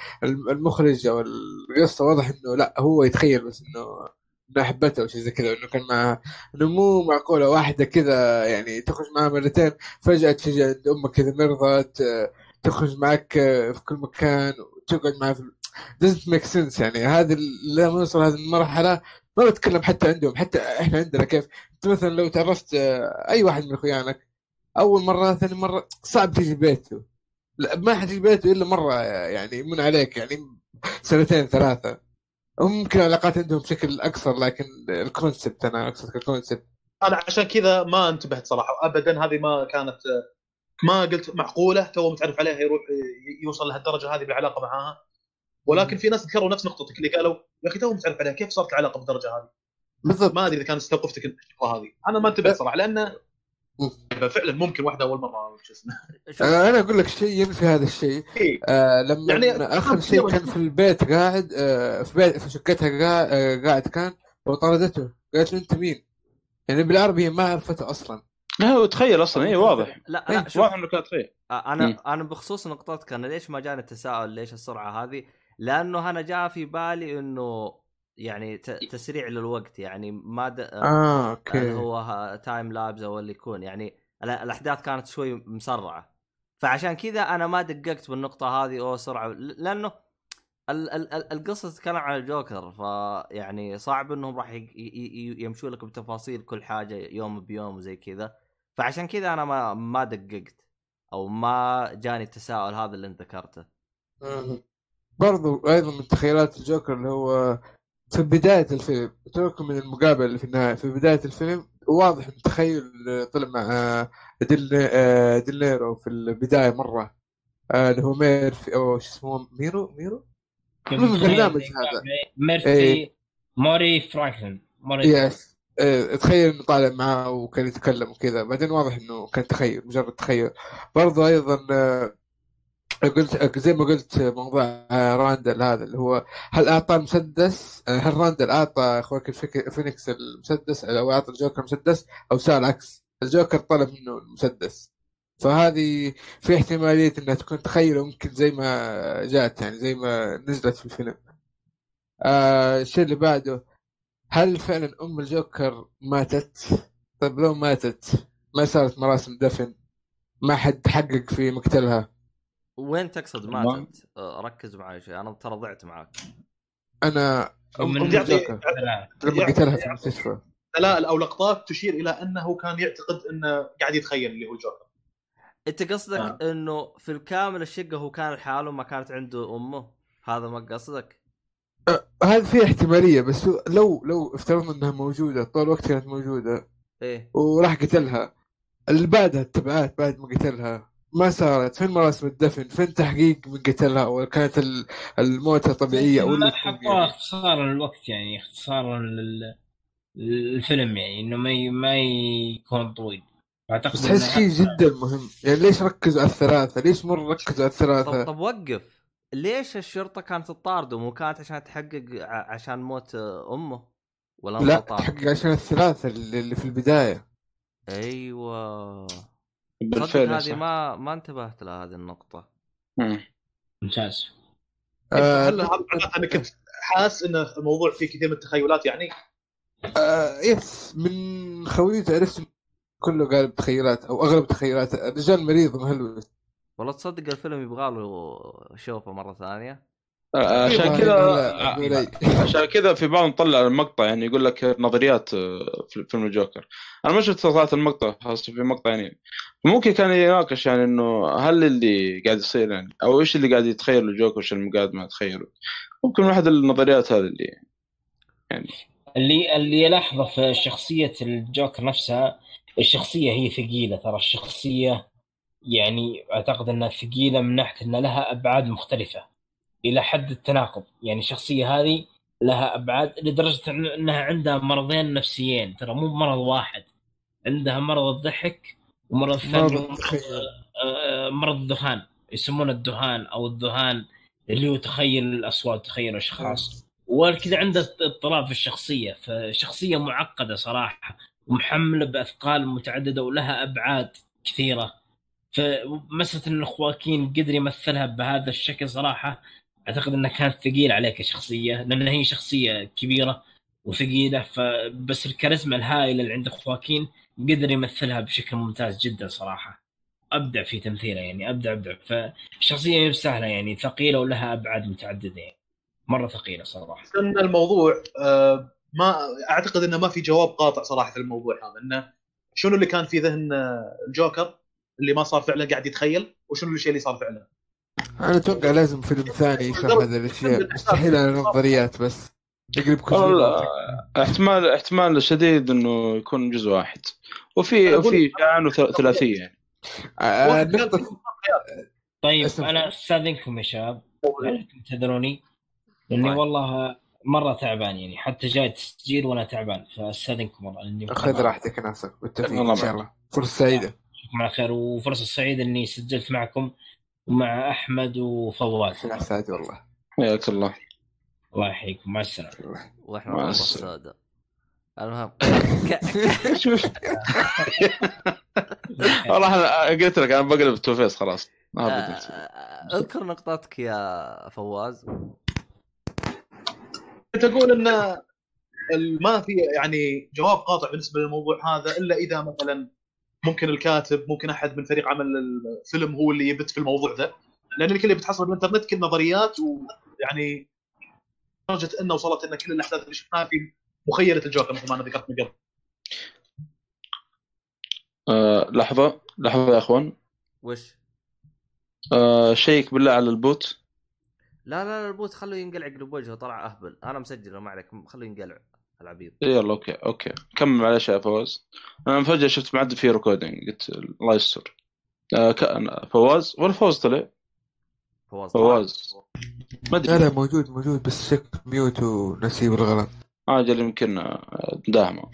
المخرج او القصه واضح انه لا هو يتخيل بس انه انه حبته او شيء زي كذا، انه كان معها، انه مو معقوله واحده كذا يعني تخرج معها مرتين فجاه تجي عند امك كذا مرضت تخرج معك في كل مكان وتقعد معها في doesn't make sense. يعني هذا لما نوصل هذه المرحله ما بتكلم حتى عندهم، حتى احنا عندنا كيف انت مثلا لو تعرفت اي واحد من اخوانك اول مره ثاني مره صعب تيجي بيته، لا ما حتيجي بيته الا مره يعني يمون عليك يعني سنتين ثلاثه. ممكن العلاقات عندهم بشكل اكثر، لكن الكونسبت انا اقصد الكونسبت. انا عشان كذا ما انتبهت صراحه ابدا، هذه ما كانت، ما قلت معقوله تو متعرف عليها يروح يوصل لهالدرجه هذه بالعلاقه معاها. ولكن في ناس ذكروا نفس نقطتك اللي قالوا يا اخي تو متعرف عليها كيف صارت العلاقه بالدرجه هذه بالضبط. ما ادري اذا كان استوقفتك الشغله هذه، انا ما انتبهت صراحه لانه فعلا ممكن واحده اول مره شو اسمه. انا اقول لك شيء ينفي هذا الشيء. آه لما يعني اخر شيء كان في البيت قاعد آه في بيت في شقتها قاعد, آه قاعد كان وطردته، قالت له انت مين؟ يعني بالعربي ما عرفته اصلا. لا هو تخيل اصلا اي واضح. لا لا شوف واضح انه كان تخيل. انا م. انا بخصوص نقطتك انا ليش ما جاني التساؤل ليش السرعه هذه، لانه انا جاء في بالي انه يعني تسريع للوقت، يعني ما د... اه اوكي هو تايم لابز او اللي يكون يعني الاحداث كانت شوي مسرعه، فعشان كذا انا ما دققت بالنقطه هذه او سرعه، لانه ال- ال- القصه تتكلم عن الجوكر، فيعني صعب انهم راح يمشوا لك بتفاصيل كل حاجه يوم بيوم وزي كذا، فعشان كذا انا ما ما دققت. او ما جاني التساؤل هذا اللي انت ذكرته. برضو ايضا من تخيلات الجوكر اللي هو في بداية الفيلم، تركوا من المقابلة اللي في النهاية، في بداية الفيلم واضح ان تخيل طلع مع ديل ديليرو في البداية مرة، اللي هو ميرفي او شو اسمه ميرو ميرو من البرنامج هذا ميرفي إيه. موري فرانكلين موري يس إيه. تخيل انه طالع معاه وكان يتكلم وكذا، بعدين واضح انه كان تخيل مجرد تخيل. برضو ايضا قلت زي ما قلت موضوع راندل هذا اللي هو هل اعطى المسدس، هل راندل اعطى اخوك فينيكس المسدس او اعطى الجوكر المسدس، او سال العكس الجوكر طلب منه المسدس. فهذه في احتماليه انها تكون تخيل وممكن زي ما جاءت يعني زي ما نزلت في الفيلم. آه الشيء اللي بعده، هل فعلا ام الجوكر ماتت؟ طيب لو ماتت ما صارت مراسم دفن، ما حد حقق في مقتلها. وين تقصد ماتت؟ ركز معي شيء، انا ترى ضعت معك. انا ام الجوكر لما قتلها في المستشفى دلائل او لقطات تشير الى انه كان يعتقد انه قاعد يتخيل اللي هو الجوكر. انت قصدك آه. انه في الكامل الشقه هو كان لحاله ما كانت عنده امه؟ هذا ما قصدك؟ أه هذا فيه احتماليه، بس لو لو افترضنا انها موجوده طول الوقت كانت موجوده ايه وراح قتلها، اللي بعدها التبعات بعد ما قتلها ما صارت، فين مراسم الدفن، فين تحقيق من قتلها، او كانت الموتة طبيعيه او ما حطوا اختصارا الوقت يعني اختصارا للفيلم يعني انه ما ما يكون طويل. اعتقد بس هذا شيء جدا مهم يعني. ليش ركزوا على الثلاثه؟ ليش مره ركزوا على الثلاثه؟ طب, طب وقف، ليش الشرطه كانت تطارده؟ مو كانت عشان تحقق عشان موت امه ولا لا تحقق عشان الثلاثه اللي في البدايه. ايوه بالفعل هذه ما ما انتبهت لهذه النقطه. ممتاز. آه هل انا كنت حاس ان الموضوع فيه كثير من التخيلات يعني؟ آه يس من خويته عرفت كله قال بتخيلات او اغلب تخيلات. الرجال مريض مهلوس والله. تصدق الفيلم يبغى له شوفه مره ثانيه عشان كذا عشان كذا في بعض نطلع المقطع يعني يقول لك نظريات في فيلم الجوكر. انا ما شفت ثلاث المقطع، خاصه في مقطع يعني ممكن كان يناقش يعني انه هل اللي قاعد يصير يعني او ايش اللي قاعد يتخيل الجوكر وش اللي قاعد ما يتخيله. ممكن واحد النظريات هذه اللي يعني اللي اللي يلاحظه في شخصيه الجوكر نفسها، الشخصيه هي ثقيله ترى. الشخصيه يعني اعتقد انها ثقيله من ناحيه ان لها ابعاد مختلفه الى حد التناقض. يعني الشخصيه هذه لها ابعاد لدرجه انها عندها مرضين نفسيين ترى، مو مرض واحد. عندها مرض الضحك ومرض ثاني مرض الذهان، يسمونه الدهان او الذهان اللي هو تخيل الاصوات تخيل الاشخاص. وكذا عندها اضطراب في الشخصيه. فشخصيه معقده صراحه ومحمله باثقال متعدده ولها ابعاد كثيره. فمسألة إن خواكين قدر يمثلها بهذا الشكل صراحة أعتقد أنها كانت ثقيلة عليك كشخصية، لأن هي شخصية كبيرة وثقيلة. فبس الكاريزما الهائلة اللي عند خواكين قدر يمثلها بشكل ممتاز جدا صراحة. أبدع في تمثيله يعني أبدع أبدع. فالشخصية مش سهلة يعني، ثقيلة ولها أبعاد متعددة يعني. مرة ثقيلة صراحة. أن الموضوع آه ما أعتقد أنه ما في جواب قاطع صراحة في الموضوع هذا، أنه شنو اللي كان في ذهن الجوكر اللي ما صار فعلا قاعد يتخيل، وشنو الشيء اللي صار فعلا. انا اتوقع لازم فيلم ثاني يشرح هذه الاشياء، مستحيل على نظريات بس يقلب كل احتمال احتمال شديد انه يكون جزء واحد وفي وفي شان وثلاثيه يعني. آه نقطة... طيب انا استاذنكم يا شباب تدروني لاني والله مره تعبان يعني، حتى جاي تسجيل وانا تعبان، فاستاذنكم والله اني خذ راحتك ناسك بالتوفيق ان شاء الله. فرصه سعيده مع خير، وفرصة سعيدة إني سجلت معكم ومع أحمد وفواز. سعيد والله. حياك الله. الله يحييكم. مع السلامة. وإحنا والله السادة. المهم والله قلت لك أنا بقلب التوفيس خلاص. اذكر نقطتك يا فواز. تقول إن ما في يعني جواب قاطع بالنسبة للموضوع هذا إلا إذا مثلاً ممكن الكاتب ممكن أحد من فريق عمل الفيلم هو اللي يبت في الموضوع ذا، لأن الكل اللي بتحصل بالإنترنت كل نظريات، ويعني درجة إنه وصلت إن كل الأحداث اللي شفناها في مخيلة الجوكر مثل ما أنا ذكرت من قبل. أه لحظة لحظة يا أخوان. وش آه شيك بالله على البوت. لا لا البوت خلوه ينقلع قلب وجهه طلع اهبل. انا مسجله ما عليك خلوه ينقلع العبيط. يلا اوكي اوكي كمل معلش يا فواز. انا فجأة شفت معدل في ريكوردينج قلت الله يستر. آه ك... فواز ولا فواز طلع؟ فواز فواز ما لا ادري. لا موجود موجود بس شكل ميوت ونسيب الغلط. اجل يمكن آه، داهمه.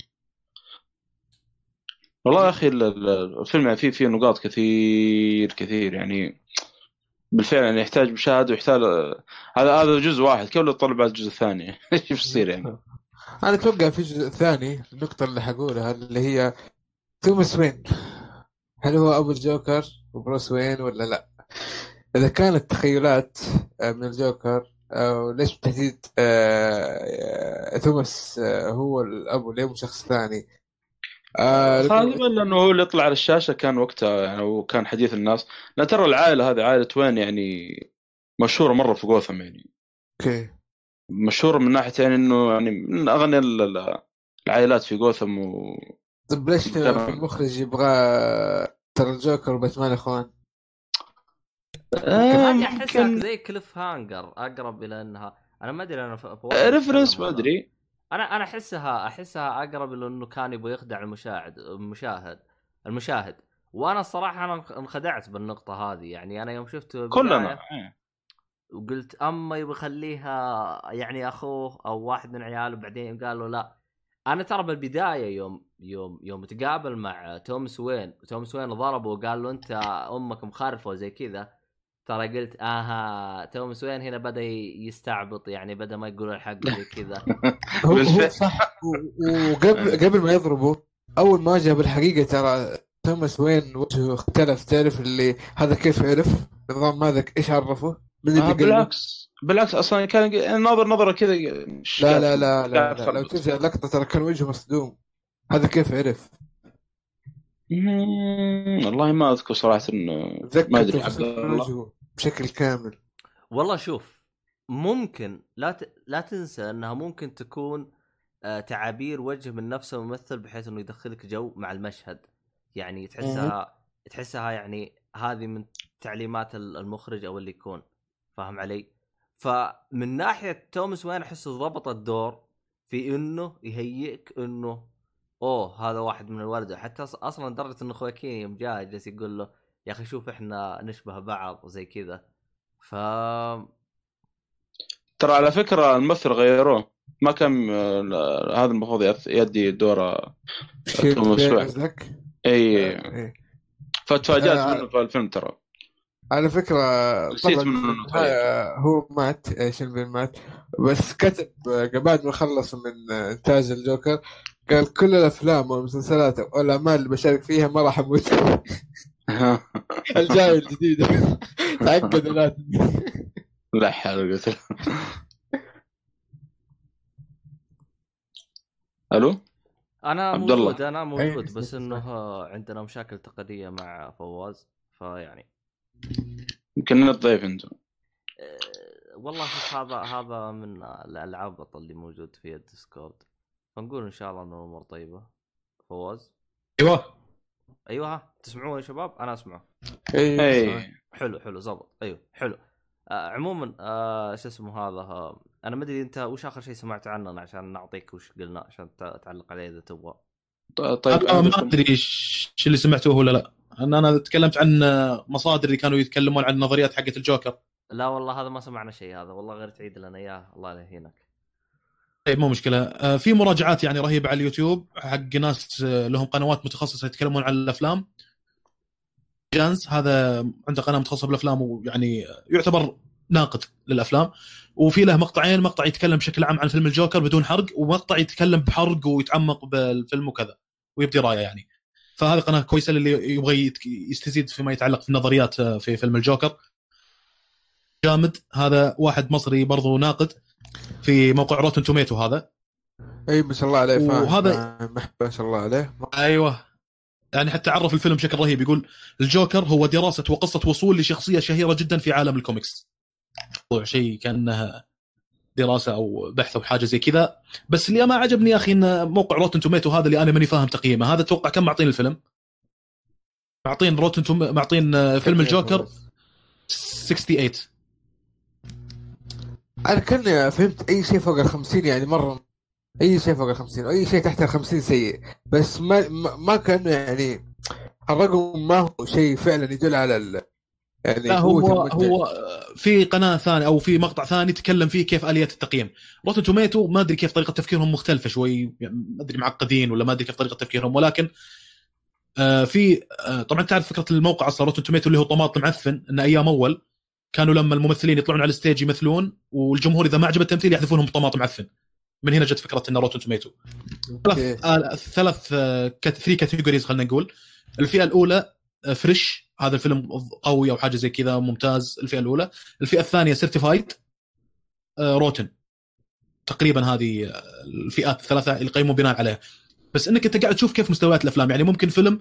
والله يا اخي ال- ال- الفيلم يعني فيه فيه نقاط كثير كثير يعني بالفعل يعني يحتاج مشاهد ويحتاج آه، هذا هذا جزء واحد كيف لو طلع بعد الجزء الثاني ايش بيصير يعني. انا اتوقع في جزء ثاني. النقطة اللي حقولها اللي هي توماس وين، هل هو ابو الجوكر وبروس وين ولا لا؟ اذا كانت تخيلات آه، من الجوكر أو ليش بالتحديد آه، آه، توماس آه، هو الابو ليه مو شخص ثاني؟ آه، غالبا لانه هو اللي يطلع على الشاشه كان وقتها يعني وكان حديث الناس. لا ترى العائله هذه عائله وين يعني مشهوره مره في غوثم يعني. اوكي. مشهوره من ناحيه يعني انه يعني من اغنى ال- ال- العائلات في غوثم و... طب ليش كان- المخرج يبغى ترى الجوكر وباتمان اخوان؟ آه هذه احسها ممكن زي كليف هانجر اقرب الى انها انا ما ادري انا ف- فواز ريفرنس أتكلم ما ولا- ادري. انا انا احسها احسها اقرب الى انه كان يبغى يخدع المشاهد المشاهد المشاهد وانا الصراحه انا انخدعت بالنقطه هذه. يعني انا يوم شفته كلنا بداية إيه. وقلت اما يبغى يخليها يعني اخوه او واحد من عياله بعدين قالوا لا. انا ترى بالبدايه يوم يوم يوم تقابل مع توماس وين توماس وين ضربه وقال له انت امك مخرفه وزي كذا ترى قلت اها توماس وين هنا بدا يستعبط يعني بدا ما يقول الحق زي كذا. هو, هو بالفعل. صح. و- وقبل قبل ما يضربه اول ما جاء بالحقيقه ترى توماس وين وجهه اختلف. تعرف اللي هذا كيف عرف نظام ماذا ايش عرفه من اللي آه قال له؟ بالعكس بالعكس اصلا كان يعني ناظر نظره كذا. لا لا لا لا, لا. لو ترجع لقطه ترى كان وجهه مصدوم. هذا كيف عرف؟ والله ما اذكر صراحه انه ما ادري عبد الله. وجهه بشكل كامل. والله شوف ممكن لا ت... لا تنسى انها ممكن تكون آه تعابير وجه من نفس الممثل بحيث انه يدخلك جو مع المشهد. يعني تحسها تحسها يعني هذه من تعليمات المخرج او اللي يكون فاهم علي. فمن ناحيه توماس وين احس ضبط الدور في انه يهيئك انه اوه هذا واحد من الوردة. حتى اصلا درجه انه خواكين يوم جاء جالس يقول له يا اخي شوف احنا نشبه بعض وزي كذا. ف ترى على فكره الممثل غيروه ما كان آه، هذا المفروض يأث- يدي دور توماس وين. قصدك؟ اي إيه. فتفاجأت آه، منه في الفيلم ترى. على فكرة نسيت طبعا منه في إنه النهاية هو مات شيلبين مات بس كتب بعد ما خلص من إنتاج الجوكر قال كل الأفلام والمسلسلات والأعمال اللي بشارك فيها ما راح أموت. الجاي الجديد تعقد لا لا حول قلت الو انا عبد الله. موجود انا موجود أي، بس صح. انه عندنا مشاكل تقنيه مع فواز فيعني يمكن نضيف انتم. أه والله شوف هذا هذا من الالعاب اللي موجود في الديسكورد فنقول ان شاء الله انه الامور طيبه. فواز ايوه ايوه ها تسمعون يا شباب انا اسمع. اي اي حلو حلو زبط ايوه حلو. آه عموما آه شو اسمه هذا ها. انا ما ادري انت وش اخر شيء سمعت عننا عشان نعطيك وش قلنا عشان تعلق عليه اذا تبغى. طيب انا ما ادري ايش اللي سمعتوه ولا لا. انا انا تكلمت عن مصادر اللي كانوا يتكلمون عن النظريات حقت الجوكر. لا والله هذا ما سمعنا شيء هذا والله غير تعيد لنا اياه الله لا يهينك. طيب مو مشكله. في مراجعات يعني رهيبه على اليوتيوب حق ناس لهم قنوات متخصصه يتكلمون عن الافلام. جانس هذا عنده قناه متخصصه بالافلام ويعني يعتبر ناقد للافلام وفي له مقطعين مقطع يتكلم بشكل عام عن فيلم الجوكر بدون حرق ومقطع يتكلم بحرق ويتعمق بالفيلم وكذا ويبدي رايه يعني. فهذه قناه كويسه للي يبغى يستزيد فيما يتعلق في النظريات في فيلم الجوكر. جامد هذا واحد مصري برضو ناقد في موقع روتن توميتو هذا. اي ما شاء الله عليه فاهم. وهذا ما شاء الله عليه. ايوه يعني حتى عرف الفيلم بشكل رهيب. يقول الجوكر هو دراسه وقصه وصول لشخصيه شهيره جدا في عالم الكوميكس. موضوع شيء كانها دراسه او بحث او حاجه زي كذا. بس اللي ما عجبني يا اخي ان موقع روتن توميتو هذا اللي انا ماني فاهم تقييمه. هذا اتوقع كم معطين الفيلم؟ معطين روتن توم معطين فيلم الجوكر ثمانية وستين. انا كان فهمت اي شيء فوق الخمسين يعني مره، اي شيء فوق الخمسين واي شيء تحت الخمسين سيء، بس ما ما, ما كان يعني الرقم ما هو شيء فعلا يدل على ال... يعني لا هو هو في قناه ثانيه او في مقطع ثاني تكلم فيه كيف اليه التقييم. روتن توميتو ما ادري كيف طريقه تفكيرهم مختلفه شوي، ما ادري معقدين ولا ما ادري كيف طريقه تفكيرهم، ولكن آه في آه طبعا تعرف فكره الموقع اصلا روتن توميتو اللي هو طماط معفن، ان ايام اول كانوا لما الممثلين يطلعون على الستيج يمثلون والجمهور اذا ما عجب التمثيل يحذفونهم بطماط معفن. من هنا جت فكره ان روتن توميتو ثلاث آه ثلاث آه ثري كاتيجوريز خلينا نقول. الفئه الاولى آه فريش، هذا الفيلم قوي او حاجه زي كذا ممتاز، الفئه الاولى. الفئه الثانيه سيرتيفايد آه روتن، تقريبا هذه الفئات الثلاثه اللي يقيمون بناء عليها. بس انك انت قاعد تشوف كيف مستويات الافلام، يعني ممكن فيلم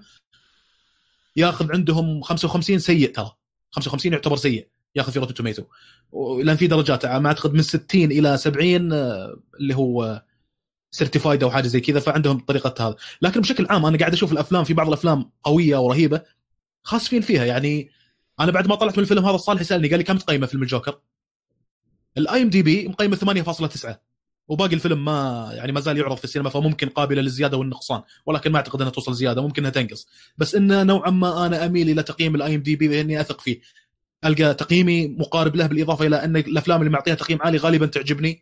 ياخذ عندهم خمسة وخمسين سيء، ترى خمسة وخمسين يعتبر سيء ياخذ في روتن توميتو، لان في درجات ما اعتقد من ستين الى سبعين اللي هو سيرتيفايد او حاجه زي كذا، فعندهم طريقه هذا. لكن بشكل عام انا قاعد اشوف الافلام، في بعض الافلام قويه ورهيبه خاصين فيها. يعني انا بعد ما طلعت من الفيلم هذا الصالح سالني قال لي كم تقيمه فيلم الجوكر؟ الاي ام دي بي مقيمه ثمانية فاصلة تسعة، وباقي الفيلم ما يعني ما زال يعرض في السينما، فممكن قابله للزياده والنقصان، ولكن ما اعتقد انها توصل زياده، ممكن انها تنقص. بس انه نوعا ما انا اميل الى تقييم الاي ام دي بي لاني اثق فيه، القى تقييمي مقارب له، بالاضافه الى ان الافلام اللي معطيها تقييم عالي غالبا تعجبني.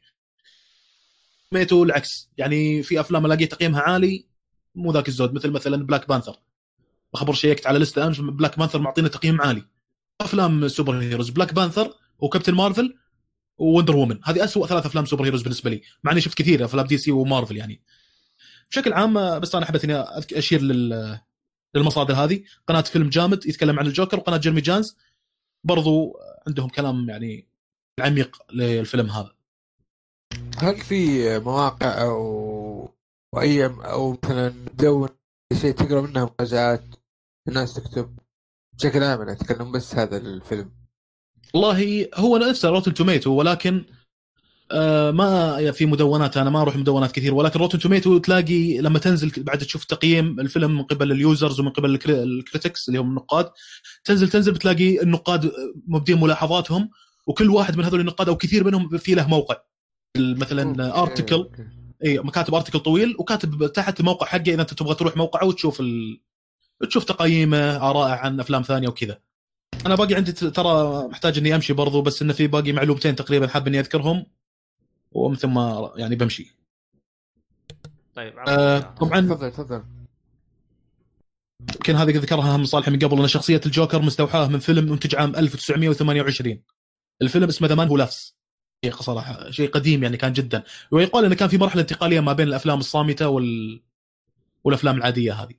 ميتو العكس، يعني في افلام الاقي تقييمها عالي مو ذاك الزود، مثل مثلا بلاك بانثر، بخبر شيكت على لسته امس بلاك بانثر معطينا تقييم عالي. افلام سوبر هيروز بلاك بانثر وكابتن مارفل ووندر وومن، هذه أسوأ ثلاث افلام سوبر هيروز بالنسبه لي، مع اني شفت كثير افلام دي سي ومارفل يعني بشكل عام. بس انا حبيت اني اشير لل للمصادر هذه. قناه فيلم جامد يتكلم عن الجوكر، وقناه جيرمي جانز برضو عندهم كلام يعني عميق للفيلم هذا. هل في مواقع او اي او مثلا مدون شيء تقرا منها مراجعات الناس تكتب بشكل عام؟ انا اتكلم بس هذا الفيلم. والله هو نفسه روتن توميتو، ولكن آه ما في مدونات، انا ما اروح مدونات كثير، ولكن روتن توميتو تلاقي لما تنزل بعد تشوف تقييم الفيلم من قبل اليوزرز ومن قبل الكريتكس اللي هم النقاد، تنزل تنزل بتلاقي النقاد مبدين ملاحظاتهم، وكل واحد من هذول النقاد او كثير منهم في له موقع، مثلا ارتكل اي كاتب ارتكل طويل وكاتب تحت الموقع حقه، اذا انت تبغى تروح موقعه وتشوف ال... تشوف تقييمه، آراءه عن افلام ثانيه وكذا. انا باقي عندي ترى محتاج اني امشي برضو، بس انه في باقي معلومتين تقريبا حاب اني اذكرهم ومن ثم يعني بمشي. طيب آه طبعا تفضل تفضل. يمكن هذه ذكرها هم صالح من قبل، ان شخصيه الجوكر مستوحاه من فيلم منتج عام ألف وتسعمية وثمانية وعشرين. الفيلم اسمه ذا مان هو لافس، صراحه شيء قديم يعني كان جدا، ويقال انه كان في مرحله انتقاليه ما بين الافلام الصامته وال والافلام العاديه هذه.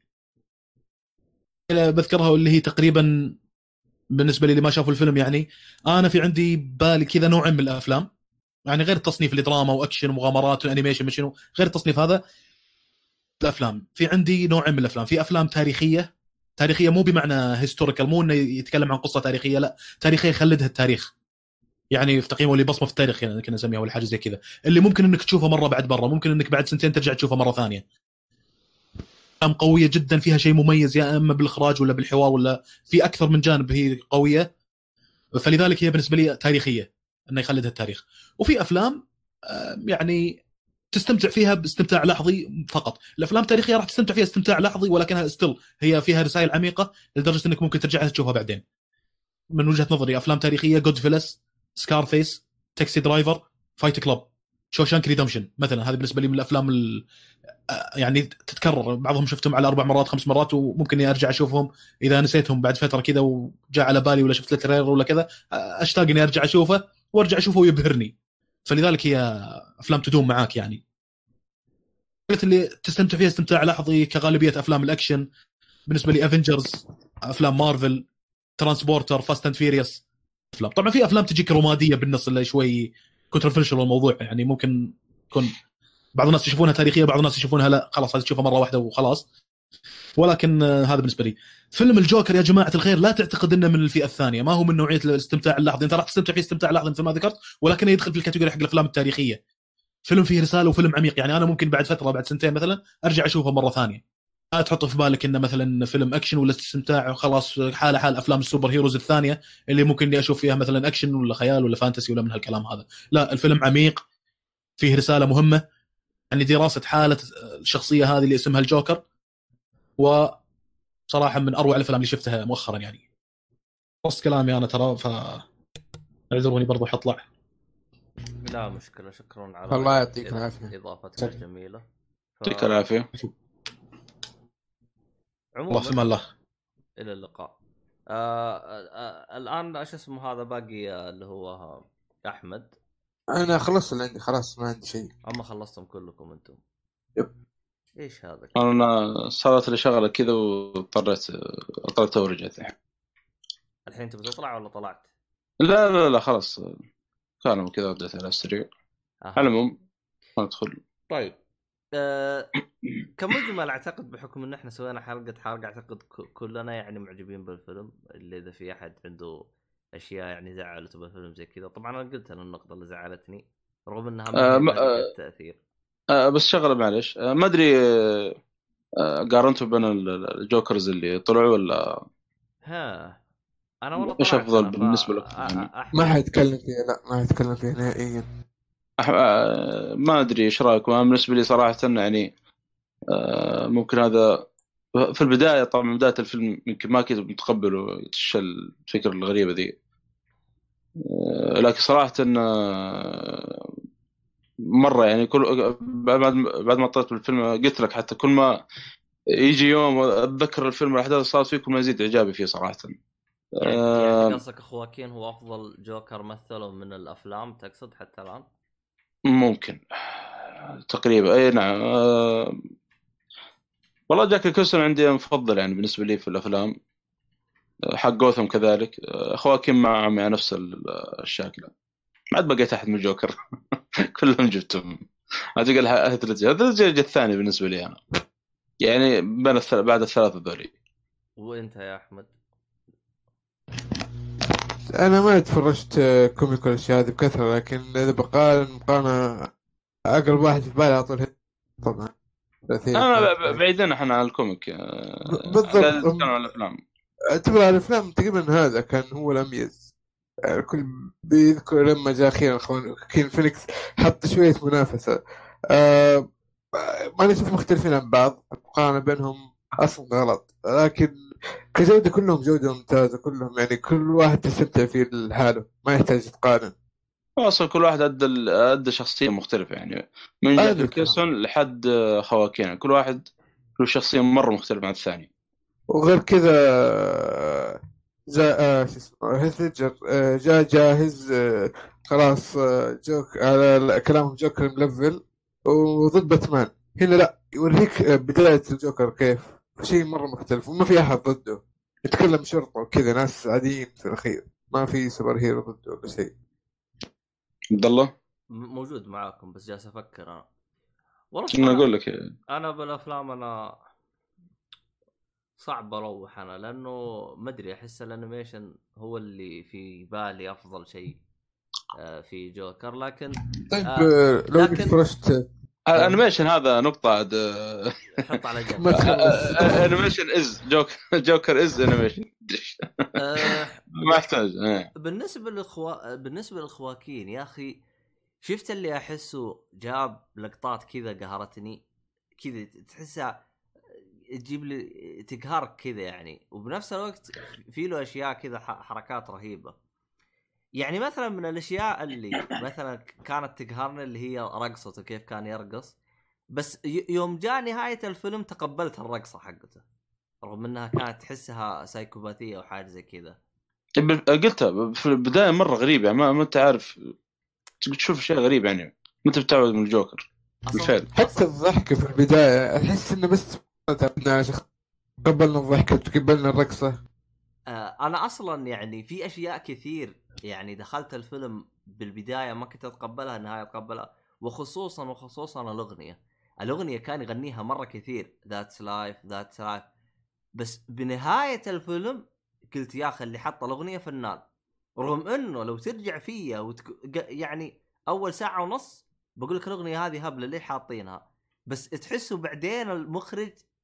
بذكرها اللي هي تقريبا بالنسبه لي اللي ما شافوا الفيلم، يعني انا في عندي بالي كذا نوع من الافلام، يعني غير التصنيف اللي دراما واكشن ومغامرات وانيميشن مشينو، غير التصنيف هذا الافلام في عندي نوع من الافلام. في افلام تاريخيه، تاريخيه مو بمعنى هيستوريكال، مو انه يتكلم عن قصه تاريخيه، لا تاريخيه يخلدها التاريخ، يعني في تقييمه اللي بصمه في التاريخ يعني كنا نسميها ولا حاجه زي كذا، اللي ممكن انك تشوفها مره بعد مره، ممكن انك بعد سنتين ترجع تشوفها مره ثانيه. افلام قويه جدا فيها شيء مميز، يا اما بالاخراج ولا بالحوار ولا في اكثر من جانب هي قويه، فلذلك هي بالنسبه لي تاريخيه انه يخلدها التاريخ. وفي افلام يعني تستمتع فيها باستمتاع لحظي فقط. الافلام التاريخيه راح تستمتع فيها استمتاع لحظي، ولكنها ستيل هي فيها رسائل عميقه لدرجه انك ممكن ترجعها تشوفها بعدين. من وجهه نظري افلام تاريخيه جود فيلس، سكارفيس، تاكسي درايفر، فايت كلاب، شوشانك ريدمشن مثلا، هذه بالنسبه لي من الافلام ال... يعني تتكرر، بعضهم شفتهم على اربع مرات خمس مرات، وممكن اني ارجع اشوفهم اذا نسيتهم بعد فتره كذا وجاء على بالي ولا شفت له تريلر ولا كذا، اشتاق اني ارجع اشوفه وارجع اشوفه ويبهرني. فلذلك هي افلام تدوم معاك، يعني قلت اللي تستمتع فيها استمتاع لحظي كغالبيه افلام الاكشن. بالنسبه لي افنجرز، افلام مارفل، ترانسبورتر، فاست اند فيريوس افلام. طبعا في افلام تجيك روماديه بالنص اللي شوي كونتروفيرشل الموضوع، يعني ممكن يكون بعض الناس يشوفونها تاريخيه، بعض الناس يشوفونها لا خلاص هذه تشوفها مره واحده وخلاص. ولكن هذا بالنسبه لي. فيلم الجوكر يا جماعه الخير لا تعتقد انه من الفئه الثانيه، ما هو من نوعيه الاستمتاع اللحظي، انت راح تستمتع فيه استمتاع لحظي مثل ما ذكرت، ولكن يدخل في الكاتيجوري حق الافلام التاريخيه. فيلم فيه رساله وفيلم عميق، يعني انا ممكن بعد فتره بعد سنتين مثلا ارجع اشوفه مره ثانيه. لا تحط في بالك انه مثلا فيلم اكشن ولا استمتاع وخلاص حاله حال افلام السوبر هيروز الثانيه اللي ممكن اني اشوف فيها مثلا اكشن ولا خيال ولا فانتسي ولا من هالكلام هذا. لا، الفيلم عميق، فيه رساله مهمه، يعني دراسه حاله الشخصيه هذه اللي اسمها الجوكر، وصراحه من اروع الافلام اللي شفتها مؤخرا. يعني نص كلامي انا ترى، ف اعذروني برضو حطلع. لا مشكله، شكرا على الله يعطيك العافيه، اضافتك الجميله. يعطيك العافيه. الله في الله. الى اللقاء. آه آه آه الان ايش اسمه هذا باقي اللي هو احمد. انا خلصت اللي عندي خلاص، ما عندي شيء. اما خلصتم كلكم انتم؟ يب. ايش هذا؟ انا صارت لي شغله كذا واضطريت اضطريت ورجعت. الحين انت بتطلع ولا طلعت؟ لا لا لا خلاص كانوا كذا رديت على السريع. على العموم ندخل. طيب أه... كمجمل اعتقد بحكم ان احنا سوينا حلقه حلقه اعتقد كلنا يعني معجبين بالفيلم. اللي اذا في احد عنده اشياء يعني زعلته بالفيلم زي كذا، طبعا انا قلت انا النقطه اللي زعلتني رغم انها آه ما آه لها تاثير. آه بس شغله معلش، آه ما ادري آه قارنتوا بين الجوكرز اللي طلعوا ولا ها؟ انا والله ايش افضل ف... بالنسبه لك؟ يعني ما حيتكلم فيها، لا ما حيتكلم فيها نهائيا. أح... آه ما ادري ايش رايكم. انا بالنسبه لي صراحه يعني آه ممكن هذا في البدايه، طبعا بدايه الفيلم يمكن ما كنت متقبل الفكره الغريبه ذي، آه لكن صراحه آه مره يعني كل بعد بعد ما طلعت بالفيلم قلت لك حتى كل ما يجي يوم اتذكر الفيلم الاحداث اللي صارت فيه كل ما يزيد اعجابي فيه صراحه. يعني آه يعني قصدك خواكين هو افضل جوكر مثله من الافلام تقصد حتى الان؟ ممكن تقريبا اي نعم. آه والله جاك نيكلسون عندي مفضل يعني بالنسبه لي في الافلام. حق جوثم كذلك. خواكين معهم يعني نفس الشكل. ما عاد بقيت احد من الجوكر كلهم جبتهم. اعتقد هذا هذا الثاني بالنسبه لي انا، يعني بين الثل... بعد الثلاثه ذولي. وانت يا احمد؟ انا ما تفرجت كوميك الاشياء هذه بكثره، لكن اذا بقارن مقارنه اقرب واحد في بالي اعطيه طبعا. انا بعيدين احنا عن الكوميك بالضبط. نتكلم عن الافلام. اعتبر على الافلام تقريبا هذا كان هو الاميز. الكل بيذكر لما جاء اخيرا خواكين فينيكس حط شويه منافسه. أه ما نشوف مختلفين عن بعض، المقارنه بينهم اصلا غلط، لكن كجودة كلهم جودة ممتازة كلهم، يعني كل واحد تستمتع فيه لحاله ما يحتاج تقارن. اصلا كل واحد ادى ادى شخصيه مختلفه، يعني من جاك نيكلسون لحد خواكين كل واحد له شخصيه مره مختلفه عن الثاني. وغير كذا جاء هيثجر جاء جاهز خلاص جوك على كلامهم جوكر ملفل وضد باتمان. هنا لا، يوريك بداية الجوكر كيف شيء مرة مختلف وما في أحد ضده، يتكلم شرطة وكذا ناس عاديين في الأخير، ما في سوبر هيرو ضده ولا شيء. عبد الله موجود معاكم بس جالس أفكر أنا والله. أنا أقول لك أنا بالأفلام أنا صعب أروح أنا، لأنه ما أدري أحس الأنيميشن هو اللي في بالي أفضل شيء في جوكر. لكن طيب آه لو لكن... فرشت الانيميشن هذا نقطة عاد حط على جنب. انيميشن از جوكر جوكر از انيميشن ما يحتاج. بالنسبة للخوا بالنسبة للخواكين يا أخي، شفت اللي أحسه جاب لقطات كذا قهرتني كذا، تحسها تجيب لي تقهرك كذا يعني، وبنفس الوقت في له أشياء كذا حركات رهيبة. يعني مثلا من الاشياء اللي مثلا كانت تقهرني اللي هي رقصته، كيف كان يرقص، بس يوم جاء نهاية الفيلم تقبلت الرقصة حقته رغم انها كانت تحسها سايكوباثية او حاجة زي كذا. قلتها في البداية مرة غريب، يعني ما انت عارف تشوف شيء غريب، يعني ما انت بتعود من الجوكر بالفعل. حتى الضحك في البداية احس انه بس قبلنا الضحك وتقبلنا الرقصة. انا اصلا يعني في اشياء كثير يعني دخلت الفيلم بالبدايه ما كنت اتقبلها، النهايه اتقبلها، وخصوصا وخصوصا الاغنيه الاغنيه كان يغنيها مره كثير، ذاتس لايف ذاتس لايف، بس بنهايه الفيلم قلت يا اخي اللي حط الاغنيه فنان. رغم انه لو ترجع فيها وتك... يعني اول ساعه ونص بقول لك الاغنيه هذه هبله ليه حاطينها، بس تحسوا بعدين المخرج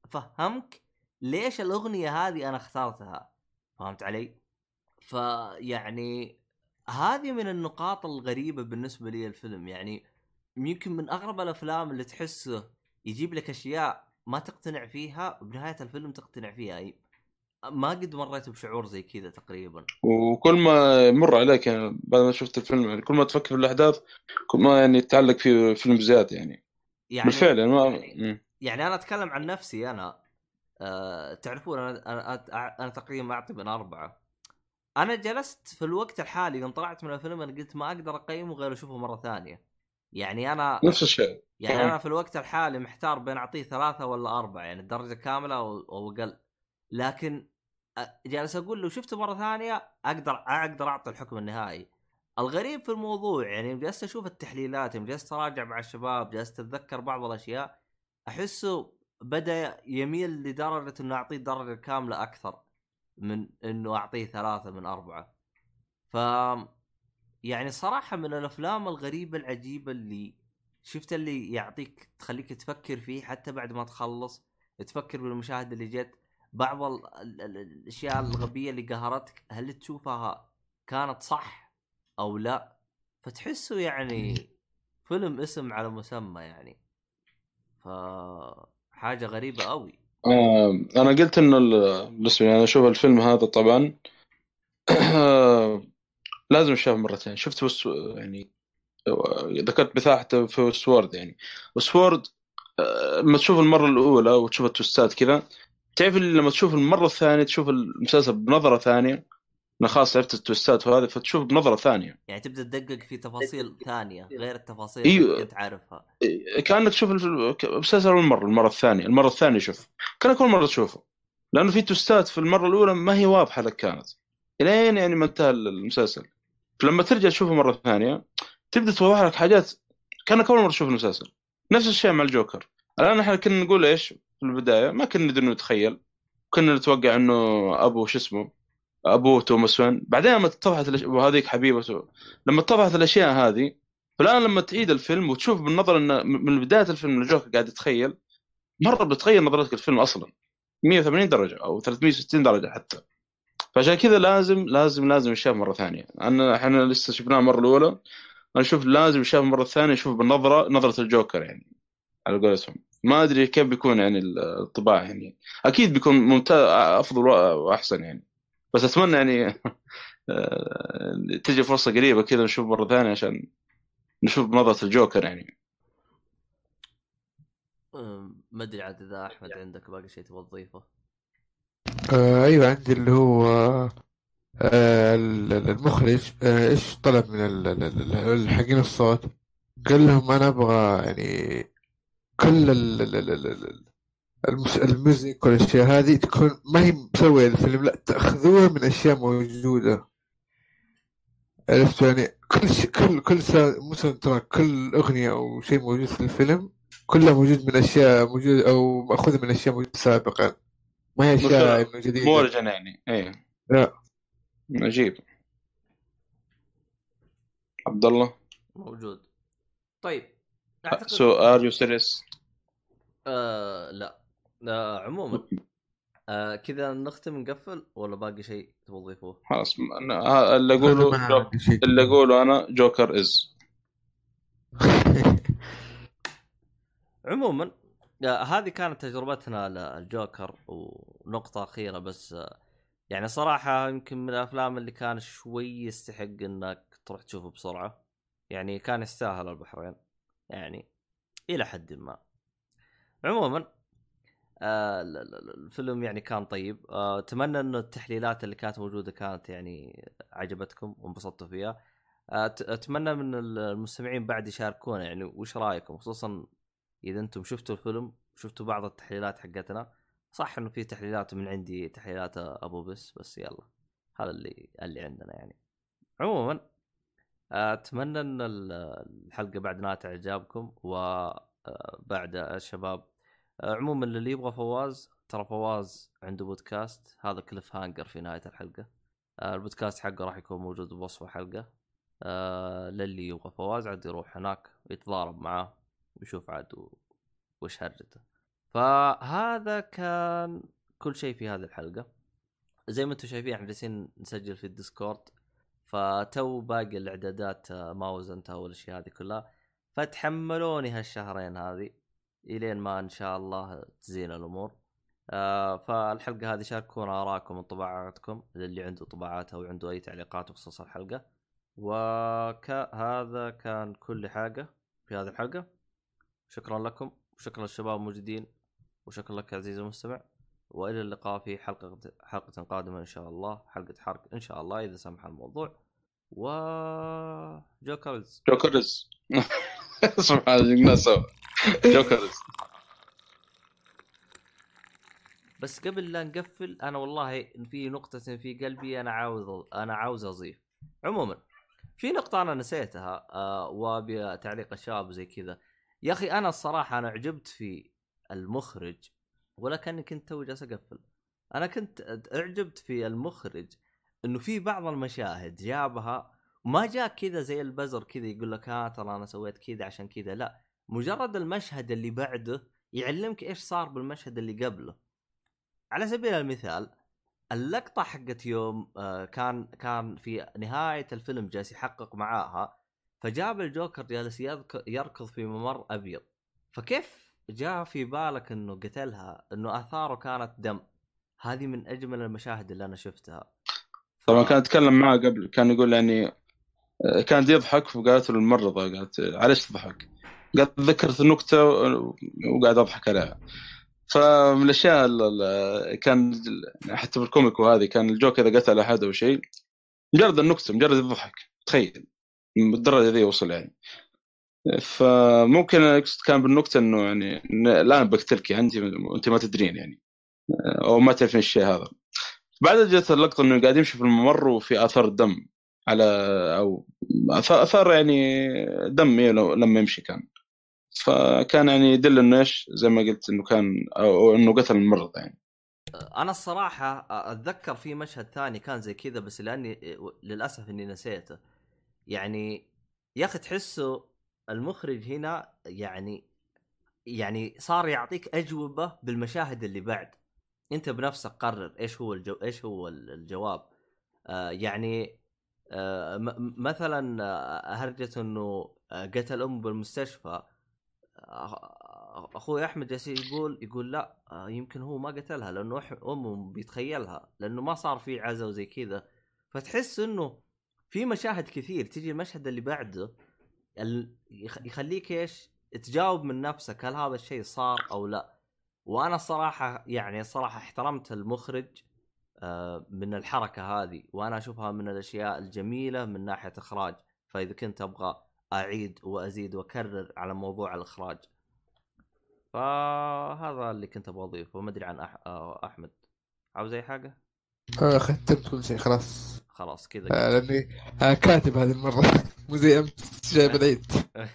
افهمك ليش الاغنيه هذه انا اخترتها، فهمت علي؟ فيعني هذه من النقاط الغريبه بالنسبه لي الفيلم. يعني يمكن من اغرب الافلام اللي تحسه يجيب لك اشياء ما تقتنع فيها وبنهايه الفيلم تقتنع فيها. ما قد مريت بشعور زي كذا تقريبا. وكل ما يمر عليك يعني بعد ما شفت الفيلم يعني كل ما تفكر في الأحداث كل ما يعني تعلق في فيلم زيادة يعني, يعني بالفعل يعني, ما... يعني, يعني انا اتكلم عن نفسي انا. أه تعرفون انا انا, أنا تقريبا اعطي من اربعه. انا جلست في الوقت الحالي يوم طلعت من الفيلم انا قلت ما اقدر اقيمه غير اشوفه مره ثانيه. يعني انا نفس الشيء يعني انا في الوقت الحالي محتار بين اعطيه ثلاثة ولا أربعة، يعني الدرجة كاملة او اقل. لكن جالس اقول لو شفته مرة ثانية اقدر اقدر اعطي الحكم النهائي. الغريب في الموضوع يعني جلست اشوف التحليلات، جلست اراجع مع الشباب، جلست اتذكر بعض الاشياء، احسه بدا يميل لدرجة انه اعطيه الدرجة كاملة اكثر من انه اعطيه ثلاثة من أربعة. ف يعني صراحة من الافلام الغريبة العجيبة اللي شفت، اللي يعطيك تخليك تفكر فيه حتى بعد ما تخلص، تفكر بالمشاهد اللي جت. بعض ال ال ال الاشياء الغبية اللي قهرتك هل تشوفها كانت صح او لا. فتحسه يعني فيلم اسم على مسمى يعني. ف حاجة غريبة قوي. آه أنا قلت إنه ال- بالنسبة لي أنا أشوف الفيلم هذا طبعا لازم أشوفه مرتين. شفت بس يعني ذكرت بثاحته في وستورد يعني وستورد لما تشوف المرة الأولى وتشوف التوستات كذا تعرف اللي لما تشوف المرة الثانية تشوف المسلسل بنظرة ثانية. أنا خلاص عرفت التوستات وهذا فتشوف بنظرة ثانية يعني تبدأ تدقق في تفاصيل ثانية غير التفاصيل اللي أيوه كنت عارفها. كأنك تشوف المسلسل أول مرة المرة الثانية المرة الثانية شوف كأنك كل مرة تشوفه لأنه في توستات في المرة الأولى ما هي واضحة لك كانت لين يعني ما انتهى المسلسل. فلما ترجع تشوفه مرة ثانية تبدأ توضح لك حاجات كأنك أول مرة تشوف المسلسل. نفس الشيء مع الجوكر. الآن احنا كنا نقول إيش في البداية ما كنا نقدر نتخيل كنا نتوقع إنه أبو شو اسمه أبوه توماس وين. بعدين لما اتضحت الأش... وهذيك حبيبته لما اتضحت الأشياء هذه فالآن لما تعيد الفيلم وتشوف بالنظر إن من بداية الفيلم الجوكر قاعد يتخيل مرة بتغير نظرتك الفيلم أصلا مية وثمانين درجة أو ثلاثمية وستين درجة حتى. فعشان كذا لازم لازم لازم نشاف مرة ثانية. أنا إحنا لسه شفناه المرة الأولى أنا أشوف لازم نشاف مرة ثانية نشوف بالنظرة نظرة الجوكر يعني على قولتهم. ما أدري كيف بيكون يعني الطباع يعني أكيد بيكون ممتاز أفضل وأحسن يعني. بس أتمنى يعني تجي فرصة قريبة كذا نشوف مرة ثانية عشان نشوف بنظرة الجوكر يعني. ما أدري عاد إذا أحمد عندك باقي شيء تبغى تضيفه. آه أيوة عندي اللي هو آه المخرج آه إيش طلب من ال- ال- ال- الحقين الصوت. قال لهم أنا أبغى يعني كل ال- ال- ال- ال- ال- المس- الموسيقى والأشياء هذه تكون ما هي مسوية الفيلم، لا تأخذوها من أشياء موجودة. عرفت يعني كل ش... كل كل سا... مثلا ترى كل أغنية أو شيء موجود في الفيلم كله موجود من أشياء موجودة أو مأخوذة من أشياء موجودة سابقا، ما هي أشياء إنه جديدة. مورجن يعني إيه لا عجيب. عبد الله موجود. طيب أعتقد سو ار يو سيريس آه لا آه عموما آه كذا نختم نقفل ولا باقي شيء تبغى تضيفوه؟ خلاص أنا اللي أقوله أنا ما جو... عندي شيء. اللي أقوله أنا جوكر إز. عموما آه هذه كانت تجربتنا للجوكر. ونقطة أخيرة بس آه يعني صراحة يمكن من الأفلام اللي كان شوي يستحق إنك تروح تشوفه بسرعة. يعني كان يستاهل البحرين يعني إلى حد ما. عموما آه الفيلم يعني كان طيب. آه أتمنى إنه التحليلات اللي كانت موجودة كانت يعني عجبتكم وانبسطتوا فيها. آه أتمنى من المستمعين بعد يشاركونا يعني وش رأيكم، خصوصا إذا أنتم شفتوا الفيلم شفتوا بعض التحليلات حقتنا. صح إنه في تحليلات من عندي تحليلات أبو بس بس يلا هذا اللي اللي عندنا يعني. عموما آه أتمنى إن الحلقة بعد نهاية إعجابكم وبعد الشباب. عموما اللي يبغى فواز ترى فواز عنده بودكاست هذا كليف هانجر في نهاية الحلقة. البودكاست حقه راح يكون موجود بوصف الحلقة. للي يبغى فواز عاد يروح هناك ويتضارب معاه ويشوف عاد وش هرجته. فهذا كان كل شيء في هذه الحلقة. زي ما انتم شايفين احنا جالسين نسجل في الديسكورد، فتو باقي الاعدادات ما وزنتها والاشياء هذه كلها، فتحملوني هالشهرين هذه الين ما ان شاء الله تزين الامور. آه فالحلقة هذه شاركونا آراءكم وانطباعاتكم للي عنده طباعات او عنده اي تعليقات بخصوص الحلقة. وهذا كان كل حاجة في هذه الحلقة. شكرا لكم وشكرا للشباب الموجودين وشكرا لك عزيزي المستمع، والى اللقاء في حلقة حلقة قادمة ان شاء الله، حلقة حرق ان شاء الله اذا سمح الموضوع. و جوكرز جوكرز سبحان الله سوا جوكرز. بس قبل لا نقفل انا والله في نقطة في قلبي انا عاوز انا عاوز اضيف. عموما في نقطة انا نسيتها آه وبتعليق الشباب زي كذا. يا اخي انا الصراحة انا عجبت في المخرج، ولكني كنت تو جالس اقفل. انا كنت اعجبت في المخرج انه في بعض المشاهد جابها ما جاء كذا زي البزر كذا يقول لك ها ترى انا سويت كذا عشان كذا، لا مجرد المشهد اللي بعده يعلمك ايش صار بالمشهد اللي قبله. على سبيل المثال اللقطة حقت يوم آه كان كان في نهاية الفيلم جالس يحقق معاها، فجاب الجوكر جالس يركض في ممر ابيض، فكيف جاء في بالك انه قتلها انه اثاره كانت دم؟ هذه من اجمل المشاهد اللي انا شفتها. ف... طبعا كان اتكلم معه قبل كان يقول يعني كان يضحك وقالت له الممرضة قالت علاش تضحك؟ قالت ذكرت النكتة وقاعد اضحك عليها. فمن الاشياء كان حتى بالكوميك وهذه كان الجوكر اذا قتل احد او شيء مجرد النكتة مجرد الضحك تخيل بالدرجة ذي وصل يعني. فممكن كان بالنكتة انه يعني لا بقتلك انت انت ما تدرين يعني او ما تعرفين الشيء هذا. بعد جت اللقطة انه قاعد يمشي في الممر وفي اثار دم على او اثار يعني دم لما يمشي كان، فكان يعني يدل انه ايش زي ما قلت انه كان او انه قتل الممرض يعني. انا الصراحة اتذكر في مشهد ثاني كان زي كذا بس لاني للاسف اني نسيته. يعني يا اخي تحسه المخرج هنا يعني يعني صار يعطيك اجوبة بالمشاهد اللي بعد، انت بنفسك قرر ايش هو الجو... ايش هو الجواب. آه يعني آه م- مثلا آه هرجة انه قتل امه بالمستشفى، آه اخوي احمد جالس يقول يقول لا آه يمكن هو ما قتلها لانه امه بيتخيلها لانه ما صار فيه عزا وزي كذا. فتحس انه في مشاهد كثير تيجي المشهد اللي بعده ال... يخليك ايش تجاوب من نفسك هل هذا الشيء صار او لا. وانا الصراحه يعني الصراحه احترمت المخرج من الحركه هذه، وانا اشوفها من الاشياء الجميله من ناحيه اخراج. فاذا كنت ابغى اعيد وازيد واكرر على موضوع الاخراج، فهذا اللي كنت ابغى اضيفه. ما ادري عن أح... احمد عاوز اي حاجه؟ اه ختمت كل شيء خلاص خلاص كذا آه لاني آه كاتب هذه المره مو زي امس جايب العيد.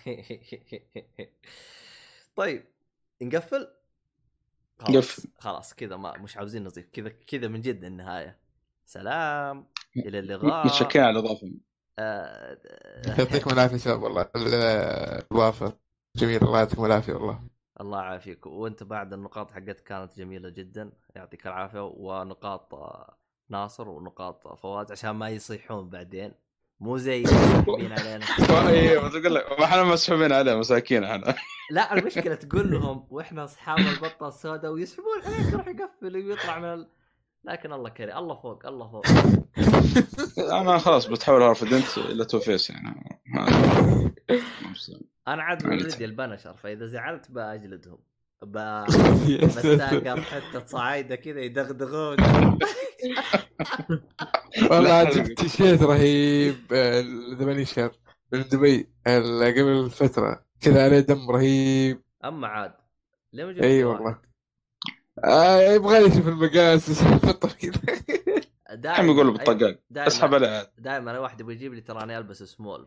طيب نقفل خلاص خلاص كذا ما مش عاوزين نضيف كذا كذا من جد النهايه. سلام الى اللقاء. متشكرين على الاضافه. آه... يعطيكم العافيه شباب والله الوافه جميل الله يعطيكم العافيه والله. الله يعافيك. وانت بعد النقاط حقتك كانت جميله جدا يعطيك العافيه، ونقاط ناصر ونقاط فواز عشان ما يصيحون بعدين مو زي مسحوبين علينا. ايوه تقول لك احنا مسحوبين عليه مساكين احنا. لا المشكله تقول لهم واحنا اصحاب البطه السوداء ويسحبون عليك يروح يقفل ويطلع من ال... لكن الله كريم الله فوق الله فوق. انا خلاص بتحول هارفدنت الى تو فيس يعني. انا عاد ولدي البنشر فاذا زعلت باجلدهم بستاقر حتى صعايده كذا يدغدغون. والله جبت تيشيرت رهيب ثمانية شهر من دبي قبل فتره كذا عليه دم رهيب. اما عاد ليه ما جبت؟ اي والله آه يبغى لي اشوف المقاس الفتره كذا. دائما يقولوا بالطقاق اسحب عليه. دائما انا واحد يبغى يجيب لي تراني البس سمول